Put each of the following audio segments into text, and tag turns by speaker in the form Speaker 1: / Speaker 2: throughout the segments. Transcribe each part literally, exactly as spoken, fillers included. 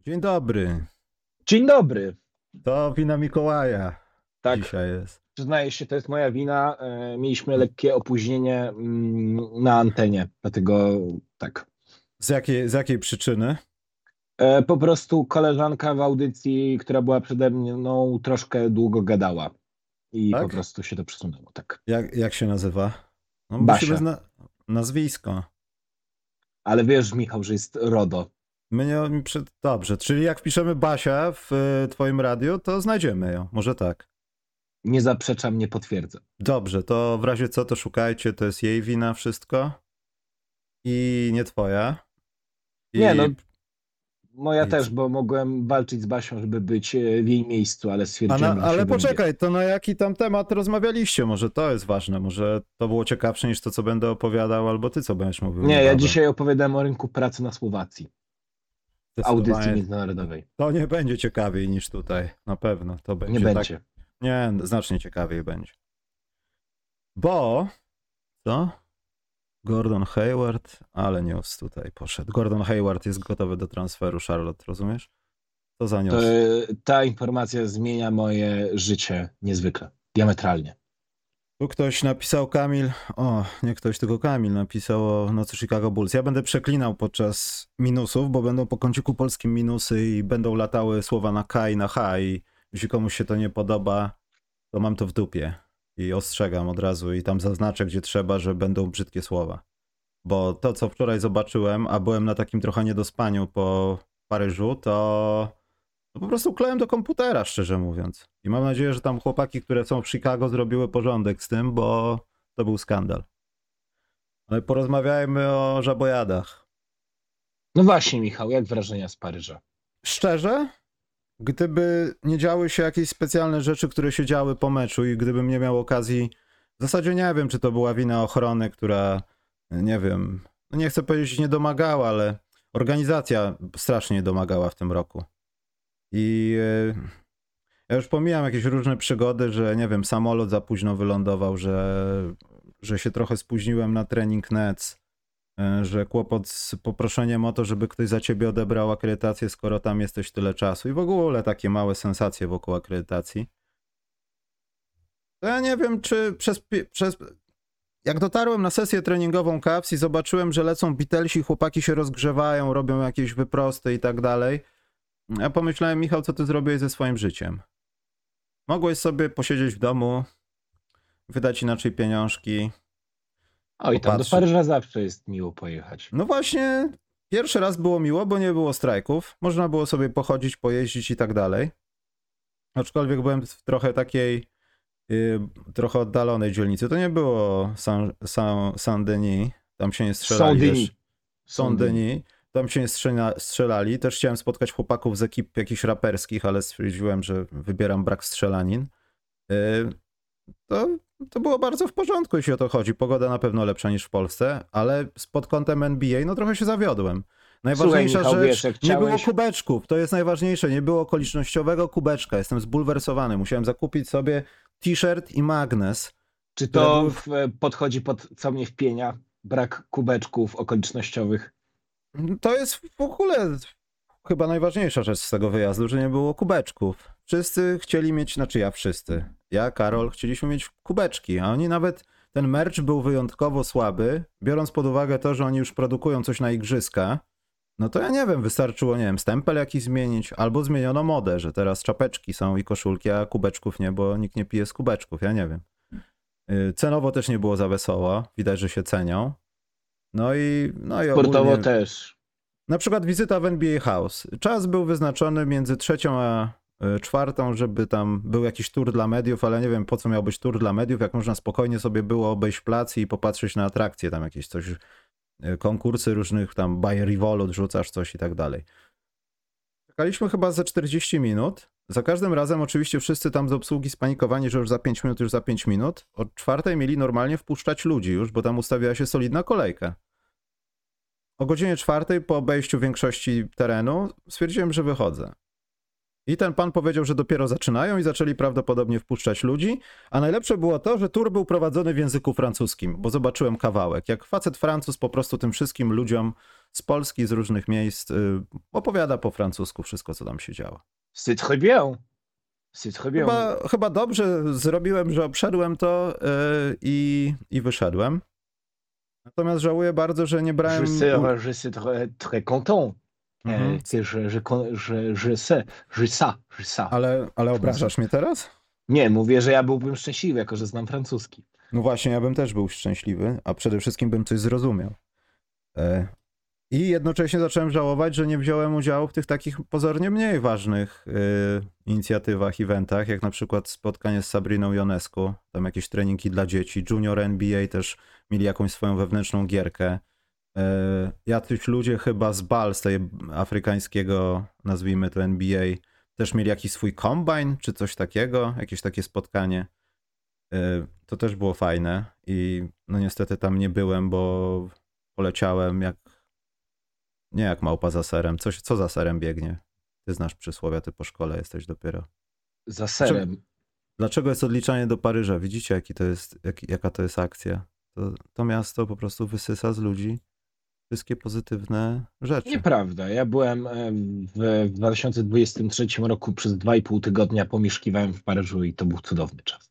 Speaker 1: Dzień dobry.
Speaker 2: Dzień dobry.
Speaker 1: To wina Mikołaja
Speaker 2: Tak,
Speaker 1: dzisiaj jest.
Speaker 2: przyznaję się, to jest moja wina. E, Mieliśmy lekkie opóźnienie mm, na antenie, dlatego tak.
Speaker 1: Z jakiej, z jakiej przyczyny?
Speaker 2: E, Po prostu koleżanka w audycji, która była przede mną, troszkę długo gadała i po
Speaker 1: Tak?
Speaker 2: prostu się to przesunęło, tak.
Speaker 1: Jak, jak się nazywa? No musimy
Speaker 2: Basia.
Speaker 1: zna nazwisko.
Speaker 2: Ale wiesz, Michał, że jest RODO.
Speaker 1: My nie, mi przy... Dobrze, czyli jak wpiszemy Basia w y, twoim radiu, to znajdziemy ją. Może tak.
Speaker 2: Nie zaprzeczam, nie potwierdzam.
Speaker 1: Dobrze, to w razie co to szukajcie, to jest jej wina wszystko i nie twoja. I...
Speaker 2: Nie, no moja
Speaker 1: Nic.
Speaker 2: też, bo mogłem walczyć z Basią, żeby być e, w jej miejscu, ale
Speaker 1: A
Speaker 2: stwierdziłem,
Speaker 1: na,
Speaker 2: że się
Speaker 1: ale
Speaker 2: będzie.
Speaker 1: poczekaj, to na jaki tam temat rozmawialiście? Może to jest ważne, może to było ciekawsze niż to, co będę opowiadał, albo ty, co będziesz mówił.
Speaker 2: Nie, ja
Speaker 1: niebawem.
Speaker 2: dzisiaj opowiadam o rynku pracy na Słowacji. W audycji
Speaker 1: Zdecydowanie
Speaker 2: międzynarodowej.
Speaker 1: to nie będzie ciekawiej niż tutaj, na pewno. To będzie
Speaker 2: Nie
Speaker 1: tak...
Speaker 2: będzie.
Speaker 1: Nie, znacznie ciekawiej będzie. Bo, co? Gordon Hayward, ale news tutaj poszedł. Gordon Hayward jest gotowy do transferu, Charlotte, rozumiesz? Co za news?
Speaker 2: To, ta informacja zmienia moje życie niezwykle, diametralnie.
Speaker 1: Tu ktoś napisał, Kamil, o, nie ktoś, tylko Kamil napisał o nocy Chicago Bulls. Ja będę przeklinał podczas minusów, bo będą po kąciku polskim minusy i będą latały słowa na K i na H i jeśli komuś się to nie podoba, to mam to w dupie i ostrzegam od razu i tam zaznaczę, gdzie trzeba, że będą brzydkie słowa. Bo to, co wczoraj zobaczyłem, a byłem na takim trochę niedospaniu po Paryżu, to no po prostu klełem do komputera, szczerze mówiąc. I mam nadzieję, że tam chłopaki, które są w Chicago, zrobiły porządek z tym, bo to był skandal. Ale porozmawiajmy o żabojadach.
Speaker 2: No właśnie, Michał, jak wrażenia z Paryża?
Speaker 1: Szczerze, gdyby nie działy się jakieś specjalne rzeczy, które się działy po meczu i gdybym nie miał okazji, w zasadzie nie wiem, czy to była wina ochrony, która, nie wiem, no nie chcę powiedzieć nie domagała, ale organizacja strasznie nie domagała w tym roku. I ja już pomijam jakieś różne przygody, że nie wiem, samolot za późno wylądował, że, że się trochę spóźniłem na trening Nets, że kłopot z poproszeniem o to, żeby ktoś za ciebie odebrał akredytację, skoro tam jesteś tyle czasu i w ogóle takie małe sensacje wokół akredytacji. To ja nie wiem, czy przez, przez... Jak dotarłem na sesję treningową Cavs i zobaczyłem, że lecą Beatlesi, chłopaki się rozgrzewają, robią jakieś wyprosty i tak dalej, ja pomyślałem, Michał, co ty zrobiłeś ze swoim życiem? Mogłeś sobie posiedzieć w domu, wydać inaczej pieniążki.
Speaker 2: Oj, tam do
Speaker 1: Popatrz.
Speaker 2: Paryża zawsze jest miło pojechać.
Speaker 1: No właśnie, pierwszy raz było miło, bo nie było strajków. Można było sobie pochodzić, pojeździć i tak dalej. Aczkolwiek byłem w trochę takiej, yy, trochę oddalonej dzielnicy. To nie było Saint- Saint- Saint-Denis, tam się nie strzelali.
Speaker 2: Saint-Denis.
Speaker 1: Wiesz, Saint-Denis. Tam się nie strzela, strzelali. Też chciałem spotkać chłopaków z ekip jakichś raperskich, ale stwierdziłem, że wybieram brak strzelanin. Yy, to, to było bardzo w porządku, jeśli o to chodzi. Pogoda na pewno lepsza niż w Polsce, ale pod kątem N B A no trochę się zawiodłem. Najważniejsza
Speaker 2: Słuchaj, Michał,
Speaker 1: rzecz,
Speaker 2: wiesz, jak
Speaker 1: nie było
Speaker 2: chciałeś-
Speaker 1: kubeczków. To jest najważniejsze. Nie było okolicznościowego kubeczka. Jestem zbulwersowany. Musiałem zakupić sobie t-shirt i magnes.
Speaker 2: Czy
Speaker 1: które
Speaker 2: to
Speaker 1: były
Speaker 2: w, podchodzi pod co mnie wpienia? Brak kubeczków okolicznościowych.
Speaker 1: To jest w ogóle chyba najważniejsza rzecz z tego wyjazdu, że nie było kubeczków. Wszyscy chcieli mieć, znaczy ja wszyscy, ja, Karol, chcieliśmy mieć kubeczki, a oni nawet, ten merch był wyjątkowo słaby, biorąc pod uwagę to, że oni już produkują coś na igrzyska, no to ja nie wiem, wystarczyło, nie wiem, stempel jakiś zmienić, albo zmieniono modę, że teraz czapeczki są i koszulki, a kubeczków nie, bo nikt nie pije z kubeczków, ja nie wiem. Yy, Cenowo też nie było za wesoło, widać, że się cenią. No i, no i
Speaker 2: Sportowo
Speaker 1: ogólnie...
Speaker 2: też.
Speaker 1: Na przykład wizyta w N B A House. Czas był wyznaczony między trzecią a y, czwartą, żeby tam był jakiś tour dla mediów, ale nie wiem po co miał być tour dla mediów, jak można spokojnie sobie było obejść plac i popatrzeć na atrakcje, tam jakieś coś, y, konkursy różnych, tam by Revolut rzucasz coś i tak dalej. Czekaliśmy chyba za czterdzieści minut. Za każdym razem oczywiście wszyscy tam z obsługi spanikowani, że już za pięć minut, już za pięć minut. Od czwartej mieli normalnie wpuszczać ludzi już, bo tam ustawiała się solidna kolejka. O godzinie czwartej po obejściu większości terenu stwierdziłem, że wychodzę. I ten pan powiedział, że dopiero zaczynają i zaczęli prawdopodobnie wpuszczać ludzi, a najlepsze było to, że tour był prowadzony w języku francuskim, bo zobaczyłem kawałek, jak facet Francuz po prostu tym wszystkim ludziom z Polski, z różnych miejsc y, opowiada po francusku wszystko, co tam się działo.
Speaker 2: C'est très bien. C'est très bien.
Speaker 1: Chyba, chyba dobrze zrobiłem, że obszedłem to y, i, i wyszedłem. Natomiast żałuję bardzo, że nie brałem...
Speaker 2: Je sais, je sais très, très content.
Speaker 1: Mhm.
Speaker 2: Que je, je, je, je sais, je sais, je sais.
Speaker 1: Ale, ale obrażasz mnie teraz?
Speaker 2: Nie, mówię, że ja byłbym szczęśliwy, jako że znam francuski.
Speaker 1: No właśnie, ja bym też był szczęśliwy, a przede wszystkim bym coś zrozumiał. E, I jednocześnie zacząłem żałować, że nie wziąłem udziału w tych takich pozornie mniej ważnych e, inicjatywach, eventach, jak na przykład spotkanie z Sabriną Ionescu, tam jakieś treningi dla dzieci, Junior N B A też mieli jakąś swoją wewnętrzną gierkę. E, jacyś ludzie chyba z Bal, z tej afrykańskiego, nazwijmy to N B A, też mieli jakiś swój combine, czy coś takiego, jakieś takie spotkanie. To też było fajne i no niestety tam nie byłem, bo poleciałem jak, nie jak małpa za serem. Coś, co za serem biegnie? Ty znasz przysłowia, ty po szkole jesteś dopiero.
Speaker 2: Za serem.
Speaker 1: Dlaczego, dlaczego jest odliczanie do Paryża? Widzicie, jaki to jest, jak, jaka to jest akcja? To, to miasto po prostu wysysa z ludzi wszystkie pozytywne rzeczy.
Speaker 2: Nieprawda. Ja byłem w dwa tysiące dwudziestym trzecim roku przez dwa i pół tygodnia pomieszkiwałem w Paryżu i to był cudowny czas.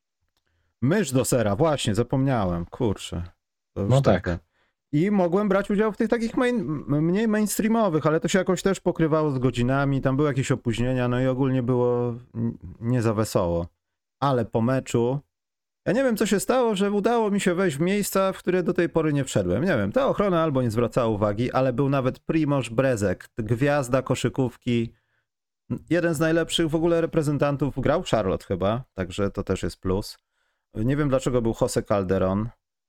Speaker 1: Mysz do sera, właśnie, zapomniałem, kurczę. To już
Speaker 2: No tak.
Speaker 1: takie. I mogłem brać udział w tych takich main, mniej mainstreamowych, ale to się jakoś też pokrywało z godzinami, tam były jakieś opóźnienia, no i ogólnie było nie za wesoło. Ale po meczu, ja nie wiem co się stało, że udało mi się wejść w miejsca, w które do tej pory nie wszedłem. Nie wiem, ta ochrona albo nie zwracała uwagi, ale był nawet Primož Brezek, gwiazda koszykówki, jeden z najlepszych w ogóle reprezentantów, grał w Charlotte chyba, także to też jest plus. Nie wiem dlaczego był Jose Calderon.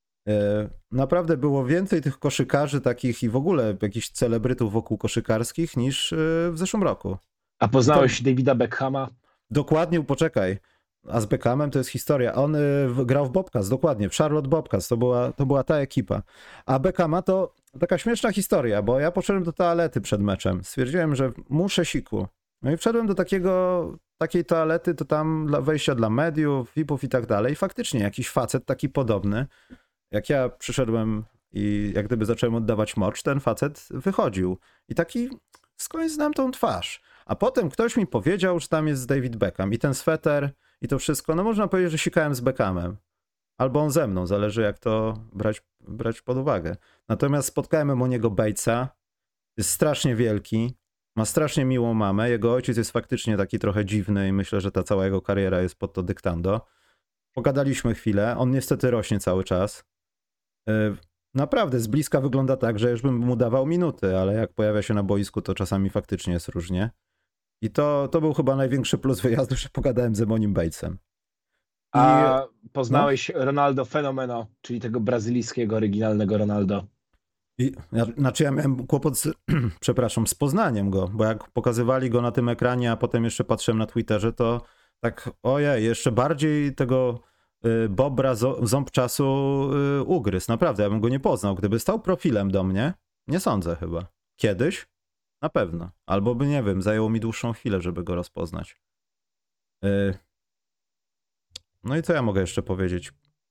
Speaker 1: Naprawdę było więcej tych koszykarzy takich i w ogóle jakichś celebrytów wokół koszykarskich niż w zeszłym roku.
Speaker 2: A poznałeś to... Davida Beckhama?
Speaker 1: Dokładnie, poczekaj. A z Beckhamem to jest historia. On grał w Bobcats, dokładnie, w Charlotte Bobcats. To była, to była ta ekipa. A Beckhama to taka śmieszna historia, bo ja poszedłem do toalety przed meczem. Stwierdziłem, że muszę siku. No i wszedłem do takiego, takiej toalety, to tam dla wejścia dla mediów, V I P-ów i tak dalej. I faktycznie jakiś facet taki podobny, jak ja przyszedłem i jak gdyby zacząłem oddawać mocz, ten facet wychodził. I taki, skądś znam tą twarz. A potem ktoś mi powiedział, że tam jest David Beckham i ten sweter i to wszystko. No można powiedzieć, że sikałem z Beckhamem. Albo on ze mną, zależy jak to brać, brać pod uwagę. Natomiast spotkałem Emoniego Batesa, jest strasznie wielki, ma strasznie miłą mamę. Jego ojciec jest faktycznie taki trochę dziwny i myślę, że ta cała jego kariera jest pod to dyktando. Pogadaliśmy chwilę, on niestety rośnie cały czas. Naprawdę z bliska wygląda tak, że już bym mu dawał minuty, ale jak pojawia się na boisku, to czasami faktycznie jest różnie. I to, to był chyba największy plus wyjazdu, że pogadałem z Emonim Batesem. I...
Speaker 2: A poznałeś no? Ronaldo Fenomeno, czyli tego brazylijskiego, oryginalnego Ronaldo?
Speaker 1: I, znaczy ja miałem kłopot z, przepraszam, z poznaniem go, bo jak pokazywali go na tym ekranie, a potem jeszcze patrzyłem na Twitterze, to tak ojej, jeszcze bardziej tego y, Bobra z, ząb czasu y, ugryzł. Naprawdę, ja bym go nie poznał. Gdyby stał profilem do mnie, nie sądzę chyba. Kiedyś? Na pewno. Albo by, nie wiem, zajęło mi dłuższą chwilę, żeby go rozpoznać. Y, no i co ja mogę jeszcze powiedzieć?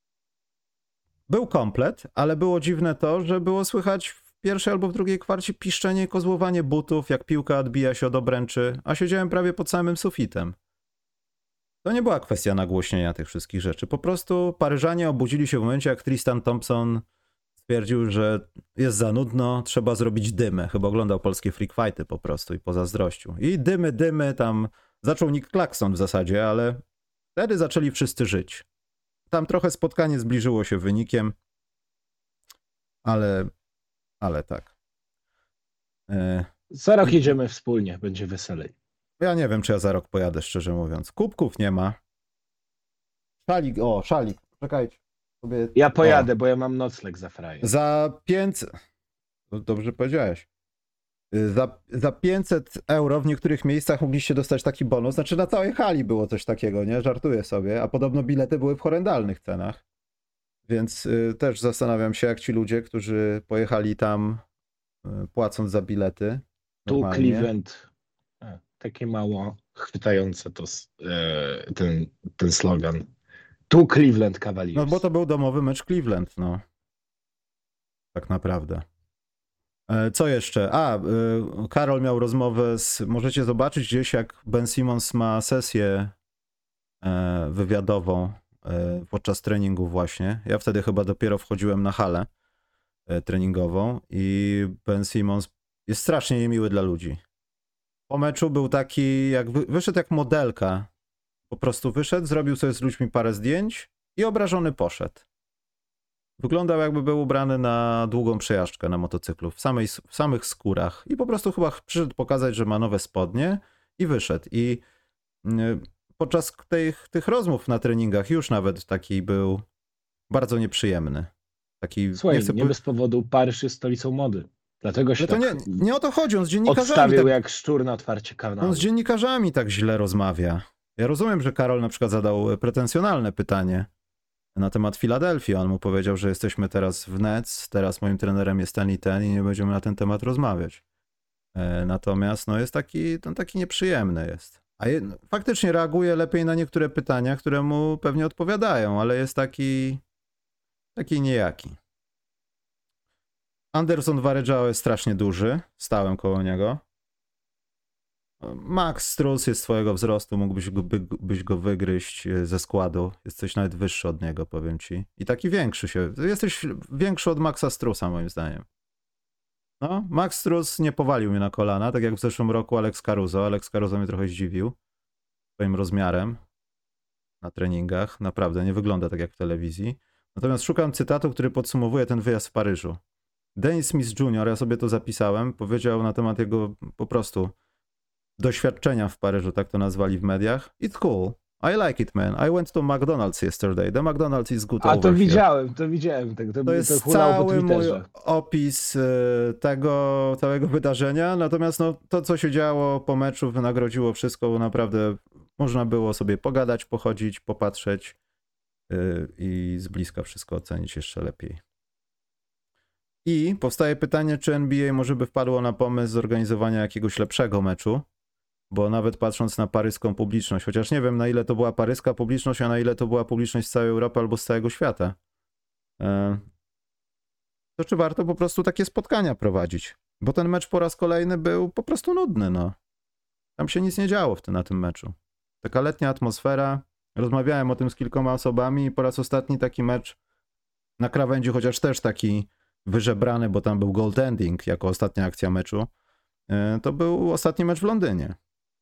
Speaker 1: Był komplet, ale było dziwne to, że było słychać w pierwszej albo w drugiej kwarcie piszczenie i kozłowanie butów, jak piłka odbija się od obręczy, a siedziałem prawie pod samym sufitem. To nie była kwestia nagłośnienia tych wszystkich rzeczy. Po prostu Paryżanie obudzili się w momencie, jak Tristan Thompson stwierdził, że jest za nudno, trzeba zrobić dymy. Chyba oglądał polskie freak fighty po prostu i pozazdrościł. I dymy, dymy, tam zaczął Nick Claxton w zasadzie, ale wtedy zaczęli wszyscy żyć. Tam trochę spotkanie zbliżyło się wynikiem, ale, ale tak. E...
Speaker 2: Za rok jedziemy wspólnie, będzie weselej.
Speaker 1: Ja nie wiem, czy ja za rok pojadę, szczerze mówiąc. Kubków nie ma. Szalik, o, szalik, czekajcie. Sobie...
Speaker 2: Ja pojadę, o. Bo ja mam nocleg za frajer.
Speaker 1: Za pięćset... Dobrze powiedziałeś. Za, za pięćset euro w niektórych miejscach mogliście dostać taki bonus. Znaczy na całej hali było coś takiego, nie? Żartuję sobie. A podobno bilety były w horrendalnych cenach. Więc y, też zastanawiam się, jak ci ludzie, którzy pojechali tam y, płacąc za bilety.
Speaker 2: Tu Cleveland. A, takie mało chwytające to s- e, ten, ten slogan. Tu Cleveland Cavaliers.
Speaker 1: No bo to był domowy mecz Cleveland, no. Tak naprawdę. E, Co jeszcze? A, y, Karol miał rozmowę z... Możecie zobaczyć gdzieś, jak Ben Simmons ma sesję e, wywiadową e, podczas treningu właśnie. Ja wtedy chyba dopiero wchodziłem na halę e, treningową i Ben Simmons jest strasznie niemiły dla ludzi. Po meczu był taki, jak wy, wyszedł jak modelka. Po prostu wyszedł, zrobił sobie z ludźmi parę zdjęć i obrażony poszedł. Wyglądał, jakby był ubrany na długą przejażdżkę na motocyklu, w, samej, w samych skórach. I po prostu chyba przyszedł pokazać, że ma nowe spodnie i wyszedł. I y, podczas tych, tych rozmów na treningach już nawet taki był bardzo nieprzyjemny. Taki,
Speaker 2: Słuchaj,
Speaker 1: nie chcę
Speaker 2: nie
Speaker 1: po...
Speaker 2: bez powodu Paryż jest stolicą mody. Dlatego się
Speaker 1: Ale to
Speaker 2: tak
Speaker 1: nie, nie o to chodzi, on z dziennikarzami
Speaker 2: odstawił
Speaker 1: tak,
Speaker 2: jak szczur na otwarcie kanału.
Speaker 1: on z dziennikarzami tak źle rozmawia. Ja rozumiem, że Karol na przykład zadał pretensjonalne pytanie na temat Filadelfii. On mu powiedział, że jesteśmy teraz w Nets, teraz moim trenerem jest ten i ten i nie będziemy na ten temat rozmawiać. E, natomiast no jest taki, no taki nieprzyjemny jest. A je, faktycznie reaguje lepiej na niektóre pytania, które mu pewnie odpowiadają, ale jest taki taki niejaki. Anderson Varejao jest strasznie duży, stałem koło niego. Max Strus jest twojego wzrostu, mógłbyś go, by, byś go wygryźć ze składu. Jesteś nawet wyższy od niego, powiem ci. I taki większy się. Jesteś większy od Maxa Strusa, moim zdaniem. No, Max Strus nie powalił mnie na kolana, tak jak w zeszłym roku Alex Caruso. Alex Caruso mnie trochę zdziwił swoim rozmiarem na treningach. Naprawdę, nie wygląda tak jak w telewizji. Natomiast szukam cytatu, który podsumowuje ten wyjazd w Paryżu. Dennis Smith junior, ja sobie to zapisałem, powiedział na temat jego po prostu doświadczenia w Paryżu, tak to nazwali w mediach. It's cool. I like it, man. I went to McDonald's yesterday. The McDonald's is good
Speaker 2: A
Speaker 1: over
Speaker 2: to
Speaker 1: here.
Speaker 2: widziałem, to widziałem. To, to,
Speaker 1: To jest
Speaker 2: to hulało po
Speaker 1: cały mój
Speaker 2: Twitterze.
Speaker 1: opis y, tego całego wydarzenia. Natomiast no, to, co się działo po meczu, wynagrodziło wszystko, bo naprawdę można było sobie pogadać, pochodzić, popatrzeć y, i z bliska wszystko ocenić jeszcze lepiej. I powstaje pytanie, czy N B A może by wpadło na pomysł zorganizowania jakiegoś lepszego meczu, bo nawet patrząc na paryską publiczność, chociaż nie wiem, na ile to była paryska publiczność, a na ile to była publiczność z całej Europy albo z całego świata, to czy warto po prostu takie spotkania prowadzić? Bo ten mecz po raz kolejny był po prostu nudny, no. Tam się nic nie działo w tym, na tym meczu. Taka letnia atmosfera. Rozmawiałem o tym z kilkoma osobami i po raz ostatni taki mecz na krawędzi, chociaż też taki wyżebrany, bo tam był goaltending jako ostatnia akcja meczu, to był ostatni mecz w Londynie.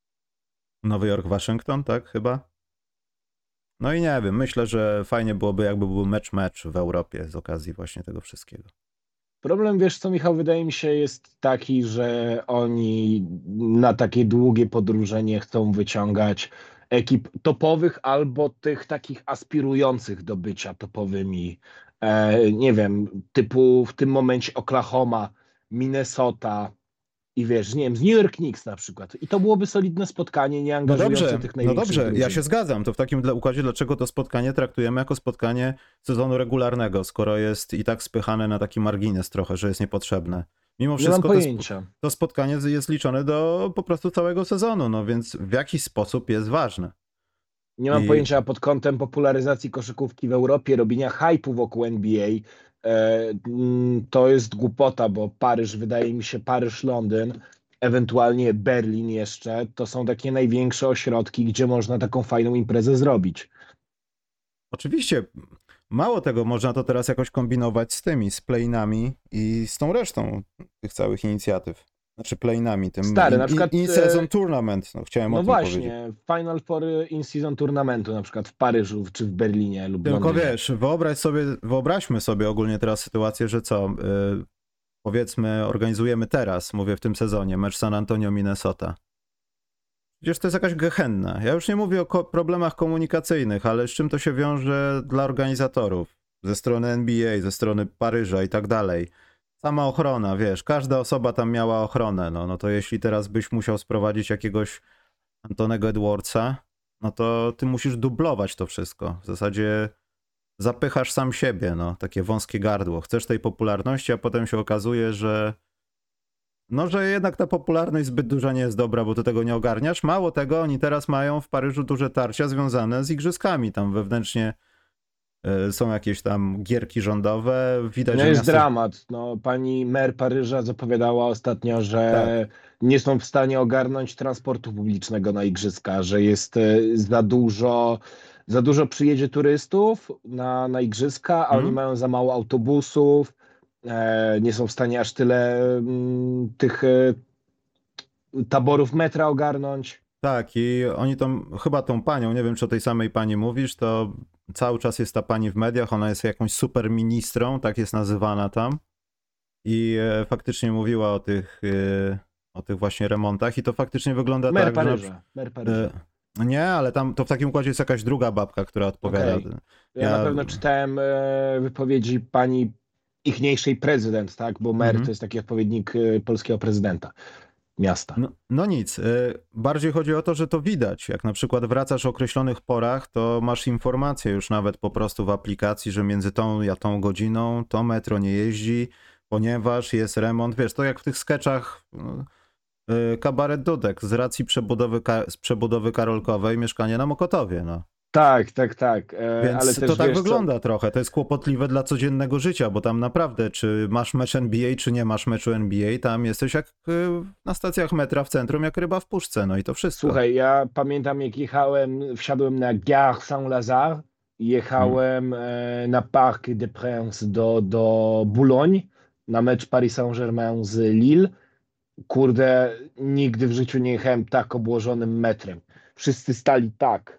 Speaker 1: Nowy Jork, Waszyngton, tak chyba? No i nie wiem, myślę, że fajnie byłoby, jakby był mecz-mecz w Europie z okazji właśnie tego wszystkiego.
Speaker 2: Problem, wiesz co, Michał, wydaje mi się jest taki, że oni na takie długie podróże nie chcą wyciągać ekip topowych albo tych takich aspirujących do bycia topowymi. E, nie wiem, typu w tym momencie Oklahoma, Minnesota i wiesz, nie wiem, z New York Knicks na przykład. I to byłoby solidne spotkanie, nie
Speaker 1: No
Speaker 2: angażujące
Speaker 1: dobrze,
Speaker 2: tych
Speaker 1: no
Speaker 2: największych
Speaker 1: dobrze, ja
Speaker 2: drużyn.
Speaker 1: się zgadzam. To w takim dla- układzie, dlaczego to spotkanie traktujemy jako spotkanie sezonu regularnego, skoro jest i tak spychane na taki margines trochę, że jest niepotrzebne. Mimo
Speaker 2: Nie mam
Speaker 1: wszystko to, sp-
Speaker 2: pojęcia.
Speaker 1: to spotkanie jest liczone do po prostu całego sezonu, no więc w jakiś sposób jest ważne.
Speaker 2: Nie mam
Speaker 1: I-
Speaker 2: pojęcia pod kątem popularyzacji koszykówki w Europie, robienia hype'u wokół N B A. E, mm, to jest głupota, bo Paryż, wydaje mi się, Paryż, Londyn, ewentualnie Berlin jeszcze, to są takie największe ośrodki, gdzie można taką fajną imprezę zrobić.
Speaker 1: Oczywiście, mało tego, można to teraz jakoś kombinować z tymi, z play-inami i z tą resztą tych całych inicjatyw. Znaczy play-inami, tym
Speaker 2: Stary,
Speaker 1: in,
Speaker 2: na przykład,
Speaker 1: in season tournament, no chciałem
Speaker 2: No
Speaker 1: o tym powiedzieć.
Speaker 2: właśnie, Final Four in-season tournamentu, na przykład w Paryżu, czy w Berlinie lub
Speaker 1: Tylko
Speaker 2: Londynie.
Speaker 1: wiesz, wyobraź sobie, wyobraźmy sobie ogólnie teraz sytuację, że co, yy, powiedzmy organizujemy teraz, mówię w tym sezonie, mecz San Antonio-Minnesota. Przecież to jest jakaś gehenna. Ja już nie mówię o ko- problemach komunikacyjnych, ale z czym to się wiąże dla organizatorów? Ze strony N B A, ze strony Paryża i tak dalej. Sama ochrona, wiesz, każda osoba tam miała ochronę, no, no to jeśli teraz byś musiał sprowadzić jakiegoś Antonego Edwardsa, no to ty musisz dublować to wszystko. W zasadzie zapychasz sam siebie, no, takie wąskie gardło. Chcesz tej popularności, a potem się okazuje, że No, że jednak ta popularność zbyt duża nie jest dobra, bo ty tego nie ogarniasz. Mało tego, oni teraz mają w Paryżu duże tarcia związane z igrzyskami. Tam wewnętrznie y, są jakieś tam gierki rządowe. Widać,
Speaker 2: No
Speaker 1: że
Speaker 2: jest
Speaker 1: miasto...
Speaker 2: dramat. No, pani mer Paryża zapowiadała ostatnio, że
Speaker 1: Tak.
Speaker 2: nie są w stanie ogarnąć transportu publicznego na igrzyska, że jest e, za dużo, za dużo przyjedzie turystów na, na igrzyska, a oni
Speaker 1: Hmm?
Speaker 2: mają za mało autobusów, e, nie są w stanie aż tyle mm, tych e, taborów metra ogarnąć.
Speaker 1: Tak, i oni tą, chyba tą panią, nie wiem czy o tej samej pani mówisz, to cały czas jest ta pani w mediach, ona jest jakąś super ministrą, tak jest nazywana tam. I e, faktycznie mówiła o tych, e, o tych właśnie remontach i to faktycznie wygląda
Speaker 2: Mer
Speaker 1: tak, że... na przy-
Speaker 2: Paryża, mer Paryża.
Speaker 1: e, Nie, ale tam to w takim układzie jest jakaś druga babka, która odpowiada.
Speaker 2: Okej. Ja na
Speaker 1: Ja...
Speaker 2: pewno czytałem e, wypowiedzi pani ichniejszej prezydent, tak? Bo mer
Speaker 1: Mhm.
Speaker 2: to jest taki odpowiednik e, polskiego prezydenta miasta.
Speaker 1: No, no nic, y, bardziej chodzi o to, że to widać. Jak na przykład wracasz o określonych porach, to masz informację już nawet po prostu w aplikacji, że między tą a tą godziną to metro nie jeździ, ponieważ jest remont. Wiesz, to jak w tych skeczach y, Kabaret Dudek z racji przebudowy, ka- z przebudowy Karolkowej mieszkanie na Mokotowie. No.
Speaker 2: Tak, tak, tak. E, ale
Speaker 1: Więc
Speaker 2: też
Speaker 1: to tak
Speaker 2: wiesz, co,
Speaker 1: wygląda trochę. To jest kłopotliwe dla codziennego życia, bo tam naprawdę, czy masz mecz N B A, czy nie masz meczu N B A, tam jesteś jak y, na stacjach metra w centrum, jak ryba w puszce, no i to wszystko.
Speaker 2: słuchaj, ja pamiętam jak jechałem, wsiadłem na Gare Saint-Lazare,
Speaker 1: Mm.
Speaker 2: jechałem e, na Parc des Princes do, do Boulogne na mecz Paris Saint-Germain z Lille. Kurde, nigdy w życiu nie jechałem tak obłożonym metrem. Wszyscy stali tak.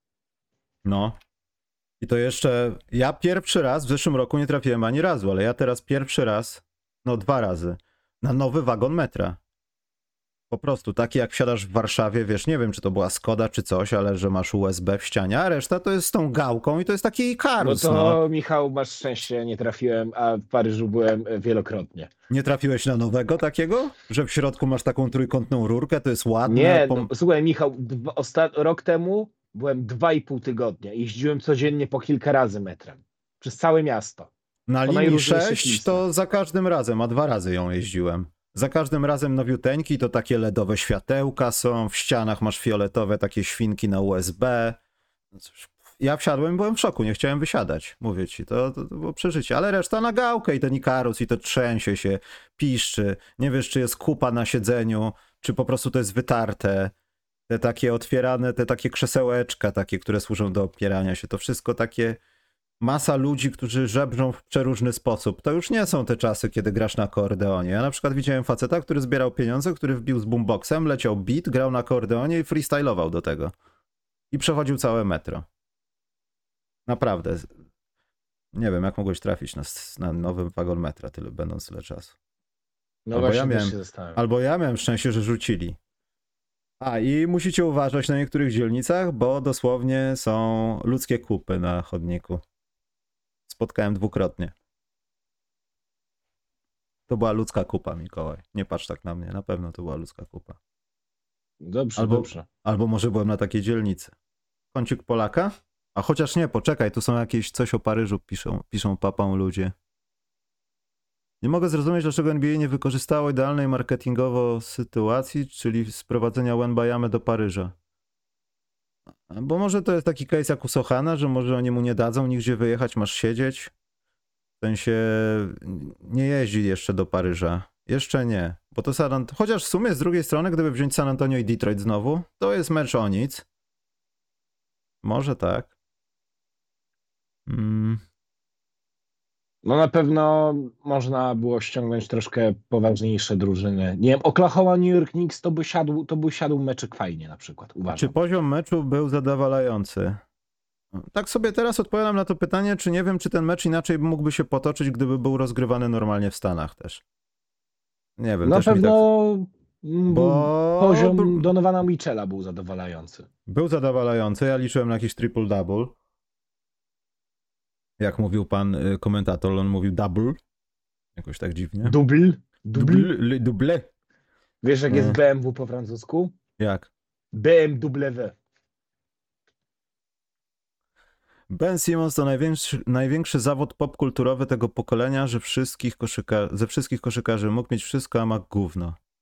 Speaker 1: No. I to jeszcze, ja pierwszy raz w zeszłym roku nie trafiłem ani razu, ale ja teraz pierwszy raz, no dwa razy, na nowy wagon metra. Po prostu, taki jak wsiadasz w Warszawie, wiesz, nie wiem czy to była Skoda czy coś, ale że masz U S B w ścianie, a reszta to jest z tą gałką i to jest taki
Speaker 2: No
Speaker 1: Ikarus,
Speaker 2: to
Speaker 1: no.
Speaker 2: Michał, masz szczęście, nie trafiłem, a w Paryżu byłem wielokrotnie.
Speaker 1: Nie trafiłeś na nowego takiego? Że w środku masz taką trójkątną rurkę, to jest ładne.
Speaker 2: Nie,
Speaker 1: pom-
Speaker 2: no, słuchaj Michał, dwa, osta- rok temu byłem dwa i pół tygodnia. Jeździłem codziennie po kilka razy metrem. Przez całe miasto.
Speaker 1: Na
Speaker 2: po
Speaker 1: linii
Speaker 2: najróżniejszych
Speaker 1: sześć
Speaker 2: listach.
Speaker 1: to za każdym razem, a dwa razy ją jeździłem. Za każdym razem nowiuteńki, to takie ledowe światełka są, w ścianach masz fioletowe takie świnki na U S B. No cóż, ja wsiadłem i byłem w szoku, nie chciałem wysiadać, mówię ci, to, to, to było przeżycie. Ale reszta na gałkę i ten Ikarus i to trzęsie się, piszczy, nie wiesz czy jest kupa na siedzeniu, czy po prostu to jest wytarte. Te takie otwierane, te takie krzesełeczka takie, które służą do opierania się, to wszystko takie... Masa ludzi, którzy żebrzą w przeróżny sposób. To już nie są te czasy, kiedy grasz na akordeonie. Ja na przykład widziałem faceta, który zbierał pieniądze, który wbił z boomboxem, leciał beat, grał na akordeonie i freestylował do tego. I przechodził całe metro. Naprawdę. Nie wiem, jak mogłeś trafić na, na nowy wagon metra, tyle, będąc tyle czasu.
Speaker 2: No
Speaker 1: Albo
Speaker 2: właśnie
Speaker 1: ja
Speaker 2: też
Speaker 1: miałem,
Speaker 2: się zastanawiam.
Speaker 1: albo ja miałem szczęście, że rzucili. A i musicie uważać na niektórych dzielnicach, bo dosłownie są ludzkie kupy na chodniku. Spotkałem dwukrotnie. To była ludzka kupa, Mikołaj. Nie patrz tak na mnie, na pewno to była ludzka kupa.
Speaker 2: Dobrze,
Speaker 1: Albo,
Speaker 2: dobrze.
Speaker 1: albo może byłem na takiej dzielnicy. Kącik Polaka? A chociaż nie, poczekaj, tu są jakieś coś o Paryżu, piszą, piszą papą ludzie. Nie mogę zrozumieć, dlaczego N B A nie wykorzystało idealnej marketingowo sytuacji, czyli sprowadzenia Wembanyamy do Paryża. Bo może to jest taki case jak u Sochana, że może oni mu nie dadzą nigdzie wyjechać, masz siedzieć. W sensie nie jeździ jeszcze do Paryża. Jeszcze nie. Bo to San Ant- Chociaż w sumie z drugiej strony, gdyby wziąć San Antonio i Detroit znowu, to jest mecz o nic. Może tak. Mm.
Speaker 2: No na pewno można było ściągnąć troszkę poważniejsze drużyny. Nie wiem, Oklahoma, New York Knicks to by siadł, to by siadł meczek fajnie na przykład,
Speaker 1: Czy
Speaker 2: uważam.
Speaker 1: poziom meczu był zadowalający? Tak sobie teraz odpowiadam na to pytanie, czy nie wiem, czy ten mecz inaczej mógłby się potoczyć, gdyby był rozgrywany normalnie w Stanach też. Nie wiem,
Speaker 2: Na
Speaker 1: też mi tak...
Speaker 2: pewno mm,
Speaker 1: Bo
Speaker 2: poziom
Speaker 1: był-
Speaker 2: Donowana Mitchella był zadowalający.
Speaker 1: Był zadowalający, ja liczyłem na jakiś triple-double. Jak mówił pan y, komentator, on mówił double. Jakoś tak dziwnie.
Speaker 2: Dubl? Dubl?
Speaker 1: Double. Double.
Speaker 2: Wiesz jak jest
Speaker 1: No.
Speaker 2: B M W po francusku?
Speaker 1: Jak?
Speaker 2: B M W.
Speaker 1: Ben Simmons to największy, największy zawód popkulturowy tego pokolenia, że wszystkich koszyka, ze wszystkich koszykarzy mógł mieć wszystko, a ma gówno.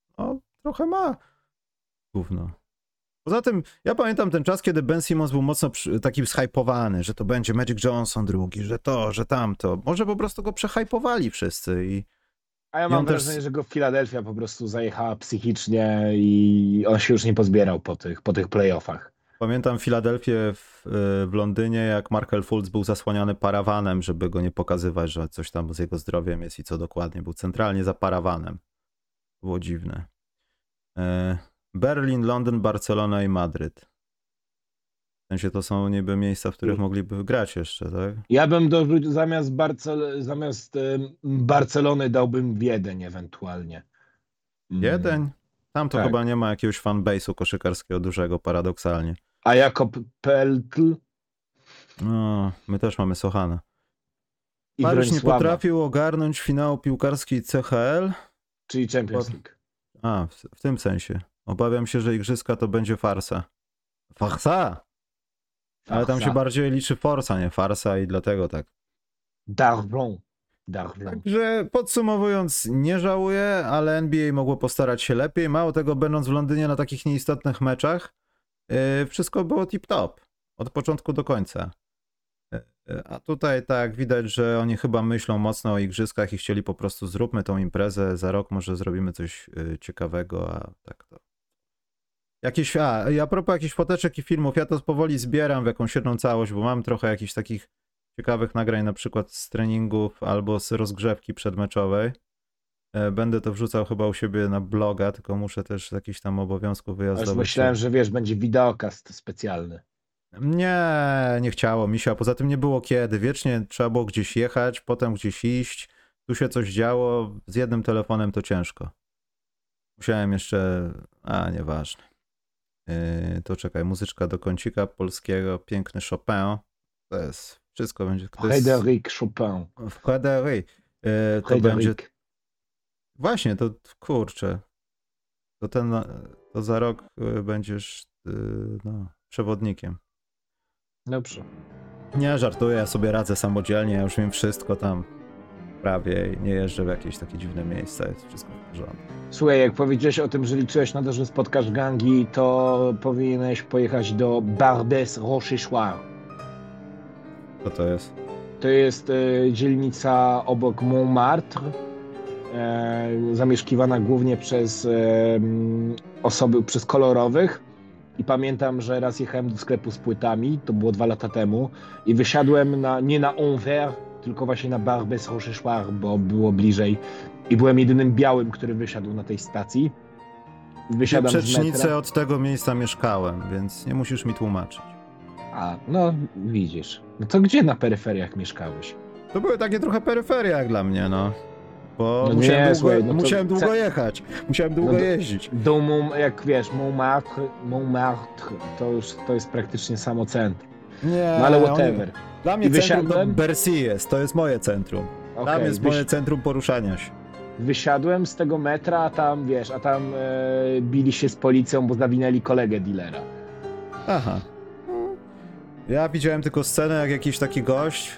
Speaker 1: trochę ma gówno. Poza tym, ja pamiętam ten czas, kiedy Ben Simmons był mocno przy, taki zhypowany, że to będzie Magic Johnson drugi, że to, że tamto. Może po prostu go przehypowali wszyscy i...
Speaker 2: A ja mam
Speaker 1: też...
Speaker 2: wrażenie, że go Filadelfia po prostu zajechała psychicznie i on się już nie pozbierał po tych, po tych playoffach.
Speaker 1: Pamiętam Filadelfię w, w Londynie, jak Markel Fultz był zasłaniany parawanem, żeby go nie pokazywać, że coś tam z jego zdrowiem jest i co dokładnie. Był centralnie za parawanem. Było dziwne. Berlin, Londyn, Barcelona i Madryt. W sensie to są niby miejsca, w których mogliby grać jeszcze, tak?
Speaker 2: Ja bym do, zamiast, Barcel zamiast um, Barcelony dałbym Wiedeń ewentualnie.
Speaker 1: Wiedeń? Tam to
Speaker 2: tak.
Speaker 1: chyba nie ma jakiegoś fanbase'u koszykarskiego dużego, paradoksalnie.
Speaker 2: A Jakob Peltl?
Speaker 1: No, my też mamy Sochana.
Speaker 2: I
Speaker 1: Paryż nie
Speaker 2: Wronisława.
Speaker 1: potrafił ogarnąć finału piłkarskiej C H L.
Speaker 2: Czyli Champions League.
Speaker 1: A, w, w tym sensie. Obawiam się, że igrzyska to będzie farsa. Farsa! Ale tam się bardziej liczy forsa, nie farsa i dlatego tak.
Speaker 2: D'Arblon. D'Arblon.
Speaker 1: Także podsumowując, nie żałuję, ale N B A mogło postarać się lepiej. Mało tego, będąc w Londynie na takich nieistotnych meczach, yy, wszystko było tip-top. Od początku do końca. Yy, a tutaj tak widać, że oni chyba myślą mocno o igrzyskach i chcieli po prostu zróbmy tą imprezę, za rok może zrobimy coś yy, ciekawego, a tak to... Jakieś, a, a propos jakichś foteczek i filmów, ja to powoli zbieram w jakąś jedną całość, bo mam trochę jakichś takich ciekawych nagrań, na przykład z treningów albo z rozgrzewki przedmeczowej. Będę to wrzucał chyba u siebie na bloga, tylko muszę też z jakichś tam obowiązków wyjazdowych.
Speaker 2: Aż myślałem, że wiesz, będzie wideokast specjalny.
Speaker 1: Nie, nie chciało mi się, a poza tym nie było kiedy. Wiecznie trzeba było gdzieś jechać, potem gdzieś iść, tu się coś działo, z jednym telefonem to ciężko. Musiałem jeszcze, a nieważne. Yy, to czekaj, muzyczka do kącika polskiego, piękny Chopin. To jest, wszystko będzie...
Speaker 2: Frédéric Chopin.
Speaker 1: Frédéric. Yy, to
Speaker 2: Frédéric.
Speaker 1: będzie... Właśnie, to kurczę. To ten, to za rok będziesz yy, no, przewodnikiem.
Speaker 2: Dobrze.
Speaker 1: Nie, żartuję, ja sobie radzę samodzielnie, ja już wiem wszystko tam prawie i nie jeżdżę w jakieś takie dziwne miejsca, jest wszystko w porządku.
Speaker 2: Słuchaj, jak powiedziałeś o tym, że liczyłeś na to, że spotkasz gangi, to powinieneś pojechać do Barbès-Rochechouart.
Speaker 1: Co to jest?
Speaker 2: To jest e, dzielnica obok Montmartre, e, zamieszkiwana głównie przez e, osoby, przez kolorowych. I pamiętam, że raz jechałem do sklepu z płytami, to było dwa lata temu, i wysiadłem na, nie na Anvers, tylko właśnie na Barbès-Rochechouart, bo było bliżej. I byłem jedynym białym, który wysiadł na tej stacji. Wysiadam z
Speaker 1: Przecznicę
Speaker 2: metra.
Speaker 1: od tego miejsca mieszkałem, więc nie musisz mi tłumaczyć.
Speaker 2: A, no widzisz. No to gdzie na peryferiach mieszkałeś?
Speaker 1: To były takie trochę peryferie jak dla mnie, no. Bo
Speaker 2: No
Speaker 1: musiałem,
Speaker 2: nie,
Speaker 1: długo,
Speaker 2: słuchaj, no to
Speaker 1: musiałem długo
Speaker 2: ce-
Speaker 1: jechać, musiałem długo
Speaker 2: No to-
Speaker 1: jeździć.
Speaker 2: Do Mont, jak wiesz, Montmartre, Montmartre to już to jest praktycznie samo centrum.
Speaker 1: Nie,
Speaker 2: No ale
Speaker 1: oni-
Speaker 2: whatever.
Speaker 1: Dla mnie
Speaker 2: I
Speaker 1: centrum to
Speaker 2: wysiadłem?
Speaker 1: Bercy jest, to jest moje centrum. Dla
Speaker 2: Okej,
Speaker 1: mnie jest
Speaker 2: wysi-
Speaker 1: moje centrum poruszania się.
Speaker 2: Wysiadłem z tego metra, a tam wiesz, a tam e, bili się z policją, bo zawinęli kolegę dealera.
Speaker 1: Aha. Ja widziałem tylko scenę, jak jakiś taki gość...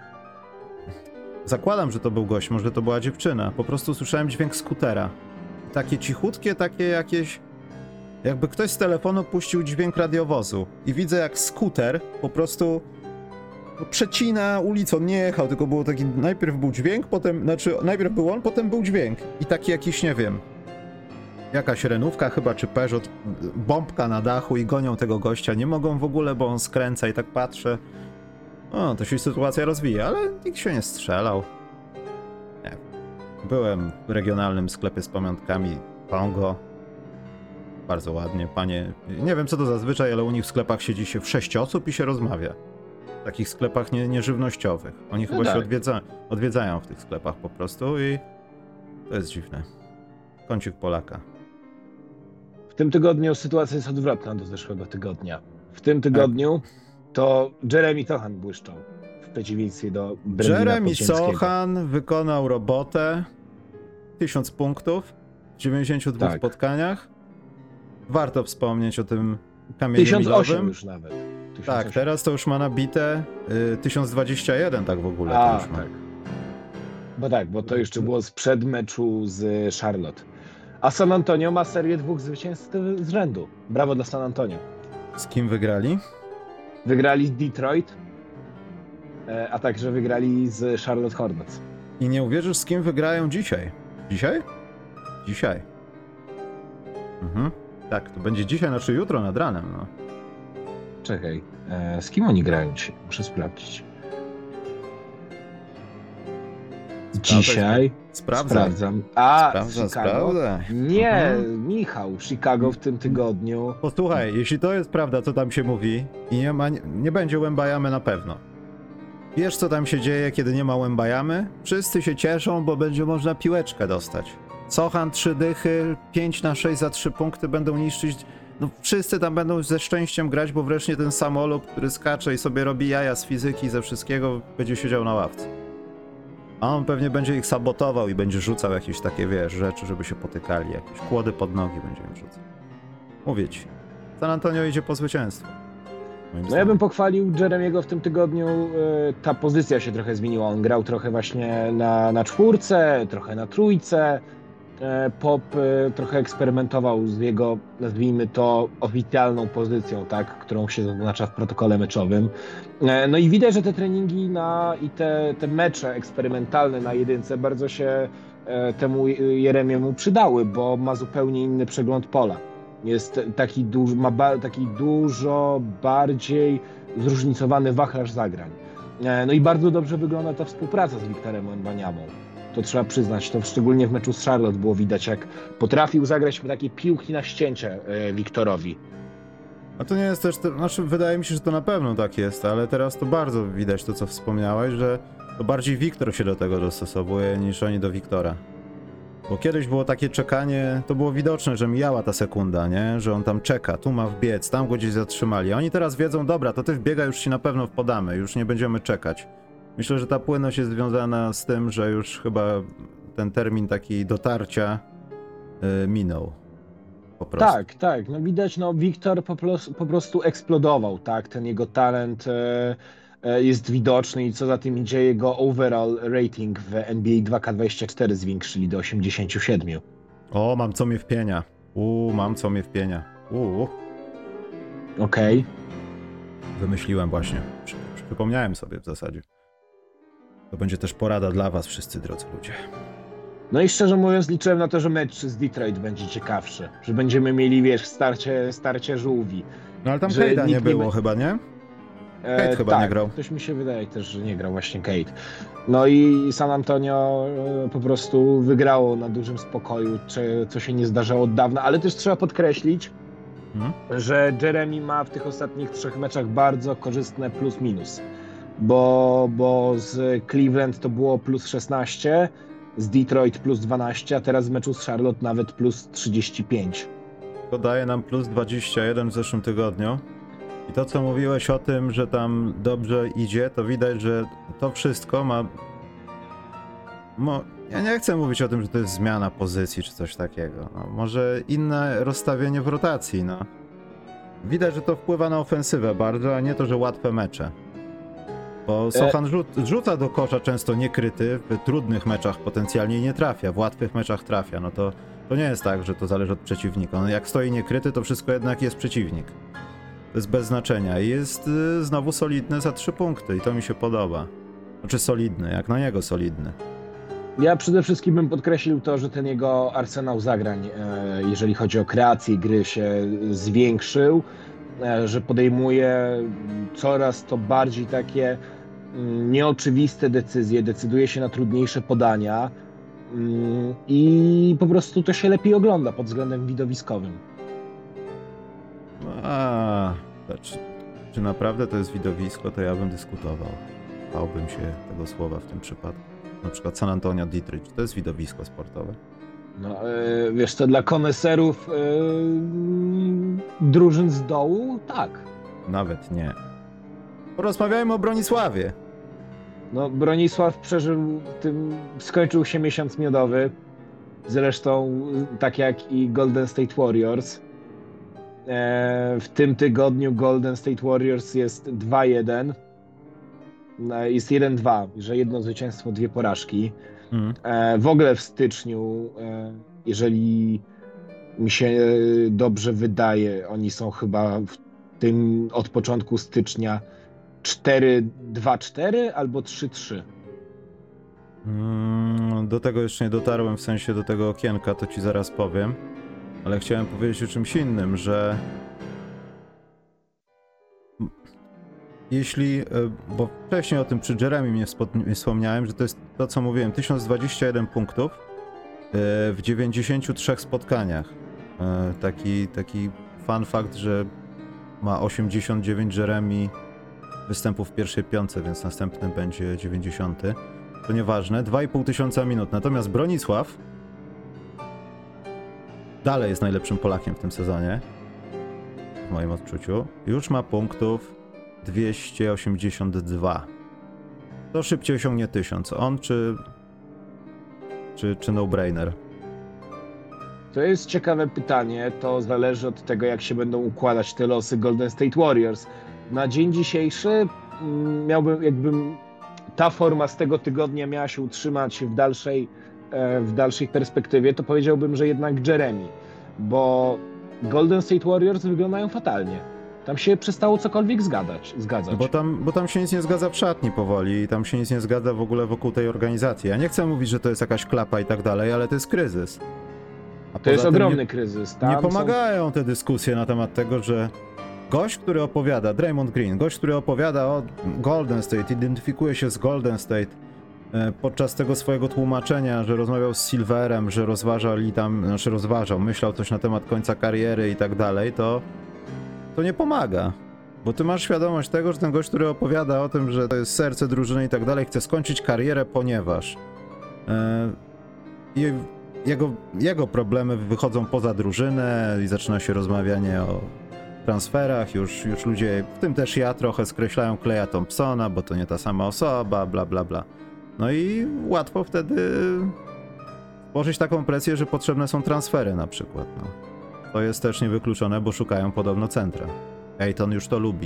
Speaker 1: Zakładam, że to był gość, może to była dziewczyna. Po prostu słyszałem dźwięk skutera. Takie cichutkie, takie jakieś... Jakby ktoś z telefonu puścił dźwięk radiowozu. I widzę, jak skuter po prostu... no, przecina ulicą, nie jechał, tylko było taki... Najpierw był dźwięk, potem... Znaczy, najpierw był on, potem był dźwięk. I taki jakiś, nie wiem... Jakaś renówka chyba, czy Peugeot, bombka na dachu i gonią tego gościa. Nie mogą w ogóle, bo on skręca i tak patrzę. O, to się sytuacja rozwija, ale nikt się nie strzelał. Nie wiem. Byłem w regionalnym sklepie z pamiątkami Pongo. Bardzo ładnie, panie. Nie wiem co to zazwyczaj, ale u nich w sklepach siedzi się w sześć osób i się rozmawia. W takich sklepach nie, nieżywnościowych. Oni chyba
Speaker 2: tak.
Speaker 1: się odwiedza, odwiedzają w tych sklepach po prostu i to jest dziwne. Kącik Polaka.
Speaker 2: W tym tygodniu sytuacja jest odwrotna do zeszłego tygodnia. W tym tygodniu to Jeremy Sochan błyszczał, w przeciwieństwie do Brendina
Speaker 1: Jeremy
Speaker 2: Podziemskiego.
Speaker 1: Sochan wykonał robotę. tysiąc punktów w dziewięćdziesięciu dwóch
Speaker 2: Tak.
Speaker 1: spotkaniach. Warto wspomnieć o tym kamieniu
Speaker 2: tysiąc osiem
Speaker 1: milowym.
Speaker 2: już nawet. tysiąc
Speaker 1: Tak,
Speaker 2: osiem.
Speaker 1: teraz to już ma nabite y, tysiąc dwadzieścia jeden, tak w ogóle. to
Speaker 2: A,
Speaker 1: już ma.
Speaker 2: tak. Bo tak, bo to jeszcze było sprzed meczu z Charlotte. A San Antonio ma serię dwóch zwycięstw z rzędu. Brawo dla San Antonio.
Speaker 1: Z kim wygrali?
Speaker 2: Wygrali z Detroit, a także wygrali z Charlotte Hornets.
Speaker 1: I nie uwierzysz, z kim wygrają dzisiaj. Dzisiaj? Dzisiaj. Mhm. Tak, to będzie dzisiaj, znaczy jutro nad ranem, no.
Speaker 2: Czekaj, e, z kim oni grają dzisiaj? Muszę sprawdzić. Dzisiaj
Speaker 1: Sprawdzaj.
Speaker 2: sprawdzam. A,
Speaker 1: Sprawdza,
Speaker 2: Chicago?
Speaker 1: sprawdza.
Speaker 2: Nie,
Speaker 1: Mhm.
Speaker 2: Michał, Chicago w tym tygodniu.
Speaker 1: Posłuchaj, jeśli to jest prawda, co tam się mówi i nie ma, nie będzie Wembanyamy na pewno. Wiesz, co tam się dzieje, kiedy nie ma Wembanyamy? Wszyscy się cieszą, bo będzie można piłeczkę dostać. Sochan trzy dychy, pięć na sześć za trzy punkty będą niszczyć. No wszyscy tam będą ze szczęściem grać, bo wreszcie ten samolot, który skacze i sobie robi jaja z fizyki, ze wszystkiego, będzie siedział na ławce. A on pewnie będzie ich sabotował i będzie rzucał jakieś takie, wiesz, rzeczy, żeby się potykali. Jakieś kłody pod nogi będzie im rzucał. Mówię ci. San Antonio idzie po zwycięstwo.
Speaker 2: No ja bym pochwalił Jeremiego w tym tygodniu. Ta pozycja się trochę zmieniła. On grał trochę właśnie na, na czwórce, trochę na trójce. Pop trochę eksperymentował z jego, nazwijmy to, oficjalną pozycją, tak, którą się zaznacza w protokole meczowym. No i widać, że te treningi na, i te, te mecze eksperymentalne na jedynce bardzo się temu Jeremiemu przydały, bo ma zupełnie inny przegląd pola. Jest taki, duż, ma ba, taki dużo bardziej zróżnicowany wachlarz zagrań. No i bardzo dobrze wygląda ta współpraca z Victorem Wembanyamą. To trzeba przyznać, to szczególnie w meczu z Charlotte było widać, jak potrafił zagrać takie piłki na ścięcie Wiktorowi.
Speaker 1: A to nie jest też, to, znaczy wydaje mi się, że to na pewno tak jest, ale teraz to bardzo widać to, co wspomniałeś, że to bardziej Wiktor się do tego dostosowuje, niż oni do Wiktora. Bo kiedyś było takie czekanie, to było widoczne, że mijała ta sekunda, nie? Że on tam czeka, tu ma wbiec, tam go gdzieś zatrzymali. A oni teraz wiedzą, dobra, to ty wbiega, już ci na pewno wpodamy, już nie będziemy czekać. Myślę, że ta płynność jest związana z tym, że już chyba ten termin taki dotarcia yy, minął. Po prostu.
Speaker 2: Tak, tak. No widać, no Wiktor po, po prostu eksplodował, tak? Ten jego talent e, e, jest widoczny i co za tym idzie, jego overall rating w N B A dwa K dwadzieścia cztery zwiększyli do osiemdziesiąt siedem.
Speaker 1: O, mam co mnie wpienia. Uuu, mam co mnie wpienia. Uuu.
Speaker 2: Okej. Okay.
Speaker 1: Wymyśliłem właśnie. Przy, przypomniałem sobie w zasadzie. To będzie też porada dla was wszyscy, drodzy ludzie.
Speaker 2: No i szczerze mówiąc liczyłem na to, że mecz z Detroit będzie ciekawszy. Że będziemy mieli, wiesz, starcie, starcie żółwi.
Speaker 1: No ale tam Cade'a nie było nie... chyba, nie? Cade e, chyba
Speaker 2: tak,
Speaker 1: nie grał.
Speaker 2: Coś mi się wydaje też, że nie grał właśnie Cade. No i San Antonio po prostu wygrało na dużym spokoju, co się nie zdarzało od dawna, ale też trzeba podkreślić, hmm? że Jeremy ma w tych ostatnich trzech meczach bardzo korzystne plus minus. Bo, bo z Cleveland to było plus szesnaście, z Detroit plus dwanaście, a teraz w meczu z Charlotte nawet plus trzydzieści pięć.
Speaker 1: To daje nam plus dwadzieścia jeden w zeszłym tygodniu. I to, co mówiłeś o tym, że tam dobrze idzie, to widać, że to wszystko ma... Mo... Ja nie chcę mówić o tym, że to jest zmiana pozycji czy coś takiego. No, może inne rozstawienie w rotacji, no. Widać, że to wpływa na ofensywę bardzo, a nie to, że łatwe mecze. Bo Sochan rzu- rzuca do kosza często niekryty, w trudnych meczach potencjalnie nie trafia, w łatwych meczach trafia. No to, to nie jest tak, że to zależy od przeciwnika. No jak stoi niekryty, to wszystko jednak jest przeciwnik. To jest bez znaczenia i jest y, znowu solidny za trzy punkty i to mi się podoba. Znaczy solidny, jak na niego solidny.
Speaker 2: Ja przede wszystkim bym podkreślił to, że ten jego arsenał zagrań, e, jeżeli chodzi o kreację gry, się zwiększył, e, że podejmuje coraz to bardziej takie mm, nieoczywiste decyzje, decyduje się na trudniejsze podania mm, i po prostu to się lepiej ogląda pod względem widowiskowym.
Speaker 1: A, czy, czy naprawdę to jest widowisko, to ja bym dyskutował. Bałbym się tego słowa w tym przypadku. Na przykład San Antonio, Detroit, to jest widowisko sportowe.
Speaker 2: No, yy, wiesz co, dla koneserów yy, drużyn z dołu, tak.
Speaker 1: Nawet nie. Porozmawiajmy o Bronisławie.
Speaker 2: No, Bronisław przeżył, tym, skończył się miesiąc miodowy. Zresztą tak jak i Golden State Warriors. W tym tygodniu Golden State Warriors jest dwa jeden. Jest jeden dwa, że jedno zwycięstwo, dwie porażki. Mm. W ogóle w styczniu, jeżeli mi się dobrze wydaje. Oni są chyba w tym od początku stycznia cztery dwa cztery albo trzy trzy.
Speaker 1: Mm, do tego jeszcze nie dotarłem, w sensie do tego okienka, to ci zaraz powiem. Ale chciałem powiedzieć o czymś innym, że jeśli, e, bo wcześniej o tym przy Jeremy nie, wspo- nie wspomniałem, że to jest to, co mówiłem, tysiąc dwadzieścia jeden punktów e, w dziewięćdziesięciu trzech spotkaniach. E, Taki, taki fun fact, że ma osiemdziesiąt dziewięć Jeremy występów w pierwszej piątce, więc następny będzie dziewięćdziesiąty. To nieważne, dwa i pół tysiąca minut. Natomiast Bronisław dalej jest najlepszym Polakiem w tym sezonie, w moim odczuciu. Już ma punktów dwieście osiemdziesiąt dwa. To szybciej osiągnie tysiąc. On czy... czy, czy no-brainer?
Speaker 2: To jest ciekawe pytanie. To zależy od tego, jak się będą układać te losy Golden State Warriors. Na dzień dzisiejszy mm, miałbym, jakbym ta forma z tego tygodnia miała się utrzymać w dalszej, e, w dalszej perspektywie, to powiedziałbym, że jednak Jeremy, bo Golden State Warriors wyglądają fatalnie. Tam się przestało cokolwiek zgadać, zgadzać.
Speaker 1: Bo tam, bo tam się nic nie zgadza w szatni powoli i tam się nic nie zgadza w ogóle wokół tej organizacji. Ja nie chcę mówić, że to jest jakaś klapa i tak dalej, ale to jest kryzys. A
Speaker 2: To jest
Speaker 1: poza tym
Speaker 2: ogromny
Speaker 1: nie,
Speaker 2: kryzys. Tam
Speaker 1: nie
Speaker 2: są-
Speaker 1: pomagają te dyskusje na temat tego, że gość, który opowiada, Draymond Green, gość, który opowiada o Golden State, identyfikuje się z Golden State e, podczas tego swojego tłumaczenia, że rozmawiał z Silverem, że rozważali tam, znaczy rozważał, myślał coś na temat końca kariery i tak dalej, to to nie pomaga. Bo ty masz świadomość tego, że ten gość, który opowiada o tym, że to jest serce drużyny i tak dalej, chce skończyć karierę, ponieważ e, i jego, jego problemy wychodzą poza drużynę i zaczyna się rozmawianie o transferach, już, już ludzie, w tym też ja, trochę skreślają Kleja Thompsona, bo to nie ta sama osoba, bla bla bla. No i łatwo wtedy tworzyć taką presję, że potrzebne są transfery na przykład. No. To jest też niewykluczone, bo szukają podobno centra. Ayton już to lubi.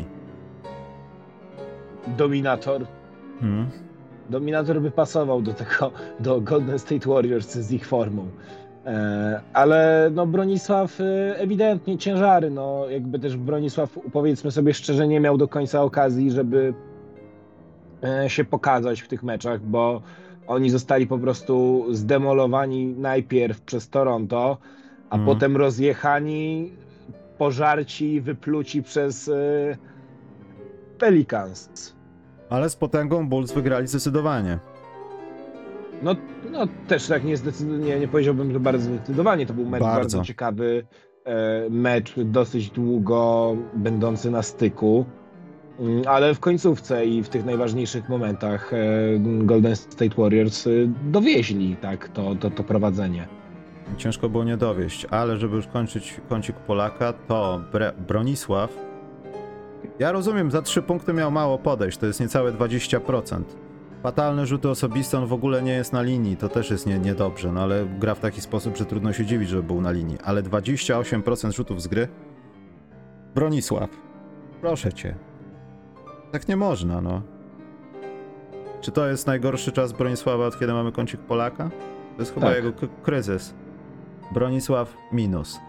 Speaker 2: Dominator.
Speaker 1: Hmm.
Speaker 2: Dominator by pasował do tego, do Golden State Warriors z ich formą. E, ale no Bronisław e, ewidentnie ciężary, no jakby też Bronisław, powiedzmy sobie szczerze, nie miał do końca okazji, żeby e, się pokazać w tych meczach, bo oni zostali po prostu zdemolowani najpierw przez Toronto, a
Speaker 1: Mhm.
Speaker 2: potem rozjechani, pożarci, wypluci przez e, Pelicans.
Speaker 1: Ale z potęgą Bulls wygrali zdecydowanie.
Speaker 2: No, no też tak nie, zdecyd- nie, nie powiedziałbym, że bardzo zdecydowanie. To był mecz
Speaker 1: Bardzo.
Speaker 2: bardzo, ciekawy, e, mecz dosyć długo będący na styku, Mm, ale w końcówce i w tych najważniejszych momentach e, Golden State Warriors e, dowieźli tak, to, to, to prowadzenie.
Speaker 1: Ciężko było nie dowieść, ale żeby już kończyć kącik Polaka, to Bre- Bronisław, ja rozumiem, za trzy punkty miał mało podejść, to jest niecałe dwadzieścia procent. Fatalne rzuty osobiste, on w ogóle nie jest na linii, to też jest nie, niedobrze, no ale gra w taki sposób, że trudno się dziwić, że był na linii. Ale dwadzieścia osiem procent rzutów z gry? Bronisław, proszę cię. Tak nie można, no. Czy to jest najgorszy czas Bronisława, od kiedy mamy kącik Polaka? To jest chyba
Speaker 2: Tak.
Speaker 1: jego k- kryzys. Bronisław minus.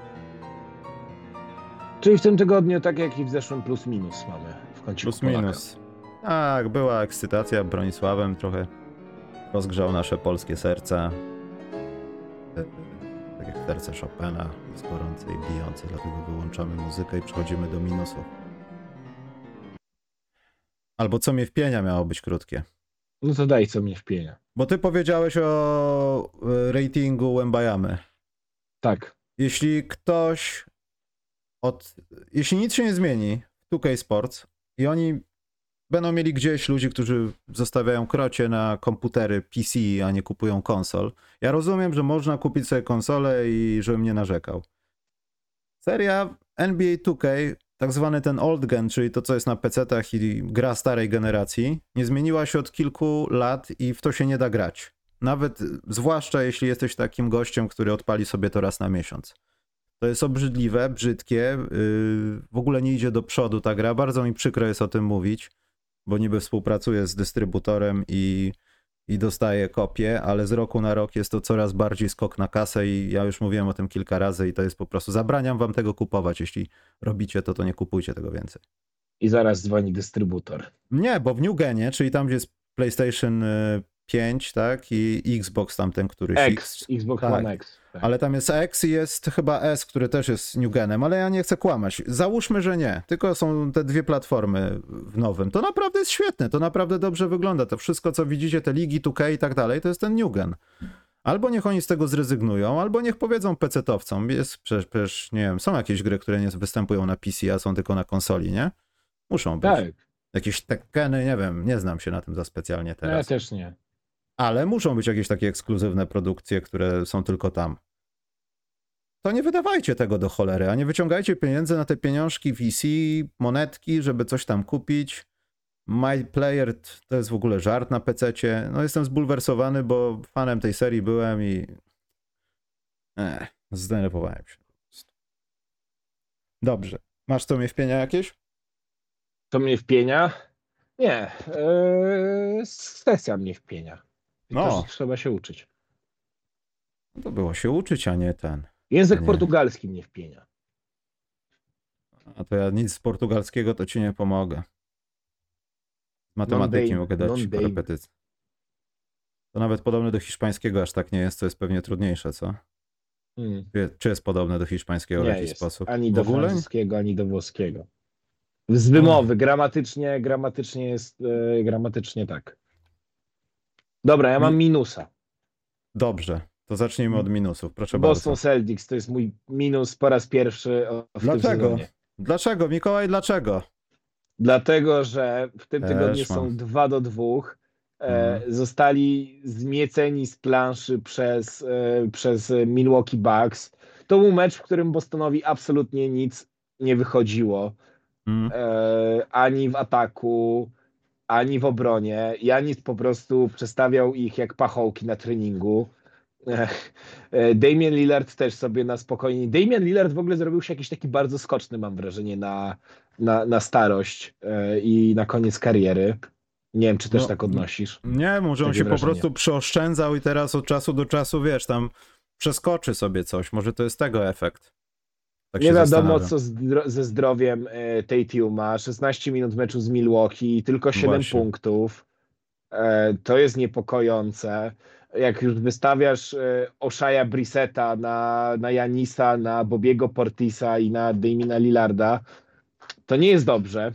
Speaker 2: Czyli w tym tygodniu, tak jak i w zeszłym, plus minus mamy w kąciku
Speaker 1: Plus
Speaker 2: Polaka.
Speaker 1: minus. Tak, była ekscytacja Bronisławem, trochę rozgrzał nasze polskie serca. Tak jak serce Chopina, jest gorące i bijące, dlatego wyłączamy muzykę i przechodzimy do minusów. Albo co mnie wpienia miało być krótkie.
Speaker 2: No to daj co mnie wpienia.
Speaker 1: Bo ty powiedziałeś o e, ratingu Wembayamy.
Speaker 2: Tak.
Speaker 1: Jeśli ktoś od... Jeśli nic się nie zmieni w two K Sports i oni będą mieli gdzieś ludzi, którzy zostawiają krocie na komputery P C, a nie kupują konsol. Ja rozumiem, że można kupić sobie konsolę i żebym nie narzekał. Seria N B A two K, tak zwany ten old gen, czyli to, co jest na pecetach i gra starej generacji, nie zmieniła się od kilku lat i w to się nie da grać. Nawet, zwłaszcza jeśli jesteś takim gościem, który odpali sobie to raz na miesiąc. To jest obrzydliwe, brzydkie, yy, w ogóle nie idzie do przodu ta gra. Bardzo mi przykro jest o tym mówić, bo niby współpracuję z dystrybutorem i i dostaje kopię, ale z roku na rok jest to coraz bardziej skok na kasę i ja już mówiłem o tym kilka razy i to jest po prostu, zabraniam wam tego kupować. Jeśli robicie to, to nie kupujcie tego więcej.
Speaker 2: I zaraz dzwoni dystrybutor.
Speaker 1: Nie, bo w New Genie, czyli tam, gdzie jest PlayStation pięć, tak, i Xbox tamten, któryś
Speaker 2: X, Xbox
Speaker 1: tak.
Speaker 2: One X. Tak.
Speaker 1: Ale tam jest X i jest chyba S, który też jest New Genem, ale ja nie chcę kłamać. Załóżmy, że nie, tylko są te dwie platformy w nowym. To naprawdę jest świetne, to naprawdę dobrze wygląda. To wszystko, co widzicie, te ligi two K i tak dalej, to jest ten New Gen. Albo niech oni z tego zrezygnują, albo niech powiedzą pecetowcom. Jest przecież, przecież, nie wiem, są jakieś gry, które nie występują na P C, a są tylko na konsoli, nie? Muszą być.
Speaker 2: Tak.
Speaker 1: Jakieś Tekkeny, nie wiem, nie znam się na tym za specjalnie teraz.
Speaker 2: No ja też nie.
Speaker 1: Ale muszą być jakieś takie ekskluzywne produkcje, które są tylko tam. To nie wydawajcie tego do cholery, a nie wyciągajcie pieniędzy na te pieniążki V C, monetki, żeby coś tam kupić. My Player to jest w ogóle żart na pececie. No jestem zbulwersowany, bo fanem tej serii byłem i Ech, zdenerwowałem się. Dobrze. Masz co mnie wpienia jakieś?
Speaker 2: To mnie wpienia? Nie. Yy, sesja mnie wpienia. I
Speaker 1: No.
Speaker 2: też trzeba się uczyć.
Speaker 1: To było się uczyć, a nie ten.
Speaker 2: Język
Speaker 1: Nie.
Speaker 2: portugalski mnie wpienia.
Speaker 1: A to ja nic z portugalskiego to ci nie pomogę. Z matematyki
Speaker 2: Non-dame,
Speaker 1: mogę dać ci
Speaker 2: non-dame.
Speaker 1: korepetycje. To nawet podobne do hiszpańskiego aż tak nie jest, co jest pewnie trudniejsze, co?
Speaker 2: Hmm.
Speaker 1: Czy, czy jest podobne do hiszpańskiego w
Speaker 2: Nie
Speaker 1: jakiś
Speaker 2: jest.
Speaker 1: sposób?
Speaker 2: Ani
Speaker 1: W
Speaker 2: do
Speaker 1: ogóle?
Speaker 2: francuskiego, ani do włoskiego. Z wymowy, gramatycznie, gramatycznie jest, e, gramatycznie tak. Dobra, ja mam
Speaker 1: Mi-
Speaker 2: minusa.
Speaker 1: Dobrze, to zacznijmy od minusów, proszę
Speaker 2: Boston
Speaker 1: bardzo.
Speaker 2: Celtics to jest mój minus po raz pierwszy o- w tym
Speaker 1: Dlaczego?
Speaker 2: sezonie.
Speaker 1: Dlaczego, Mikołaj, dlaczego?
Speaker 2: Dlatego, że w tym
Speaker 1: Też
Speaker 2: tygodniu
Speaker 1: mam.
Speaker 2: są dwa do dwóch. E,
Speaker 1: Mhm.
Speaker 2: zostali zmieceni z planszy przez, e, przez Milwaukee Bucks. To był mecz, w którym Bostonowi absolutnie nic nie wychodziło.
Speaker 1: Mm.
Speaker 2: E, ani w ataku, ani w obronie. Janis po prostu przestawiał ich jak pachołki na treningu. E, e, Damian Lillard też sobie na spokojnie. Damian Lillard w ogóle zrobił się jakiś taki bardzo skoczny, mam wrażenie, na, na, na starość e, i na koniec kariery. Nie wiem, czy też
Speaker 1: No,
Speaker 2: tak odnosisz.
Speaker 1: Nie, może on
Speaker 2: Takie
Speaker 1: się po
Speaker 2: wrażenie.
Speaker 1: prostu przeoszczędzał i teraz od czasu do czasu, wiesz, tam przeskoczy sobie coś. Może to jest tego efekt. Tak
Speaker 2: Nie
Speaker 1: się
Speaker 2: wiadomo,
Speaker 1: zastanawiam.
Speaker 2: co zdro- ze zdrowiem e, Tatuma. szesnaście minut meczu z Milwaukee, tylko siedem
Speaker 1: Właśnie.
Speaker 2: punktów. E, to jest niepokojące. Jak już wystawiasz e, Oshaja Brissetta na, na Janisa, na Bobiego Portisa i na Damiana Lillarda, to nie jest dobrze.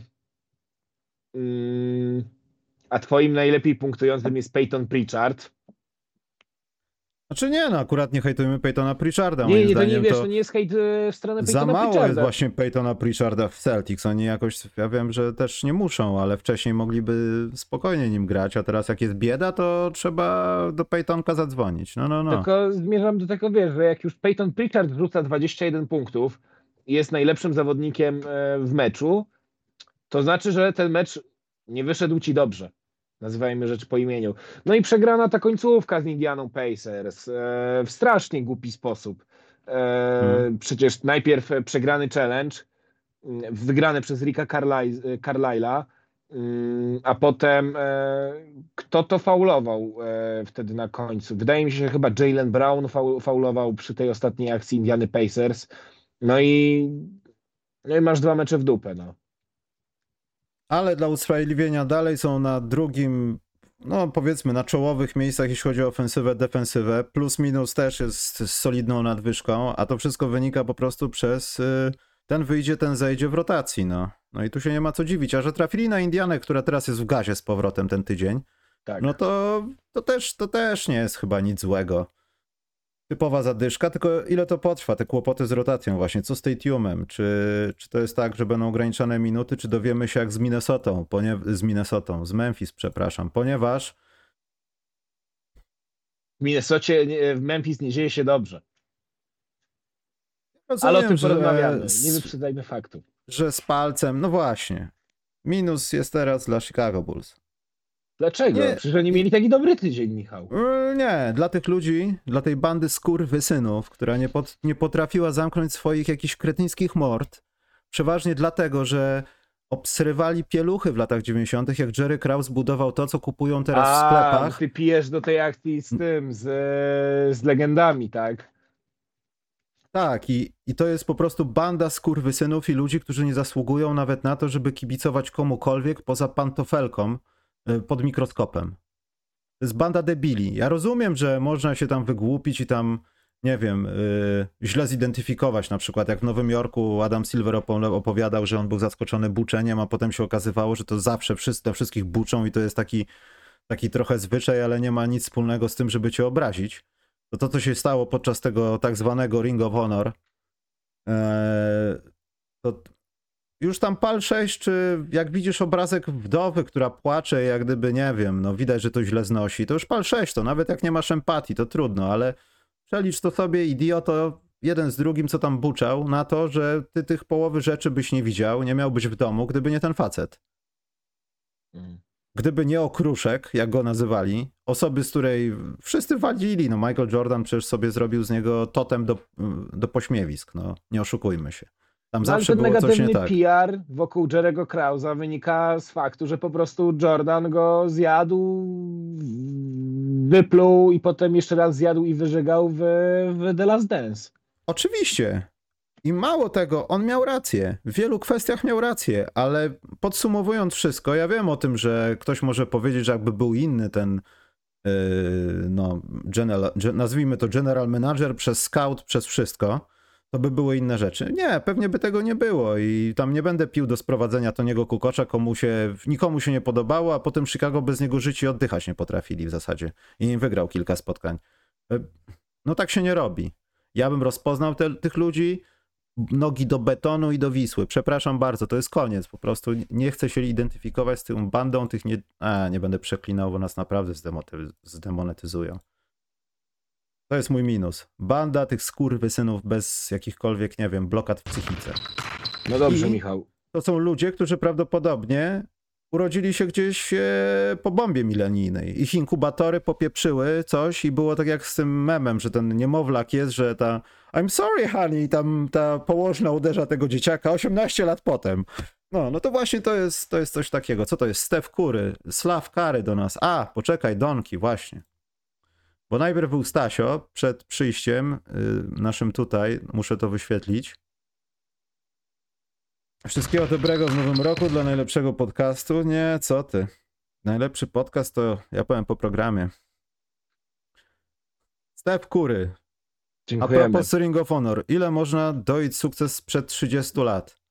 Speaker 2: Mm, a twoim najlepiej punktującym jest Peyton Pritchard.
Speaker 1: Znaczy nie, no akurat nie hejtujmy Peytona Pritcharda.
Speaker 2: Nie,
Speaker 1: Moim
Speaker 2: nie, to nie
Speaker 1: zdaniem
Speaker 2: wiesz,
Speaker 1: to
Speaker 2: to nie jest hejt e, w stronę
Speaker 1: za
Speaker 2: Peytona
Speaker 1: mało jest
Speaker 2: Pritcharda.
Speaker 1: właśnie Peytona Pritcharda w Celtics. Oni jakoś, ja wiem, że też nie muszą, ale wcześniej mogliby spokojnie nim grać, a teraz jak jest bieda, to trzeba do Peytonka zadzwonić. No, no, no.
Speaker 2: Tylko zmierzam do tego, wiesz, że jak już Peyton Pritchard wrzuca dwadzieścia jeden punktów i jest najlepszym zawodnikiem e, w meczu, to znaczy, że ten mecz nie wyszedł ci dobrze. Nazywajmy rzecz po imieniu. No i przegrana ta końcówka z Indianą Pacers e, w strasznie głupi sposób. E,
Speaker 1: Hmm.
Speaker 2: Przecież najpierw przegrany challenge, mm, wygrany przez Ricka Carlisle, Carlisle'a, mm, a potem e, kto to faulował e, wtedy na końcu? Wydaje mi się, że chyba Jaylen Brown faul, faulował przy tej ostatniej akcji Indiany Pacers. No i, no i masz dwa mecze w dupę, no.
Speaker 1: Ale dla usprawiedliwienia dalej są na drugim, no powiedzmy na czołowych miejscach, jeśli chodzi o ofensywę, defensywę. Plus minus też jest z solidną nadwyżką, a to wszystko wynika po prostu przez y, ten wyjdzie, ten zejdzie w rotacji. No. No i tu się nie ma co dziwić. A że trafili na Indianę, która teraz jest w gazie z powrotem ten tydzień,
Speaker 2: Tak.
Speaker 1: no to, to, też, to też nie jest chyba nic złego. Typowa zadyszka, tylko ile to potrwa, te kłopoty z rotacją właśnie, co z Tatumem, czy, czy to jest tak, że będą ograniczone minuty, czy dowiemy się jak z Minnesotą, ponie, z Minnesotą, z Memphis, przepraszam, ponieważ
Speaker 2: W Minnesocie, nie- w Memphis nie dzieje się dobrze.
Speaker 1: rozumiem,
Speaker 2: Ale o tym
Speaker 1: że,
Speaker 2: porozmawiamy. Nie
Speaker 1: z,
Speaker 2: wyprzedzajmy faktów.
Speaker 1: że z palcem, no właśnie, minus jest teraz dla Chicago Bulls.
Speaker 2: Dlaczego?
Speaker 1: Nie.
Speaker 2: Przecież oni mieli taki dobry tydzień, Michał.
Speaker 1: Yy, Nie, dla tych ludzi, dla tej bandy skurwysynów, która nie, pot, nie potrafiła zamknąć swoich jakichś kretyńskich mord, przeważnie dlatego, że obsrywali pieluchy w latach dziewięćdziesiątych, jak Jerry Krause budował to, co kupują teraz w
Speaker 2: A,
Speaker 1: sklepach.
Speaker 2: ty pijesz do tej akcji z tym, z, z legendami, tak?
Speaker 1: Tak, i, i to jest po prostu banda skurwysynów i ludzi, którzy nie zasługują nawet na to, żeby kibicować komukolwiek poza pantofelką y, pod mikroskopem. To jest banda debili. Ja rozumiem, że można się tam wygłupić i tam, nie wiem, yy, źle zidentyfikować. Na przykład jak w Nowym Jorku Adam Silver opo- opowiadał, że on był zaskoczony buczeniem, a potem się okazywało, że to zawsze wszyscy, wszystkich buczą i to jest taki, taki trochę zwyczaj, ale nie ma nic wspólnego z tym, żeby cię obrazić. To to, co się stało podczas tego tak zwanego Ring of Honor, yy, to już tam pal sześć, czy jak widzisz obrazek wdowy, która płacze, jak gdyby, nie wiem, no widać, że to źle znosi, to już pal sześć, to nawet jak nie masz empatii, to trudno, ale przelicz to sobie, idioto, jeden z drugim, co tam buczał, na to, że ty tych połowy rzeczy byś nie widział, nie miałbyś w domu, gdyby nie ten facet. Gdyby nie okruszek, jak go nazywali, osoby, z której wszyscy walili, no Michael Jordan przecież sobie zrobił z niego totem do, do pośmiewisk, no nie oszukujmy się. Tam
Speaker 2: No,
Speaker 1: zawsze
Speaker 2: ale ten
Speaker 1: było coś nie
Speaker 2: negatywny
Speaker 1: tak.
Speaker 2: P R wokół Jerry'ego Krausa wynika z faktu, że po prostu Jordan go zjadł, wypluł i potem jeszcze raz zjadł i wyżygał w, w The Last Dance.
Speaker 1: Oczywiście. I mało tego, on miał rację. W wielu kwestiach miał rację, ale podsumowując wszystko, ja wiem o tym, że ktoś może powiedzieć, że jakby był inny ten, yy, no, general, nazwijmy to general manager przez scout, przez wszystko, to by były inne rzeczy. Nie, pewnie by tego nie było i tam nie będę pił do sprowadzenia Toniego Kukocza, komu się, nikomu się nie podobało, a potem Chicago bez niego żyć i oddychać nie potrafili w zasadzie. I nie wygrał kilka spotkań. No tak się nie robi. Ja bym rozpoznał te, tych ludzi, nogi do betonu i do Wisły. Przepraszam bardzo, to jest koniec. Po prostu nie chcę się identyfikować z tą bandą tych nie... A, nie będę przeklinał, bo nas naprawdę zdemoty- zdemonetyzują. To jest mój minus. Banda tych skurwysynów bez jakichkolwiek, nie wiem, blokad w psychice.
Speaker 2: No dobrze,
Speaker 1: I
Speaker 2: Michał.
Speaker 1: to są ludzie, którzy prawdopodobnie urodzili się gdzieś e, po bombie milenijnej. Ich inkubatory popieprzyły coś i było tak jak z tym memem, że ten niemowlak jest, że ta I'm sorry honey, i tam ta położna uderza tego dzieciaka osiemnaście lat potem. No, no to właśnie to jest, to jest coś takiego. Co to jest? Steph Curry, Slav Curry do nas. A, poczekaj, Donki, właśnie. Bo najpierw był Stasio przed przyjściem y, naszym tutaj, muszę to wyświetlić. Wszystkiego dobrego w nowym roku dla najlepszego podcastu. Nie, co ty. Najlepszy podcast to ja powiem po programie. Steph Curry. A
Speaker 2: Dziękujemy.
Speaker 1: propos Ring of Honor. Ile można dojść sukces sprzed trzydziestu lat?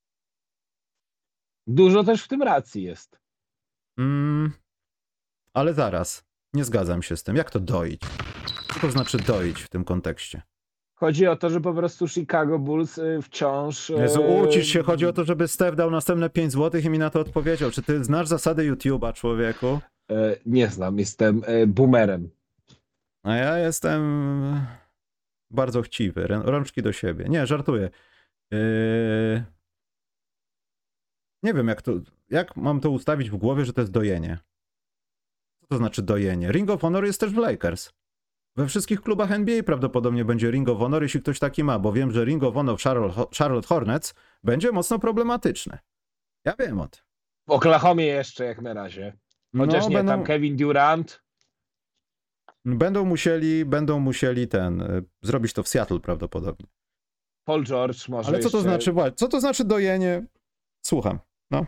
Speaker 2: Dużo też w tym racji jest.
Speaker 1: Mm, ale zaraz. Nie zgadzam się z tym. Jak to doić? Co to znaczy doić w tym kontekście?
Speaker 2: Chodzi o to, że po prostu Chicago Bulls y, wciąż... y,
Speaker 1: Jezu, ucisz się. Chodzi o to, żeby Steph dał następne pięć złotych i mi na to odpowiedział. Czy ty znasz zasady YouTube'a, człowieku?
Speaker 2: y, Nie znam, jestem y, boomerem.
Speaker 1: A ja jestem bardzo chciwy. Rę- Rączki do siebie. Nie, żartuję. Yy... Nie wiem, jak to, jak mam to ustawić w głowie, że to jest dojenie. Co to znaczy dojenie? Ring of Honor jest też w Lakers. We wszystkich klubach N B A prawdopodobnie będzie Ring of Honor, jeśli ktoś taki ma, bo wiem, że Ring of Honor w Charlotte, Charlotte Hornets będzie mocno problematyczny. Ja wiem o tym.
Speaker 2: W Oklahomie jeszcze jak na razie. Chociaż
Speaker 1: No,
Speaker 2: nie,
Speaker 1: będą,
Speaker 2: tam Kevin Durant.
Speaker 1: będą musieli, będą musieli ten, y, zrobić to w Seattle prawdopodobnie.
Speaker 2: Paul George może
Speaker 1: Ale co to
Speaker 2: jeszcze...
Speaker 1: znaczy, wa- co to znaczy dojenie? Słucham, no.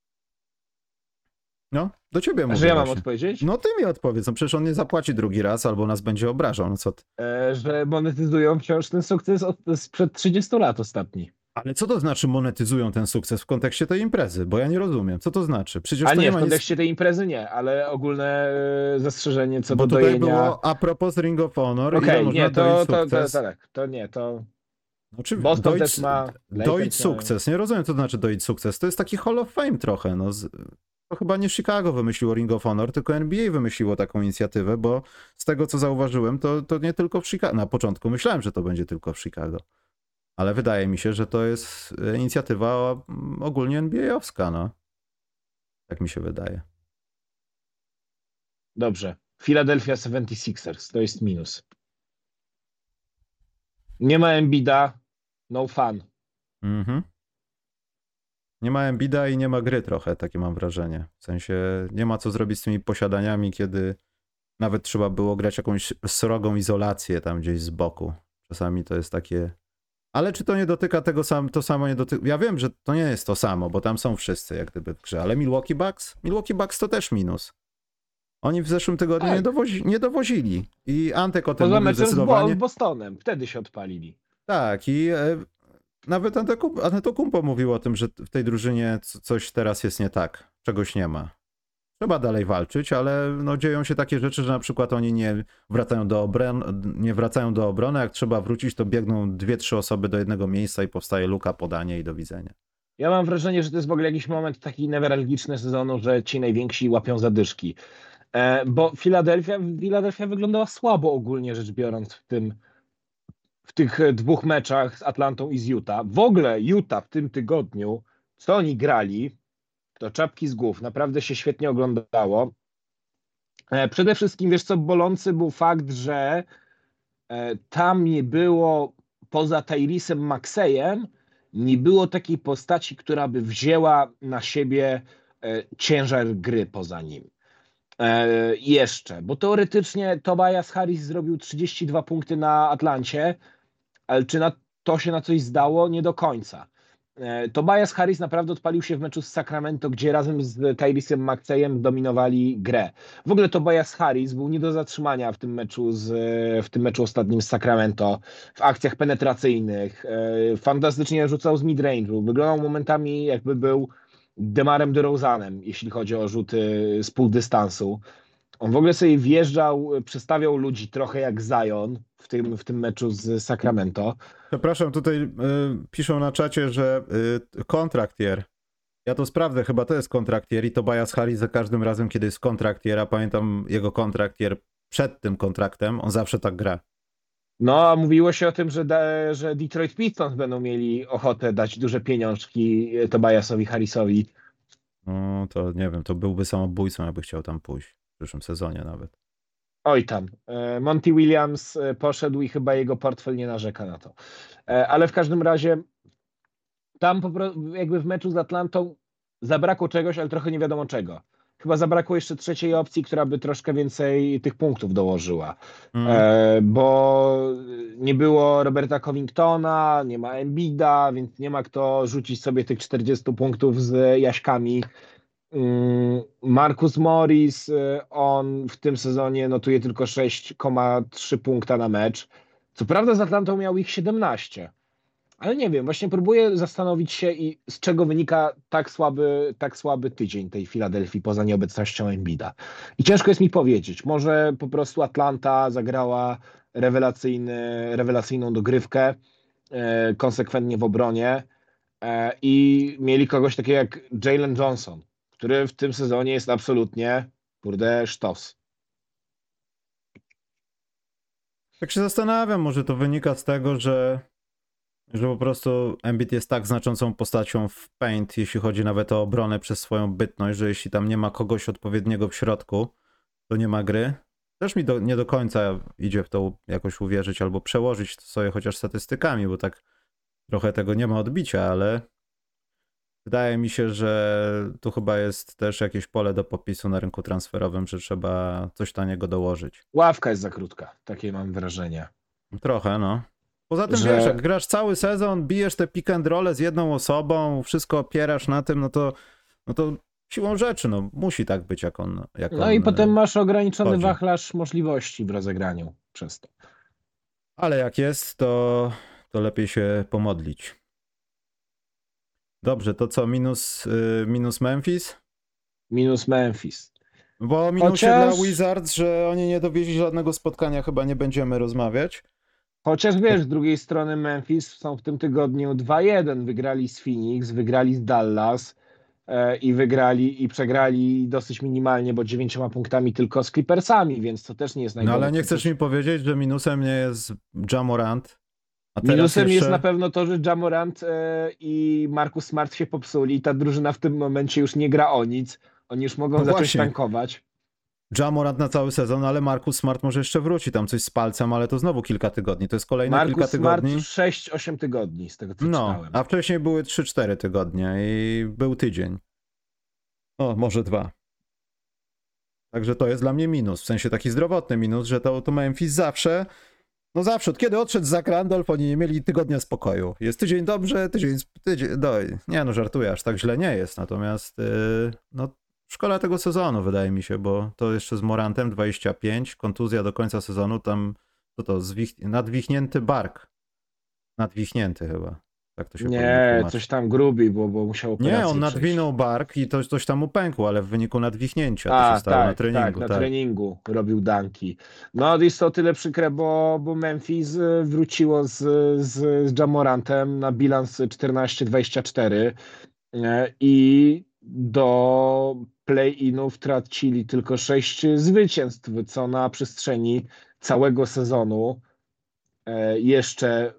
Speaker 1: No, do ciebie
Speaker 2: A
Speaker 1: mówię
Speaker 2: że ja mam
Speaker 1: właśnie.
Speaker 2: odpowiedzieć?
Speaker 1: No ty mi odpowiedz, no przecież on nie zapłaci drugi raz albo nas będzie obrażał, no co ty.
Speaker 2: E, że monetyzują wciąż ten sukces od, sprzed trzydziestu lat ostatni.
Speaker 1: Ale co to znaczy monetyzują ten sukces w kontekście tej imprezy? Bo ja nie rozumiem. Co to znaczy? Przecież
Speaker 2: A
Speaker 1: to
Speaker 2: nie,
Speaker 1: nie
Speaker 2: w
Speaker 1: ma nic...
Speaker 2: kontekście tej imprezy nie, ale ogólne e, zastrzeżenie co
Speaker 1: Bo
Speaker 2: do
Speaker 1: tutaj
Speaker 2: dojenia...
Speaker 1: było a propos Ring of Honor, ile
Speaker 2: Okej,
Speaker 1: można
Speaker 2: nie, to,
Speaker 1: doić
Speaker 2: to, to,
Speaker 1: sukces.
Speaker 2: to, tak, to nie, to...
Speaker 1: Znaczy,
Speaker 2: Boston
Speaker 1: doić,
Speaker 2: też ma...
Speaker 1: doić
Speaker 2: Lakers mają.
Speaker 1: sukces. Nie rozumiem, co to znaczy doić sukces. To jest taki Hall of Fame trochę. No, z... To chyba nie Chicago wymyśliło Ring of Honor, tylko N B A wymyśliło taką inicjatywę, bo z tego, co zauważyłem, to, to nie tylko w Chicago. Na początku myślałem, że to będzie tylko w Chicago. Ale wydaje mi się, że to jest inicjatywa ogólnie N B A-owska, no. Tak mi się wydaje.
Speaker 2: Dobrze. Philadelphia seventy-sixers, to jest minus. Nie ma Embida, no fun.
Speaker 1: Mhm. Nie ma Embida i nie ma gry trochę, takie mam wrażenie. W sensie nie ma co zrobić z tymi posiadaniami, kiedy nawet trzeba było grać jakąś srogą izolację tam gdzieś z boku. Czasami to jest takie... Ale czy to nie dotyka tego sam, to samo nie dotyka... Ja wiem, że to nie jest to samo, bo tam są wszyscy jak gdyby w grze, ale Milwaukee Bucks? Milwaukee Bucks to też minus. Oni w zeszłym tygodniu
Speaker 2: Tak.
Speaker 1: nie, dowozi, nie dowozili. I Antek o tym
Speaker 2: Poza
Speaker 1: mówił
Speaker 2: meczem z Bo-
Speaker 1: zdecydowanie.
Speaker 2: Bostonem. Wtedy się odpalili.
Speaker 1: Tak, i e, nawet Antetokumpo Antetokumpo mówił o tym, że w tej drużynie c- coś teraz jest nie tak, czegoś nie ma. Trzeba dalej walczyć, ale no, dzieją się takie rzeczy, że na przykład oni nie wracają do obrony, nie wracają do obrony, jak trzeba wrócić, to biegną dwie, trzy osoby do jednego miejsca i powstaje luka, podanie i do widzenia.
Speaker 2: Ja mam wrażenie, że to jest w ogóle jakiś moment taki newralgiczny sezonu, że ci najwięksi łapią zadyszki. E, bo Filadelfia, Filadelfia wyglądała słabo ogólnie rzecz biorąc w tym, w tych dwóch meczach z Atlantą i z Utah. W ogóle Utah w tym tygodniu, co oni grali, to czapki z głów. Naprawdę się świetnie oglądało. E, przede wszystkim, wiesz co, bolący był fakt, że e, tam nie było, poza Tyrisem Maxeyem, nie było takiej postaci, która by wzięła na siebie e, ciężar gry poza nim. E, jeszcze, bo teoretycznie Tobias Harris zrobił trzydzieści dwa punkty na Atlancie, ale czy na, to się na coś zdało? Nie do końca. E, Tobias Harris naprawdę odpalił się w meczu z Sacramento, gdzie razem z Tyrisem Maxeyem dominowali grę. W ogóle Tobias Harris był nie do zatrzymania w tym meczu, z, w tym meczu ostatnim z Sacramento, w akcjach penetracyjnych. E, fantastycznie rzucał z midrange'u. Wyglądał momentami jakby był Demarem DeRozanem, jeśli chodzi o rzuty z pół dystansu. On w ogóle sobie wjeżdżał, przestawiał ludzi trochę jak Zion w tym, w tym meczu z Sacramento.
Speaker 1: Przepraszam, tutaj y, piszą na czacie, że y, kontraktier. Ja to sprawdzę, chyba to jest kontraktier i Tobias Harris za każdym razem, kiedy jest kontraktier, a pamiętam jego kontraktier przed tym kontraktem, on zawsze tak gra.
Speaker 2: No, a mówiło się o tym, że, da, że Detroit Pistons będą mieli ochotę dać duże pieniążki Tobiasowi Harrisowi.
Speaker 1: No to nie wiem, to byłby samobójcą, jakby chciał tam pójść w przyszłym sezonie nawet.
Speaker 2: Oj tam. E, Monty Williams e, poszedł i chyba jego portfel nie narzeka na to. E, Ale w każdym razie tam po prostu jakby w meczu z Atlantą zabrakło czegoś, ale trochę nie wiadomo czego. Chyba zabrakło jeszcze trzeciej opcji, która by troszkę więcej tych punktów dołożyła.
Speaker 1: Mm.
Speaker 2: E, bo nie było Roberta Covingtona, nie ma Embida, więc nie ma kto rzucić sobie tych czterdziestu punktów z Jaśkami. Mm, Marcus Morris, y, on w tym sezonie notuje tylko sześć przecinek trzy punkta na mecz. Co prawda z Atlantą miał ich siedemnaście. Ale nie wiem, właśnie próbuję zastanowić się, i z czego wynika tak słaby, tak słaby tydzień tej Filadelfii poza nieobecnością Embida. I ciężko jest mi powiedzieć. Może po prostu Atlanta zagrała rewelacyjny, rewelacyjną dogrywkę, e, konsekwentnie w obronie e, i mieli kogoś takiego jak Jalen Johnson, który w tym sezonie jest absolutnie, kurde, sztos.
Speaker 1: Tak się zastanawiam, może to wynika z tego, że że po prostu Embiid jest tak znaczącą postacią w paint, jeśli chodzi nawet o obronę przez swoją bytność, że jeśli tam nie ma kogoś odpowiedniego w środku, to nie ma gry. Też mi do, nie do końca idzie w to jakoś uwierzyć albo przełożyć to sobie chociaż statystykami, bo tak trochę tego nie ma odbicia, ale wydaje mi się, że tu chyba jest też jakieś pole do popisu na rynku transferowym, że trzeba coś taniego dołożyć.
Speaker 2: Ławka jest za krótka, takie mam wrażenie.
Speaker 1: Trochę, no. Poza tym
Speaker 2: Że-
Speaker 1: wiesz, jak grasz cały sezon, bijesz te pick and rolle z jedną osobą, wszystko opierasz na tym, no to, no to siłą rzeczy, no musi tak być, jak on. Jak
Speaker 2: No
Speaker 1: on,
Speaker 2: i potem masz ograniczony
Speaker 1: chodzi.
Speaker 2: wachlarz możliwości w rozegraniu przez to.
Speaker 1: Ale jak jest, to, to lepiej się pomodlić. Dobrze, to co, minus, y, minus Memphis?
Speaker 2: Minus Memphis.
Speaker 1: Bo o minusie
Speaker 2: Chociaż-
Speaker 1: dla Wizards, że oni nie dowieźli żadnego spotkania, chyba nie będziemy rozmawiać.
Speaker 2: Chociaż wiesz, z drugiej strony Memphis są w tym tygodniu dwa jeden. Wygrali z Phoenix, wygrali z Dallas e, i wygrali i przegrali dosyć minimalnie, bo dziewięcioma punktami tylko z Clippersami, więc to też nie jest
Speaker 1: No
Speaker 2: najgorsze.
Speaker 1: ale nie chcesz mi powiedzieć, że minusem nie jest Ja Morant. A teraz
Speaker 2: Minusem
Speaker 1: jeszcze...
Speaker 2: jest na pewno to, że Ja Morant e, i Marcus Smart się popsuli i ta drużyna w tym momencie już nie gra o nic. Oni już mogą
Speaker 1: No
Speaker 2: zacząć
Speaker 1: właśnie.
Speaker 2: tankować.
Speaker 1: Ja Morant na cały sezon, ale Marcus Smart może jeszcze wróci, tam coś z palcem, ale to znowu kilka tygodni, to jest kolejne kilka
Speaker 2: Marcus Smart
Speaker 1: tygodni.
Speaker 2: sześć osiem tygodni, z tego co
Speaker 1: No,
Speaker 2: czytałem.
Speaker 1: a wcześniej były trzy cztery tygodnie i był tydzień. O, może dwa. Także to jest dla mnie minus, w sensie taki zdrowotny minus, że to, to Memphis zawsze, no zawsze, od kiedy odszedł Zach Randolph, oni nie mieli tygodnia spokoju. Jest tydzień dobrze, tydzień, tydzień, no, nie no, żartuję, aż tak źle nie jest, natomiast yy, no szkoda tego sezonu, wydaje mi się, bo to jeszcze z Morantem dwadzieścia pięć, kontuzja do końca sezonu, tam to to, zwich, nadwichnięty bark. Nadwichnięty chyba. Tak to się
Speaker 2: Nie, coś tam grubi, bo, bo musiał operację
Speaker 1: Nie, on
Speaker 2: przejść.
Speaker 1: nadwinął bark i to, coś tam mu pękło, ale w wyniku nadwichnięcia to
Speaker 2: A,
Speaker 1: się stało
Speaker 2: tak,
Speaker 1: na treningu.
Speaker 2: tak, na
Speaker 1: tak.
Speaker 2: treningu robił danki. No jest to o tyle przykre, bo, bo Memphis y, wróciło z, z, z Ja Morantem na bilans czternaście dwadzieścia cztery y, i do play-inów tracili tylko sześć zwycięstw, co na przestrzeni całego sezonu y, jeszcze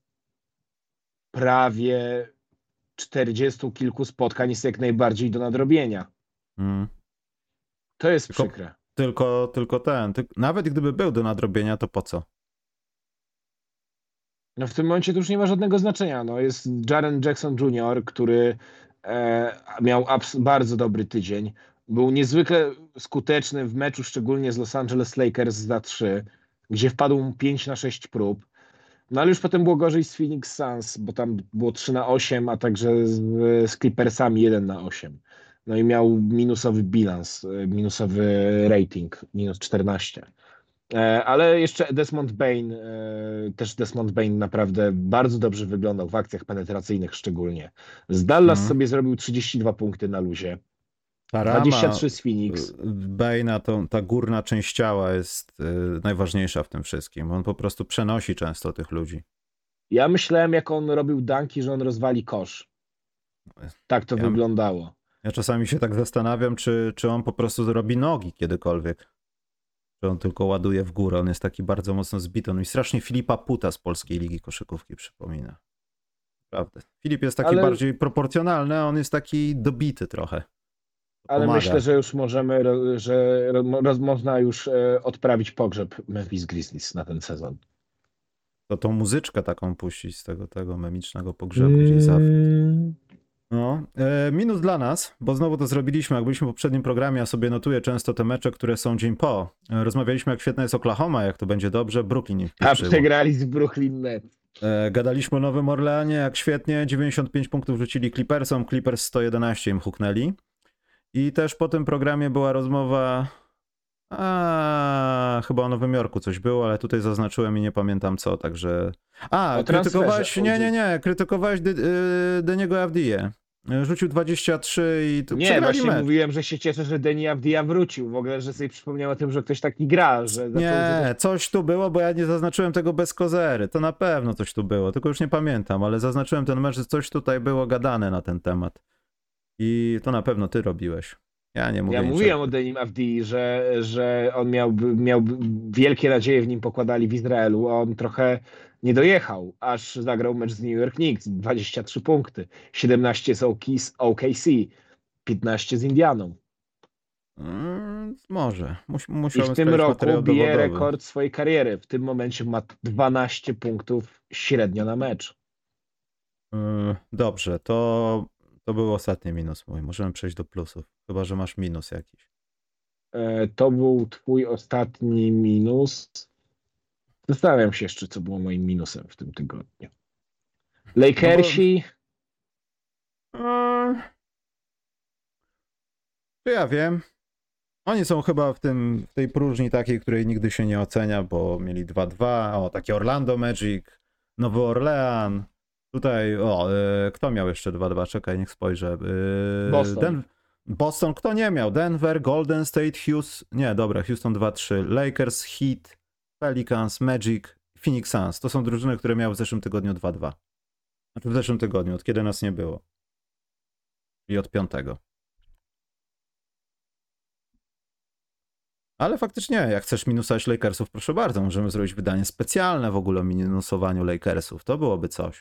Speaker 2: prawie czterdziestu kilku spotkań jest jak najbardziej do nadrobienia.
Speaker 1: Mm.
Speaker 2: To jest
Speaker 1: Tylko-
Speaker 2: przykre.
Speaker 1: Tylko, tylko ten, ty, nawet gdyby był do nadrobienia, to po co?
Speaker 2: No w tym momencie to już nie ma żadnego znaczenia. No jest Jaren Jackson junior, który e, miał abs- bardzo dobry tydzień. Był niezwykle skuteczny w meczu, szczególnie z Los Angeles Lakers za trzy, gdzie wpadł mu pięć na sześć prób. No ale już potem było gorzej z Phoenix Suns, bo tam było trzy na osiem, a także z, z Clippersami jeden na osiem. No i miał minusowy bilans, e, minusowy rating, minus czternaście. E, Ale jeszcze Desmond Bain, e, też Desmond Bain naprawdę bardzo dobrze wyglądał w akcjach penetracyjnych szczególnie. Z Dallas
Speaker 1: Mhm.
Speaker 2: sobie zrobił trzydzieści dwa punkty na luzie,
Speaker 1: Ta
Speaker 2: dwadzieścia
Speaker 1: rama
Speaker 2: trzy z Phoenix.
Speaker 1: Bane'a, to, ta górna część ciała jest y, najważniejsza w tym wszystkim. On po prostu przenosi często tych ludzi.
Speaker 2: Ja myślałem, jak on robił danki, że on rozwali kosz. Tak to
Speaker 1: Ja-
Speaker 2: wyglądało.
Speaker 1: Ja czasami się tak zastanawiam, czy, czy on po prostu robi nogi kiedykolwiek. Czy on tylko ładuje w górę. On jest taki bardzo mocno zbity. On mi strasznie Filipa Puta z Polskiej Ligi Koszykówki przypomina. Prawda. Filip jest taki
Speaker 2: Ale-
Speaker 1: bardziej proporcjonalny, a on jest taki dobity trochę.
Speaker 2: Ale
Speaker 1: Pomaga.
Speaker 2: myślę, że już możemy, ro- że ro- roz, można już e, odprawić pogrzeb Memphis Grizzlies na ten sezon.
Speaker 1: To tą muzyczkę taką puścić z tego, tego memicznego pogrzebu gdzieś za...
Speaker 2: Mm.
Speaker 1: No, e, minus dla nas, bo znowu to zrobiliśmy, jak byliśmy w poprzednim programie, ja sobie notuję często te mecze, które są dzień po. E, rozmawialiśmy, jak świetna jest Oklahoma, jak to będzie dobrze, Brooklyn im
Speaker 2: A
Speaker 1: wpieprzyło.
Speaker 2: przegrali z Brooklyn Nets.
Speaker 1: E, gadaliśmy o Nowym Orleanie, jak świetnie, dziewięćdziesiąt pięć punktów rzucili Clippersom, Clippers sto jedenaście im huknęli. I też po tym programie była rozmowa, a chyba o Nowym Jorku coś było, ale tutaj zaznaczyłem i nie pamiętam co, także... A,
Speaker 2: O transferze,
Speaker 1: krytykowałeś, nie,
Speaker 2: O G.
Speaker 1: nie, nie, krytykowałeś De, y, Deniego Avdiję. Rzucił dwadzieścia trzy i tu
Speaker 2: Nie,
Speaker 1: przegrali
Speaker 2: właśnie
Speaker 1: mecz.
Speaker 2: mówiłem, że się cieszę, że Deni Avdija wrócił. W ogóle, że sobie przypomniał o tym, że ktoś taki gra, że zaczął,
Speaker 1: Nie,
Speaker 2: że
Speaker 1: coś tu było, bo ja nie zaznaczyłem tego bez kozery. To na pewno coś tu było, tylko już nie pamiętam, ale zaznaczyłem ten mecz, że coś tutaj było gadane na ten temat. I to na pewno ty robiłeś. Ja nie mówię
Speaker 2: Ja
Speaker 1: niczego.
Speaker 2: mówiłem o Denim Avdii, że, że on miał, miał wielkie nadzieje w nim pokładali w Izraelu, a on trochę nie dojechał, aż zagrał mecz z New York Knicks, dwadzieścia trzy punkty, siedemnaście z O K C, piętnaście z Indianą.
Speaker 1: Mm, może. Mus,
Speaker 2: I
Speaker 1: musiałem
Speaker 2: w tym
Speaker 1: sprawdzić
Speaker 2: roku
Speaker 1: materiał
Speaker 2: bije
Speaker 1: dowodowy.
Speaker 2: rekord swojej kariery. W tym momencie ma dwanaście punktów średnio na mecz.
Speaker 1: Mm, Dobrze, to, to był ostatni minus mój. Możemy przejść do plusów. Chyba, że masz minus jakiś.
Speaker 2: E, To był twój ostatni minus. Zastanawiam się jeszcze, co było moim minusem w tym tygodniu. Lakersi,
Speaker 1: Mm, Czy ja wiem. Oni są chyba w, tym, w tej próżni takiej, której nigdy się nie ocenia, bo mieli dwa dwa. O, takie Orlando Magic, Nowy Orlean. Tutaj, o, y, kto miał jeszcze dwa dwa? Czekaj, niech spojrzę. Y,
Speaker 2: Boston.
Speaker 1: Den- Boston, kto nie miał? Denver, Golden State, Houston. Nie, dobra, Houston dwa trzy. Lakers, Heat, Pelicans, Magic, Phoenix Suns. To są drużyny, które miały w zeszłym tygodniu dwa dwa. Znaczy w zeszłym tygodniu, od kiedy nas nie było. I od piątego. Ale faktycznie, jak chcesz minusować Lakersów, proszę bardzo, możemy zrobić wydanie specjalne w ogóle o minusowaniu Lakersów. To byłoby coś.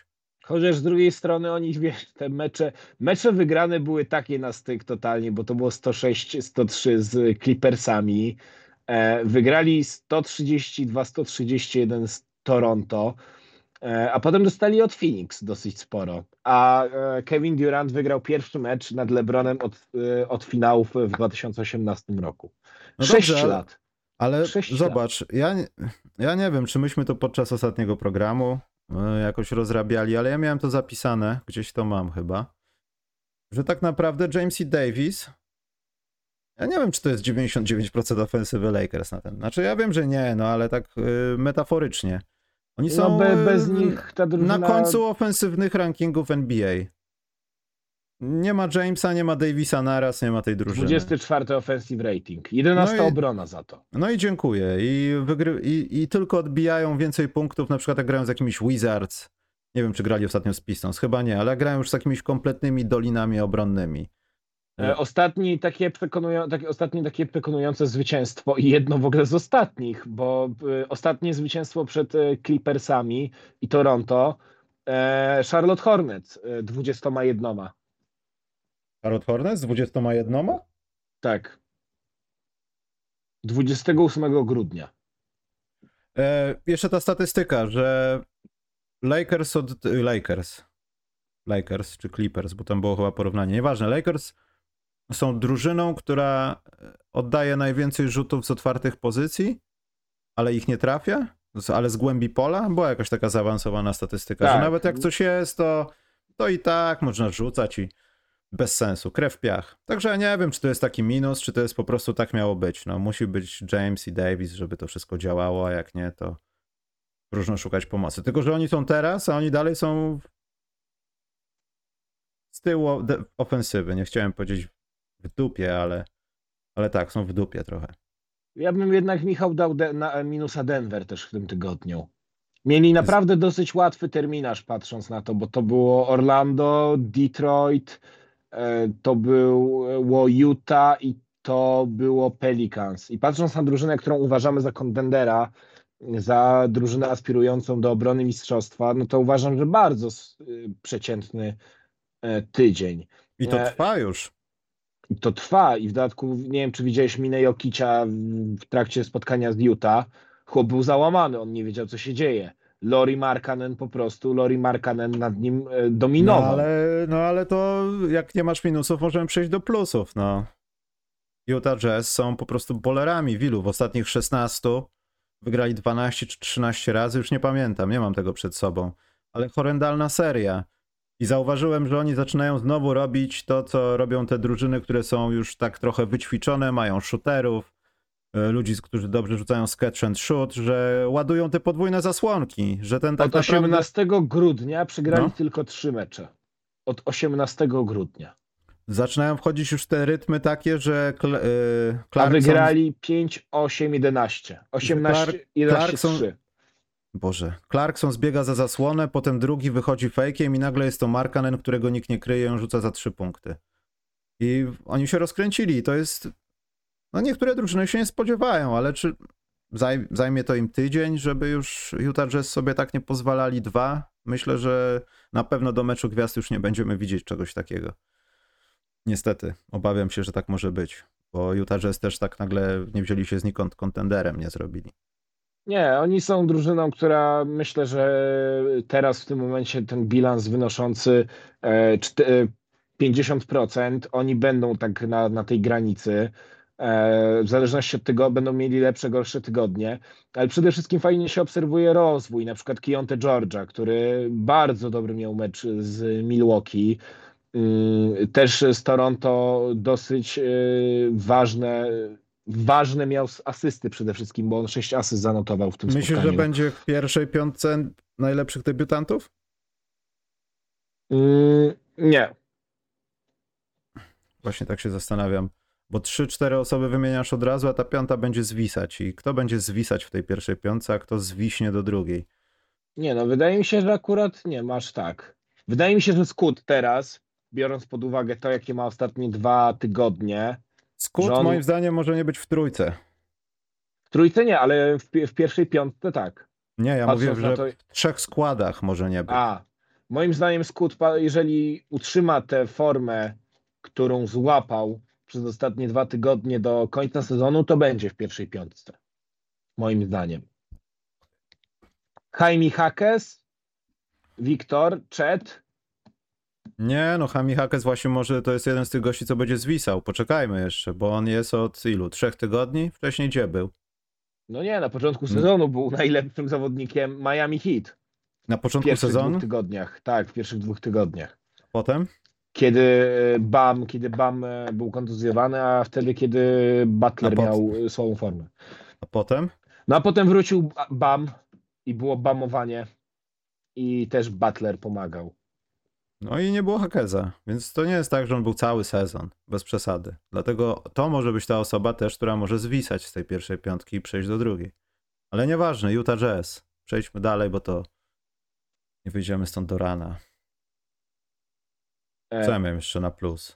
Speaker 2: Chociaż z drugiej strony oni, wiesz, te mecze, mecze wygrane były takie na styk totalnie, bo to było sto sześć sto trzy z Clippersami. E, wygrali sto trzydzieści dwa sto trzydzieści jeden z Toronto, e, a potem dostali od Phoenix dosyć sporo. A e, Kevin Durant wygrał pierwszy mecz nad LeBronem od, e, od finałów w dwa tysiące osiemnastym roku.
Speaker 1: No
Speaker 2: Sześć
Speaker 1: dobrze, ale,
Speaker 2: lat.
Speaker 1: ale
Speaker 2: Sześć lat.
Speaker 1: zobacz, ja, nie- ja nie wiem, czy myśmy to podczas ostatniego programu e, jakoś rozrabiali, ale ja miałem to zapisane, gdzieś to mam chyba, że tak naprawdę James i Davis, ja nie wiem, czy to jest dziewięćdziesiąt dziewięć procent ofensywy Lakers na ten. Znaczy ja wiem, że nie, no ale tak y, metaforycznie. Oni
Speaker 2: No
Speaker 1: są
Speaker 2: be, bez
Speaker 1: y,
Speaker 2: nich ta drużyna...
Speaker 1: na końcu ofensywnych rankingów N B A. Nie ma Jamesa, nie ma Davisa naraz, nie ma tej drużyny.
Speaker 2: dwudziesty czwarty offensive rating. jedenasta
Speaker 1: No i-
Speaker 2: obrona za to.
Speaker 1: No i dziękuję. I, wygry... I, I tylko odbijają więcej punktów, na przykład jak grają z jakimiś Wizards. Nie wiem, czy grali ostatnio z Pistons, chyba nie, ale grają już z jakimiś kompletnymi dolinami obronnymi.
Speaker 2: E, Ostatni takie, przekonują, takie, ostatnie takie przekonujące zwycięstwo i jedno w ogóle z ostatnich, bo e, ostatnie zwycięstwo przed e, Clippersami i Toronto, e, Charlotte Hornets e, dwudziestoma jednoma.
Speaker 1: Charlotte Hornets z dwudziestoma jednoma?
Speaker 2: Tak. dwudziestego ósmego grudnia.
Speaker 1: E, jeszcze ta statystyka, że Lakers od... Lakers. Lakers czy Clippers, bo tam było chyba porównanie. Nieważne, Lakers są drużyną, która oddaje najwięcej rzutów z otwartych pozycji, ale ich nie trafia, ale z głębi pola. Była jakaś taka zaawansowana statystyka,
Speaker 2: Tak.
Speaker 1: że nawet jak coś jest, to, to i tak można rzucać i bez sensu, krew w piach. Także ja nie wiem, czy to jest taki minus, czy to jest po prostu tak miało być. No, musi być James i Davis, żeby to wszystko działało, a jak nie, to próżno szukać pomocy. Tylko, że oni są teraz, a oni dalej są z tyłu de- ofensywy. Nie chciałem powiedzieć w dupie, ale, ale tak, są w dupie trochę.
Speaker 2: Ja bym jednak, Michał, dał de, na minusa Denver też w tym tygodniu. Mieli naprawdę dosyć łatwy terminarz, patrząc na to, bo to było Orlando, Detroit, e, to było Utah i to było Pelicans. I patrząc na drużynę, którą uważamy za kontendera, za drużynę aspirującą do obrony mistrzostwa, no to uważam, że bardzo s- przeciętny e, tydzień.
Speaker 1: I to
Speaker 2: E,
Speaker 1: trwa już.
Speaker 2: I to trwa i w dodatku, nie wiem, czy widziałeś minę Jokicia w- w trakcie spotkania z Utah. Chłop był załamany, on nie wiedział, co się dzieje. Lori Markkanen po prostu, Lori Markkanen nad nim e,
Speaker 1: No
Speaker 2: dominował.
Speaker 1: ale, no ale to jak nie masz minusów, możemy przejść do plusów. No. Utah Jazz są po prostu bolerami. W ilu? W ostatnich szesnastu wygrali dwanaście czy trzynaście razy, już nie pamiętam, nie mam tego przed sobą. Ale horrendalna seria. I zauważyłem, że oni zaczynają znowu robić to, co robią te drużyny, które są już tak trochę wyćwiczone, mają shooterów, e, ludzi, którzy dobrze rzucają catch and shoot, że ładują te podwójne zasłonki, że ten tak
Speaker 2: Od
Speaker 1: naprawdę...
Speaker 2: osiemnastego grudnia przegrali
Speaker 1: No.
Speaker 2: tylko trzy mecze. Od osiemnastego grudnia.
Speaker 1: Zaczynają wchodzić już te rytmy takie, że Cl- yy,
Speaker 2: A
Speaker 1: Clarkson...
Speaker 2: wygrali pięć, osiem, jedenaście. osiemnaście,
Speaker 1: Clark-
Speaker 2: jedenaście,
Speaker 1: Clarkson-
Speaker 2: trzy.
Speaker 1: Boże, Clarkson zbiega za zasłonę, potem drugi wychodzi fejkiem i nagle jest to Markkanen, którego nikt nie kryje, on rzuca za trzy punkty. I oni się rozkręcili i to jest... No niektóre drużyny się nie spodziewają, ale czy zaj- zajmie to im tydzień, żeby już Utah Jazz sobie tak nie pozwalali dwa? Myślę, że na pewno do meczu gwiazd już nie będziemy widzieć czegoś takiego. Niestety, obawiam się, że tak może być, bo Utah Jazz też tak nagle nie wzięli się znikąd kontenderem, nie zrobili.
Speaker 2: Nie, oni są drużyną, która myślę, że teraz w tym momencie ten bilans wynoszący e, czte- e, pięćdziesiąt procent, oni będą tak na, na tej granicy. E, W zależności od tego będą mieli lepsze, gorsze tygodnie, ale przede wszystkim fajnie się obserwuje rozwój, na przykład Keyonte Georgia, który bardzo dobry miał mecz z Milwaukee. Mm, Też z Toronto dosyć e, ważne, ważne miał z asysty przede wszystkim, bo on sześć asyst zanotował w tym
Speaker 1: Myślisz,
Speaker 2: spotkaniu.
Speaker 1: że będzie w pierwszej piątce najlepszych debiutantów?
Speaker 2: Mm, Nie.
Speaker 1: Właśnie tak się zastanawiam, bo trzy, cztery osoby wymieniasz od razu, a ta piąta będzie zwisać. I kto będzie zwisać w tej pierwszej piątce, a kto zwiśnie do drugiej?
Speaker 2: Nie, no wydaje mi się, że akurat nie masz tak. Wydaje mi się, że Scoot teraz, biorąc pod uwagę to, jakie ma ostatnie dwa tygodnie,
Speaker 1: Skut
Speaker 2: Że on-
Speaker 1: moim zdaniem może nie być w trójce.
Speaker 2: w trójce nie, ale w, pi- w pierwszej piątce tak.
Speaker 1: Nie, ja
Speaker 2: Patrząc
Speaker 1: mówię,
Speaker 2: na
Speaker 1: że
Speaker 2: to-
Speaker 1: w trzech składach może nie być.
Speaker 2: A, Moim zdaniem Scoot, pa- jeżeli utrzyma tę formę, którą złapał przez ostatnie dwa tygodnie do końca sezonu, to będzie w pierwszej piątce. Moim zdaniem. Jaime Jaquez, Wiktor, Chet.
Speaker 1: Nie, no Jaime Jaquez właśnie może to jest jeden z tych gości, co będzie zwisał. Poczekajmy jeszcze, bo on jest od ilu? Trzech tygodni? Wcześniej gdzie był?
Speaker 2: No nie, na początku sezonu był najlepszym zawodnikiem Miami Heat.
Speaker 1: Na
Speaker 2: W
Speaker 1: początku
Speaker 2: pierwszych
Speaker 1: sezonu?
Speaker 2: dwóch tygodniach. Tak, w pierwszych dwóch tygodniach.
Speaker 1: Potem?
Speaker 2: Kiedy Bam, kiedy Bam był kontuzjowany, a wtedy, kiedy Butler
Speaker 1: A pot-
Speaker 2: miał słabą formę.
Speaker 1: A potem?
Speaker 2: No a potem wrócił Bam i było bamowanie i też Butler pomagał.
Speaker 1: No i nie było Jaqueza, więc to nie jest tak, że on był cały sezon, bez przesady. Dlatego to może być ta osoba też, która może zwisać z tej pierwszej piątki i przejść do drugiej. Ale nieważne, Utah Jazz. Przejdźmy dalej, bo to nie wyjdziemy stąd do rana. Co ja miałem jeszcze na plus?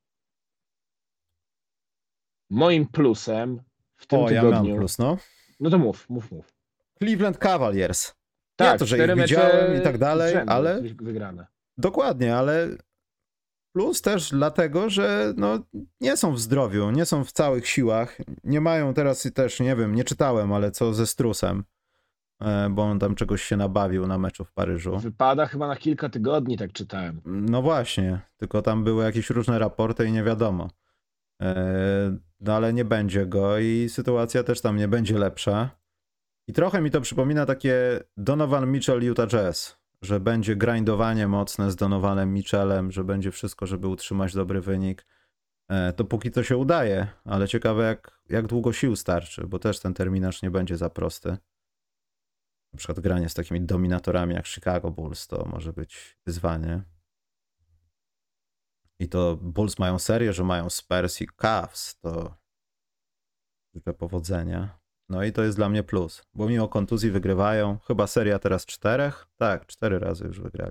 Speaker 2: Moim plusem w tym
Speaker 1: O, ja
Speaker 2: tygodniu...
Speaker 1: mam plus, no.
Speaker 2: No to mów, mów, mów.
Speaker 1: Cleveland Cavaliers.
Speaker 2: Tak,
Speaker 1: Nie to, że
Speaker 2: cztery
Speaker 1: ich
Speaker 2: mecze
Speaker 1: widziałem i tak dalej,
Speaker 2: z rzędu
Speaker 1: ale...
Speaker 2: wygrane.
Speaker 1: Dokładnie, ale plus też dlatego, że no, nie są w zdrowiu, nie są w całych siłach. Nie mają teraz i też, nie wiem, nie czytałem, ale co ze Strusem, bo on tam czegoś się nabawił na meczu w Paryżu.
Speaker 2: Wypada chyba na kilka tygodni, tak czytałem.
Speaker 1: No właśnie, tylko tam były jakieś różne raporty i nie wiadomo. No ale nie będzie go i sytuacja też tam nie będzie lepsza. I trochę mi to przypomina takie Donovan Mitchell Utah Jazz, że będzie grindowanie mocne z Donovanem Mitchellem, że będzie wszystko, żeby utrzymać dobry wynik. To póki to się udaje, ale ciekawe jak, jak długo sił starczy, bo też ten terminarz nie będzie za prosty. Na przykład granie z takimi dominatorami jak Chicago Bulls to może być wyzwanie. I to Bulls mają serię, że mają Spurs i Cavs, to życzę powodzenia. No i to jest dla mnie plus, bo mimo kontuzji wygrywają. Chyba seria teraz czterech? Tak, cztery razy już wygrali.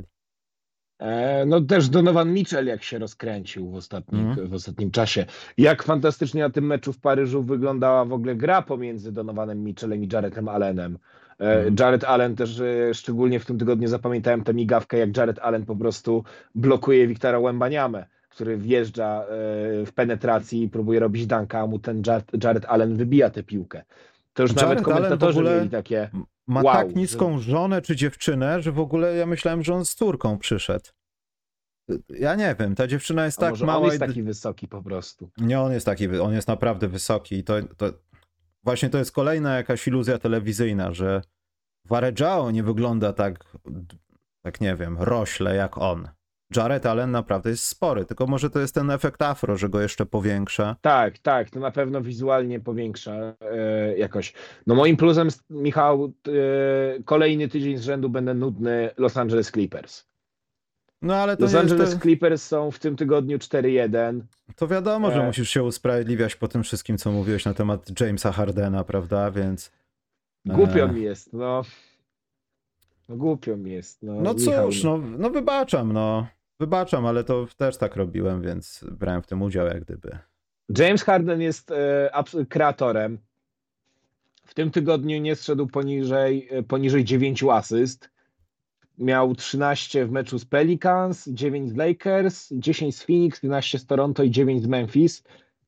Speaker 2: E, no też Donovan Mitchell jak się rozkręcił w ostatnim,
Speaker 1: Mhm.
Speaker 2: w ostatnim czasie. Jak fantastycznie na tym meczu w Paryżu wyglądała w ogóle gra pomiędzy Donovanem Mitchellem i Jarrettem Allenem. E,
Speaker 1: Mhm.
Speaker 2: Jarrett Allen też e, szczególnie w tym tygodniu zapamiętałem tę migawkę, jak Jarrett Allen po prostu blokuje Wiktora Wembaniamę, który wjeżdża e, w penetracji i próbuje robić dunka, a mu ten Jarrett, Jarrett Allen wybija tę piłkę. To już nawet
Speaker 1: Jarrett Allen w
Speaker 2: komentatorzy
Speaker 1: ogóle
Speaker 2: mieli takie
Speaker 1: ma
Speaker 2: wow,
Speaker 1: tak niską żonę czy dziewczynę, że w ogóle ja myślałem, że on z córką przyszedł. Ja nie wiem, ta dziewczyna jest
Speaker 2: a
Speaker 1: tak
Speaker 2: może
Speaker 1: mała.
Speaker 2: on jest
Speaker 1: i...
Speaker 2: taki wysoki po prostu.
Speaker 1: Nie, on jest taki, on jest naprawdę wysoki i to, to właśnie to jest kolejna jakaś iluzja telewizyjna, że Varejao nie wygląda tak, tak nie wiem, rośle jak on. Jarrett Allen naprawdę jest spory, tylko może to jest ten efekt afro, że go jeszcze powiększa.
Speaker 2: Tak, tak, to na pewno wizualnie powiększa e, jakoś. No moim plusem, Michał, e, kolejny tydzień z rzędu będę nudny Los Angeles Clippers.
Speaker 1: No ale to
Speaker 2: Los
Speaker 1: nie jest
Speaker 2: Angeles
Speaker 1: to...
Speaker 2: Clippers są w tym tygodniu cztery jeden.
Speaker 1: To wiadomo, że
Speaker 2: E...
Speaker 1: musisz się usprawiedliwiać po tym wszystkim, co mówiłeś na temat Jamesa Hardena, prawda, więc...
Speaker 2: Głupio
Speaker 1: e...
Speaker 2: mi jest, no. No głupio mi jest, no.
Speaker 1: No
Speaker 2: Michał,
Speaker 1: cóż, no, no wybaczam, no. Wybaczam, ale to też tak robiłem, więc brałem w tym udział jak gdyby.
Speaker 2: James Harden jest e, kreatorem. W tym tygodniu nie zszedł poniżej, poniżej dziewięciu asyst. Miał trzynaście w meczu z Pelicans, dziewięć z Lakers, dziesięć z Phoenix, jedenaście z Toronto i dziewięć z Memphis.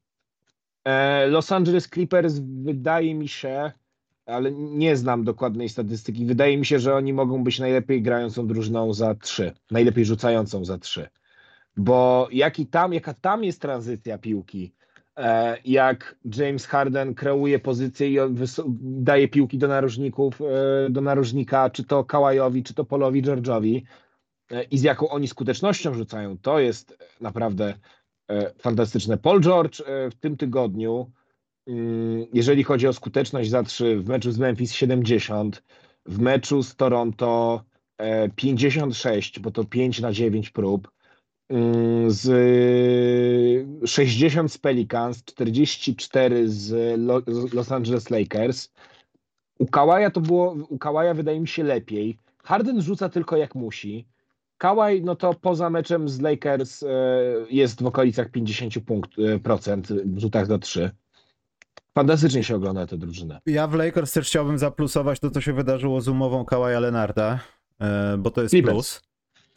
Speaker 2: Los Angeles Clippers wydaje mi się, ale nie znam dokładnej statystyki, wydaje mi się, że oni mogą być najlepiej grającą drużyną za trzy, najlepiej rzucającą za trzy. Bo jaki tam, jaka tam jest tranzycja piłki, jak James Harden kreuje pozycję i daje piłki do narożników, do narożnika, czy to Kawajowi, czy to Paulowi George'owi i z jaką oni skutecznością rzucają, to jest naprawdę fantastyczne. Paul George w tym tygodniu, jeżeli chodzi o skuteczność za trzy, w meczu z Memphis siedemdziesiąt, w meczu z Toronto pięćdziesiąt sześć, bo to pięć na dziewięć prób, z sześćdziesiąt z Pelicans, czterdzieści cztery z Los Angeles Lakers. U Kawaja to było, u Kawaja wydaje mi się lepiej. Harden rzuca tylko jak musi. Kawhi, no to poza meczem z Lakers jest w okolicach pięćdziesiąt procent w rzutach za trzy. Fantastycznie się ogląda tę drużynę.
Speaker 1: Ja w Lakers też chciałbym zaplusować to, co się wydarzyło z umową Kawaja Leonarda, bo to jest
Speaker 2: Clippers.
Speaker 1: plus.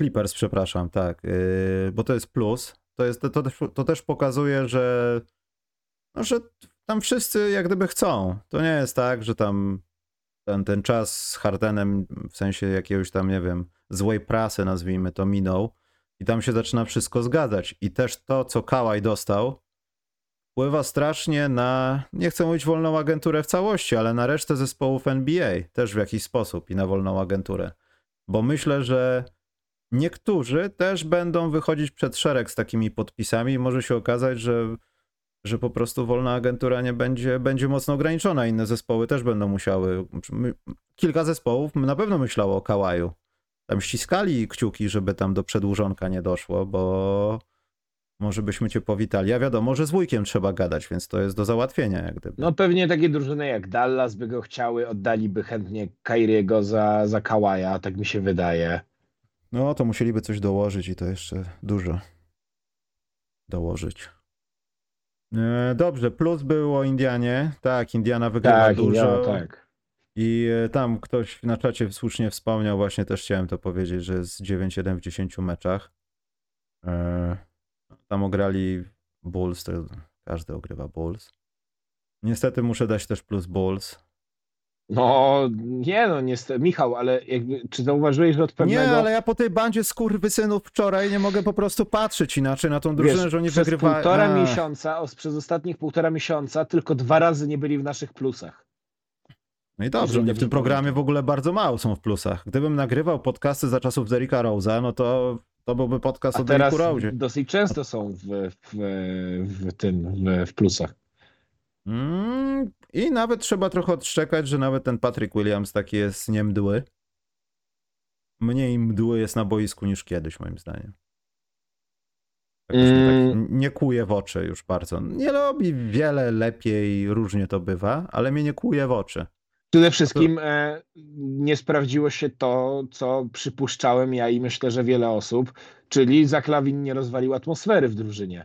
Speaker 1: Clippers, przepraszam, tak, yy, bo to jest plus. To, jest, to, to, też, to też pokazuje, że, no, że tam wszyscy jak gdyby chcą. To nie jest tak, że tam ten, ten czas z Hardenem, w sensie jakiegoś tam, nie wiem, złej prasy nazwijmy to, minął i tam się zaczyna wszystko zgadzać. I też to, co Kawhi dostał, wpływa strasznie na, nie chcę mówić wolną agenturę w całości, ale na resztę zespołów N B A też w jakiś sposób i na wolną agenturę. Bo myślę, że niektórzy też będą wychodzić przed szereg z takimi podpisami i może się okazać, że, że po prostu wolna agentura nie będzie, będzie mocno ograniczona. Inne zespoły też będą musiały. Kilka zespołów na pewno myślało o Kałaju. Tam ściskali kciuki, żeby tam do przedłużonka nie doszło, bo może byśmy cię powitali. A wiadomo, że z wujkiem trzeba gadać, więc to jest do załatwienia jak gdyby.
Speaker 2: No pewnie takie drużyny jak Dallas by go chciały, oddaliby chętnie Kyriego za, za Kawaja, tak mi się wydaje.
Speaker 1: No to musieliby coś dołożyć i to jeszcze dużo dołożyć. E, dobrze, plus był o Indianie. Tak, Indiana wygrywa
Speaker 2: Tak,
Speaker 1: dużo.
Speaker 2: Indiana, tak.
Speaker 1: I tam ktoś na czacie słusznie wspomniał, właśnie też chciałem to powiedzieć, że jest dziewięć jeden w dziesięciu meczach. E, tam ograli Bulls, to każdy ogrywa Bulls. Niestety muszę dać też plus Bulls.
Speaker 2: No nie no, niestety. Michał, ale jakby, czy zauważyłeś, że od pewnego...
Speaker 1: Nie, ale ja po tej bandzie skurwysynów wczoraj nie mogę po prostu patrzeć inaczej na tą drużynę,
Speaker 2: Wiesz,
Speaker 1: że oni
Speaker 2: przez
Speaker 1: wygrywają.
Speaker 2: półtora miesiąca, os- przez ostatnich półtora miesiąca tylko dwa razy nie byli w naszych plusach.
Speaker 1: No i dobrze,
Speaker 2: Jeżeli
Speaker 1: oni w
Speaker 2: dobrze
Speaker 1: tym programie
Speaker 2: pamiętam.
Speaker 1: w ogóle bardzo mało są w plusach. Gdybym nagrywał podcasty za czasów Derricka Rose'a, no to to byłby podcast
Speaker 2: A
Speaker 1: o
Speaker 2: teraz
Speaker 1: Derricku Rose'ie.
Speaker 2: dosyć często są w, w, w tym, w, w plusach.
Speaker 1: Mm, I nawet trzeba trochę odszczekać, że nawet ten Patrick Williams taki jest niemdły. Mniej mdły jest na boisku niż kiedyś, moim zdaniem. Jakoś mi tak nie kłuje w oczy już bardzo. Nie robi wiele lepiej, różnie to bywa, ale mnie nie kłuje w oczy.
Speaker 2: Przede wszystkim e, nie sprawdziło się to, co przypuszczałem ja i myślę, że wiele osób, czyli Zach LaVine nie rozwalił atmosfery w drużynie.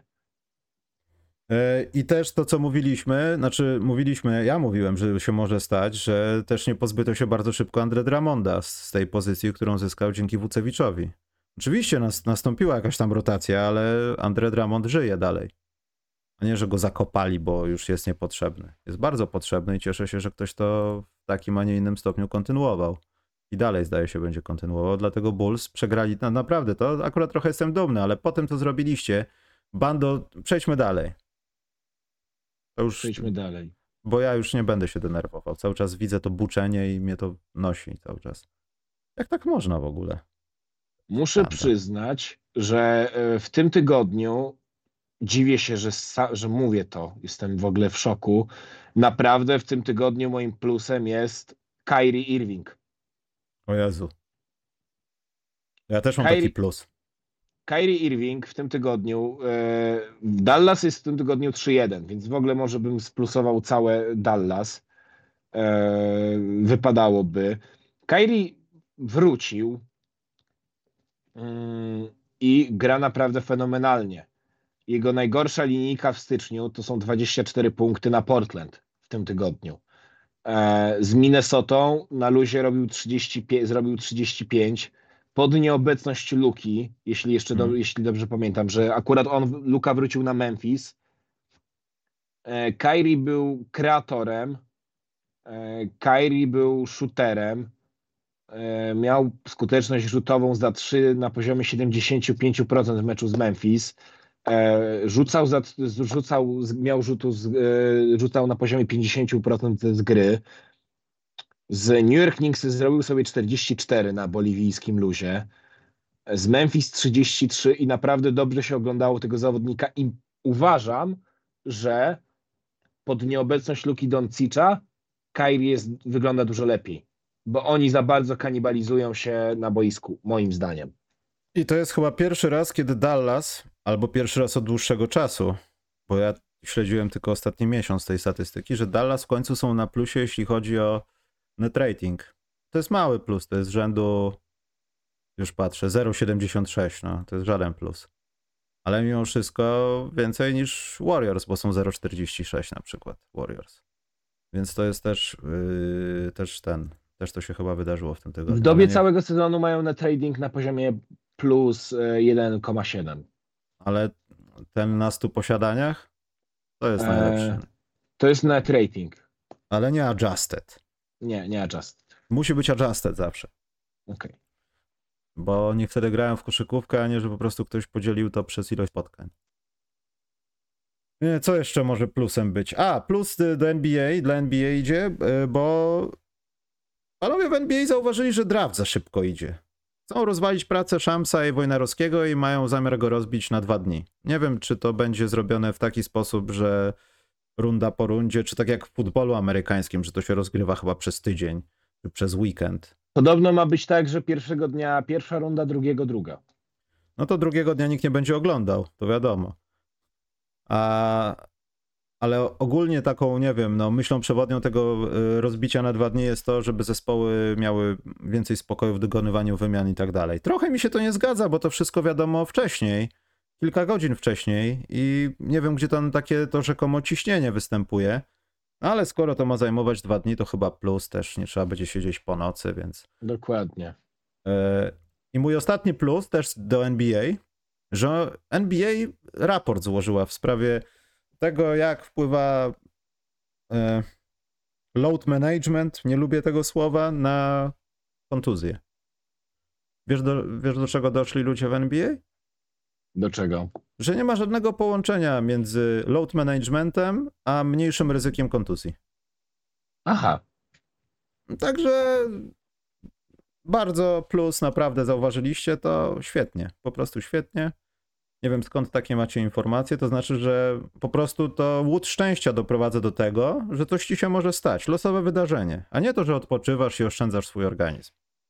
Speaker 1: I też to, co mówiliśmy, znaczy mówiliśmy, ja mówiłem, że się może stać, że też nie pozbyto się bardzo szybko Andre Drummonda z tej pozycji, którą zyskał dzięki Wucewiczowi. Oczywiście nas, nastąpiła jakaś tam rotacja, ale Andre Drummond żyje dalej. A nie, że go zakopali, bo już jest niepotrzebny. Jest bardzo potrzebny i cieszę się, że ktoś to w takim, a nie innym stopniu kontynuował. I dalej zdaje się będzie kontynuował, dlatego Bulls przegrali, no naprawdę, to akurat trochę jestem dumny, ale po tym, co zrobiliście, bando, przejdźmy dalej. To już,
Speaker 2: Przejdźmy dalej.
Speaker 1: bo ja już nie będę się denerwował. Cały czas widzę to buczenie i mnie to nosi cały czas. Jak tak można w ogóle?
Speaker 2: Muszę
Speaker 1: Banda.
Speaker 2: przyznać, że e, w tym tygodniu dziwię się, że, sa- że mówię to. Jestem w ogóle w szoku. Naprawdę w tym tygodniu moim plusem jest Kyrie Irving.
Speaker 1: O Jezu. Ja też mam
Speaker 2: Kyrie-
Speaker 1: taki plus.
Speaker 2: Kyrie Irving w tym tygodniu, e, Dallas jest w tym tygodniu trzy jeden, więc w ogóle może bym splusował całe Dallas. E, wypadałoby. Kyrie wrócił mm, i gra naprawdę fenomenalnie. Jego najgorsza linijka w styczniu to są dwadzieścia cztery punkty na Portland w tym tygodniu. E, z Minnesotą na luzie robił trzydzieści pięć, zrobił trzydzieści pięć. Pod nieobecność Luki, jeśli jeszcze do,
Speaker 1: Hmm.
Speaker 2: jeśli dobrze pamiętam, że akurat on, Luka wrócił na Memphis. E, Kyrie był kreatorem. E, Kyrie był shooterem. E, miał skuteczność rzutową za trzy na poziomie siedemdziesiąt pięć procent w meczu z Memphis. E, rzucał, za, rzucał miał rzutu z, e, rzucał na poziomie pięćdziesiąt procent z gry. Z New York Knicks zrobił sobie czterdzieści cztery na boliwijskim luzie. Z Memphis trzydzieści trzy i naprawdę dobrze się oglądało tego zawodnika i uważam, że pod nieobecność Luki Doncicza Kyrie jest, wygląda dużo lepiej, bo oni za bardzo kanibalizują się na boisku, moim zdaniem.
Speaker 1: I to jest chyba pierwszy raz, kiedy Dallas, albo pierwszy raz od dłuższego czasu, bo ja śledziłem tylko ostatni miesiąc tej statystyki, że Dallas w końcu są na plusie, jeśli chodzi o net rating. To jest mały plus, to jest z rzędu, już patrzę, zero przecinek siedemdziesiąt sześć, no to jest żaden plus. Ale mimo wszystko więcej niż Warriors, bo są zero przecinek czterdzieści sześć na przykład Warriors. Więc to jest też, yy, też ten, też to się chyba wydarzyło w tym tygodniu.
Speaker 2: W dobie
Speaker 1: Ale nie-
Speaker 2: całego sezonu mają net rating na poziomie plus e, jeden przecinek siedem.
Speaker 1: Ale ten na stu posiadaniach to jest najlepszy.
Speaker 2: E, to jest net rating.
Speaker 1: Ale nie adjusted.
Speaker 2: Nie, nie adjust.
Speaker 1: Musi być adjusted zawsze.
Speaker 2: Okej. Okay.
Speaker 1: Bo nie wtedy grają w koszykówkę, a nie, że po prostu ktoś podzielił to przez ilość spotkań. Co jeszcze może plusem być? A, plus do N B A, dla N B A idzie, bo panowie w N B A zauważyli, że draft za szybko idzie. Chcą rozwalić pracę Shamsa i Wojnarowskiego i mają zamiar go rozbić na dwa dni. Nie wiem, czy to będzie zrobione w taki sposób, że runda po rundzie, czy tak jak w futbolu amerykańskim, że to się rozgrywa chyba przez tydzień, czy przez weekend.
Speaker 2: Podobno ma być tak, że pierwszego dnia pierwsza runda, drugiego druga.
Speaker 1: No to drugiego dnia nikt nie będzie oglądał, to wiadomo. A, ale ogólnie taką, nie wiem, no myślą przewodnią tego rozbicia na dwa dni jest to, żeby zespoły miały więcej spokoju w dokonywaniu wymian i tak dalej. Trochę mi się to nie zgadza, bo to wszystko wiadomo wcześniej, kilka godzin wcześniej i nie wiem, gdzie tam takie to rzekomo ciśnienie występuje, ale skoro to ma zajmować dwa dni, to chyba plus też, nie trzeba będzie siedzieć po nocy, więc...
Speaker 2: Dokładnie.
Speaker 1: I mój ostatni plus też do N B A, że N B A raport złożyła w sprawie tego, jak wpływa e, load management, nie lubię tego słowa, na kontuzję. Wiesz do, wiesz, do czego doszli ludzie w N B A?
Speaker 2: Do czego?
Speaker 1: Że nie ma żadnego połączenia między load managementem a mniejszym ryzykiem kontuzji.
Speaker 2: Aha.
Speaker 1: Także bardzo plus, naprawdę zauważyliście to świetnie, po prostu świetnie. Nie wiem, skąd takie macie informacje, to znaczy, że po prostu to łód szczęścia doprowadza do tego, że coś ci się może stać, losowe wydarzenie, a nie to, że odpoczywasz i oszczędzasz swój organizm.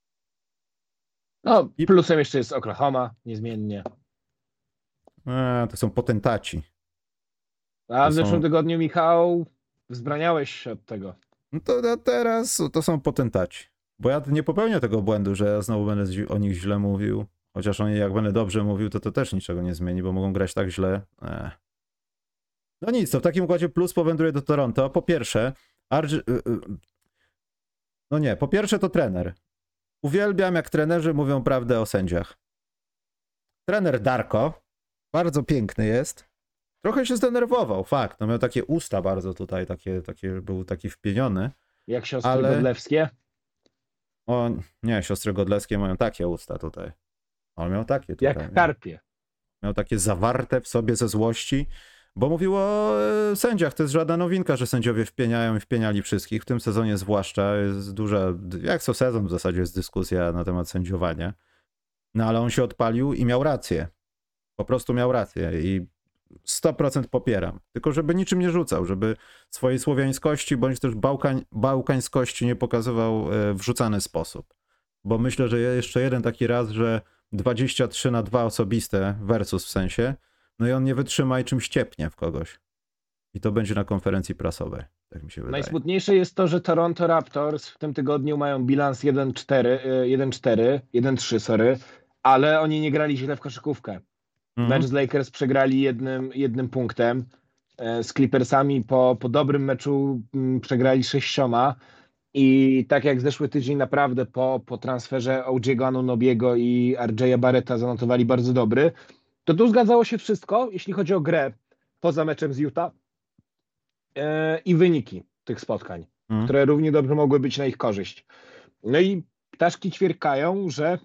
Speaker 2: No, plusem jeszcze jest Oklahoma, niezmiennie.
Speaker 1: A, to są potentaci.
Speaker 2: A
Speaker 1: To
Speaker 2: w zeszłym
Speaker 1: są...
Speaker 2: tygodniu, Michał, wzbraniałeś się od tego.
Speaker 1: No to teraz to są potentaci. Bo ja nie popełnię tego błędu, że ja znowu będę o nich źle mówił. Chociaż oni, jak będę dobrze mówił, to to też niczego nie zmieni, bo mogą grać tak źle. Ech. No nic, to w takim układzie plus powędruje do Toronto. Po pierwsze, Argy... no nie, po pierwsze to trener. Uwielbiam, jak trenerzy mówią prawdę o sędziach. Trener Darko, bardzo piękny jest. Trochę się zdenerwował, fakt. No miał takie usta bardzo tutaj, takie, takie był taki wpieniony.
Speaker 2: Jak siostry
Speaker 1: ale...
Speaker 2: Godlewskie?
Speaker 1: O nie, siostry Godlewskie mają takie usta tutaj. On miał takie tutaj.
Speaker 2: Jak karpie.
Speaker 1: Miał takie zawarte w sobie ze złości, bo mówił o e, sędziach. To jest żadna nowinka, że sędziowie wpieniają i wpieniali wszystkich. W tym sezonie zwłaszcza jest duża, jak co sezon w zasadzie jest dyskusja na temat sędziowania. No ale on się odpalił i miał rację. Po prostu miał rację i sto procent popieram. Tylko żeby niczym nie rzucał, żeby swojej słowiańskości bądź też bałkań, bałkańskości nie pokazywał w rzucany sposób. Bo myślę, że jeszcze jeden taki raz, że dwadzieścia trzy na dwa osobiste versus w sensie, no i on nie wytrzyma i czymś ciepnie w kogoś. I to będzie na konferencji prasowej, tak mi się wydaje.
Speaker 2: Najsmutniejsze jest to, że Toronto Raptors w tym tygodniu mają bilans jeden cztery, jeden cztery, jeden trzy, sorry, ale oni nie grali źle w koszykówkę. Mm. Mecz z Lakers przegrali jednym, jednym punktem. Z Clippersami po, po dobrym meczu przegrali sześcioma. I tak jak zeszły tydzień naprawdę po, po transferze O J Anunobiego i R J Barretta zanotowali bardzo dobry, to tu zgadzało się wszystko, jeśli chodzi o grę poza meczem z Utah yy, i wyniki tych spotkań, mm. które równie dobrze mogły być na ich korzyść. No i ptaszki ćwierkają, że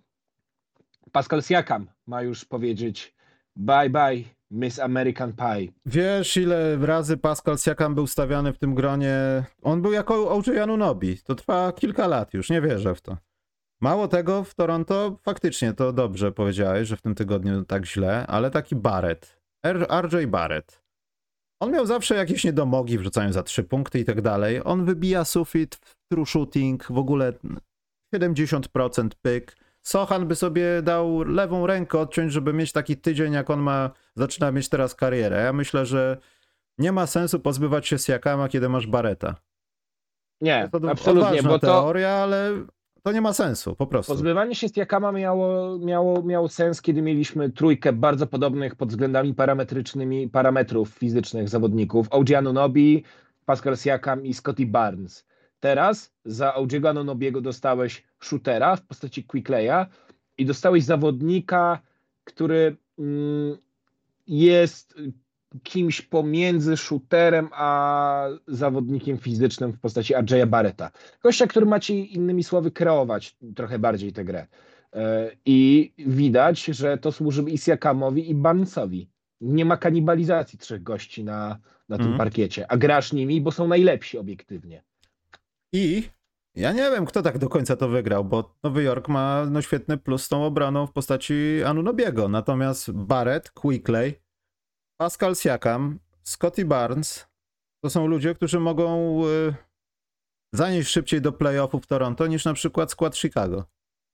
Speaker 2: Pascal Siakam ma już powiedzieć bye bye Miss American Pie.
Speaker 1: Wiesz, ile razy Pascal Siakam był stawiany w tym gronie? On był jako O J Anunobi. To trwa kilka lat już, nie wierzę w to. Mało tego, w Toronto faktycznie to dobrze powiedziałeś, że w tym tygodniu tak źle, ale taki Barrett, R J Barrett. On miał zawsze jakieś niedomogi, wrzucają za trzy punkty i tak dalej. On wybija sufit, true shooting, w ogóle siedemdziesiąt procent pyk. Sochan by sobie dał lewą rękę odciąć, żeby mieć taki tydzień, jak on ma, zaczyna mieć teraz karierę. Ja myślę, że nie ma sensu pozbywać się Siakama, kiedy masz Barretta.
Speaker 2: Nie,
Speaker 1: to
Speaker 2: absolutnie, bo to...
Speaker 1: teoria, ale to nie ma sensu, po prostu.
Speaker 2: Pozbywanie się Siakama miało, miało, miało sens, kiedy mieliśmy trójkę bardzo podobnych pod względami parametrycznymi, parametrów fizycznych zawodników. O G Anunoby, Pascal Siakam i Scottie Barnes. Teraz za O G Anunobiego dostałeś shootera w postaci Quickleya i dostałeś zawodnika, który mm, jest kimś pomiędzy shooterem a zawodnikiem fizycznym w postaci R J Barretta. Gościa, który ma ci innymi słowy kreować trochę bardziej tę grę. E, I widać, że to służy i Siakamowi, i Barnesowi. Nie ma kanibalizacji trzech gości na, na tym
Speaker 1: Mhm.
Speaker 2: parkiecie, a grasz nimi, bo są najlepsi obiektywnie.
Speaker 1: I ja nie wiem, kto tak do końca to wygrał, bo Nowy Jork ma no, świetny plus z tą obroną w postaci Anunobiego. Natomiast Barrett, Quickley, Pascal Siakam, Scotty Barnes to są ludzie, którzy mogą y, zanieść szybciej do playoffów Toronto niż na przykład skład Chicago.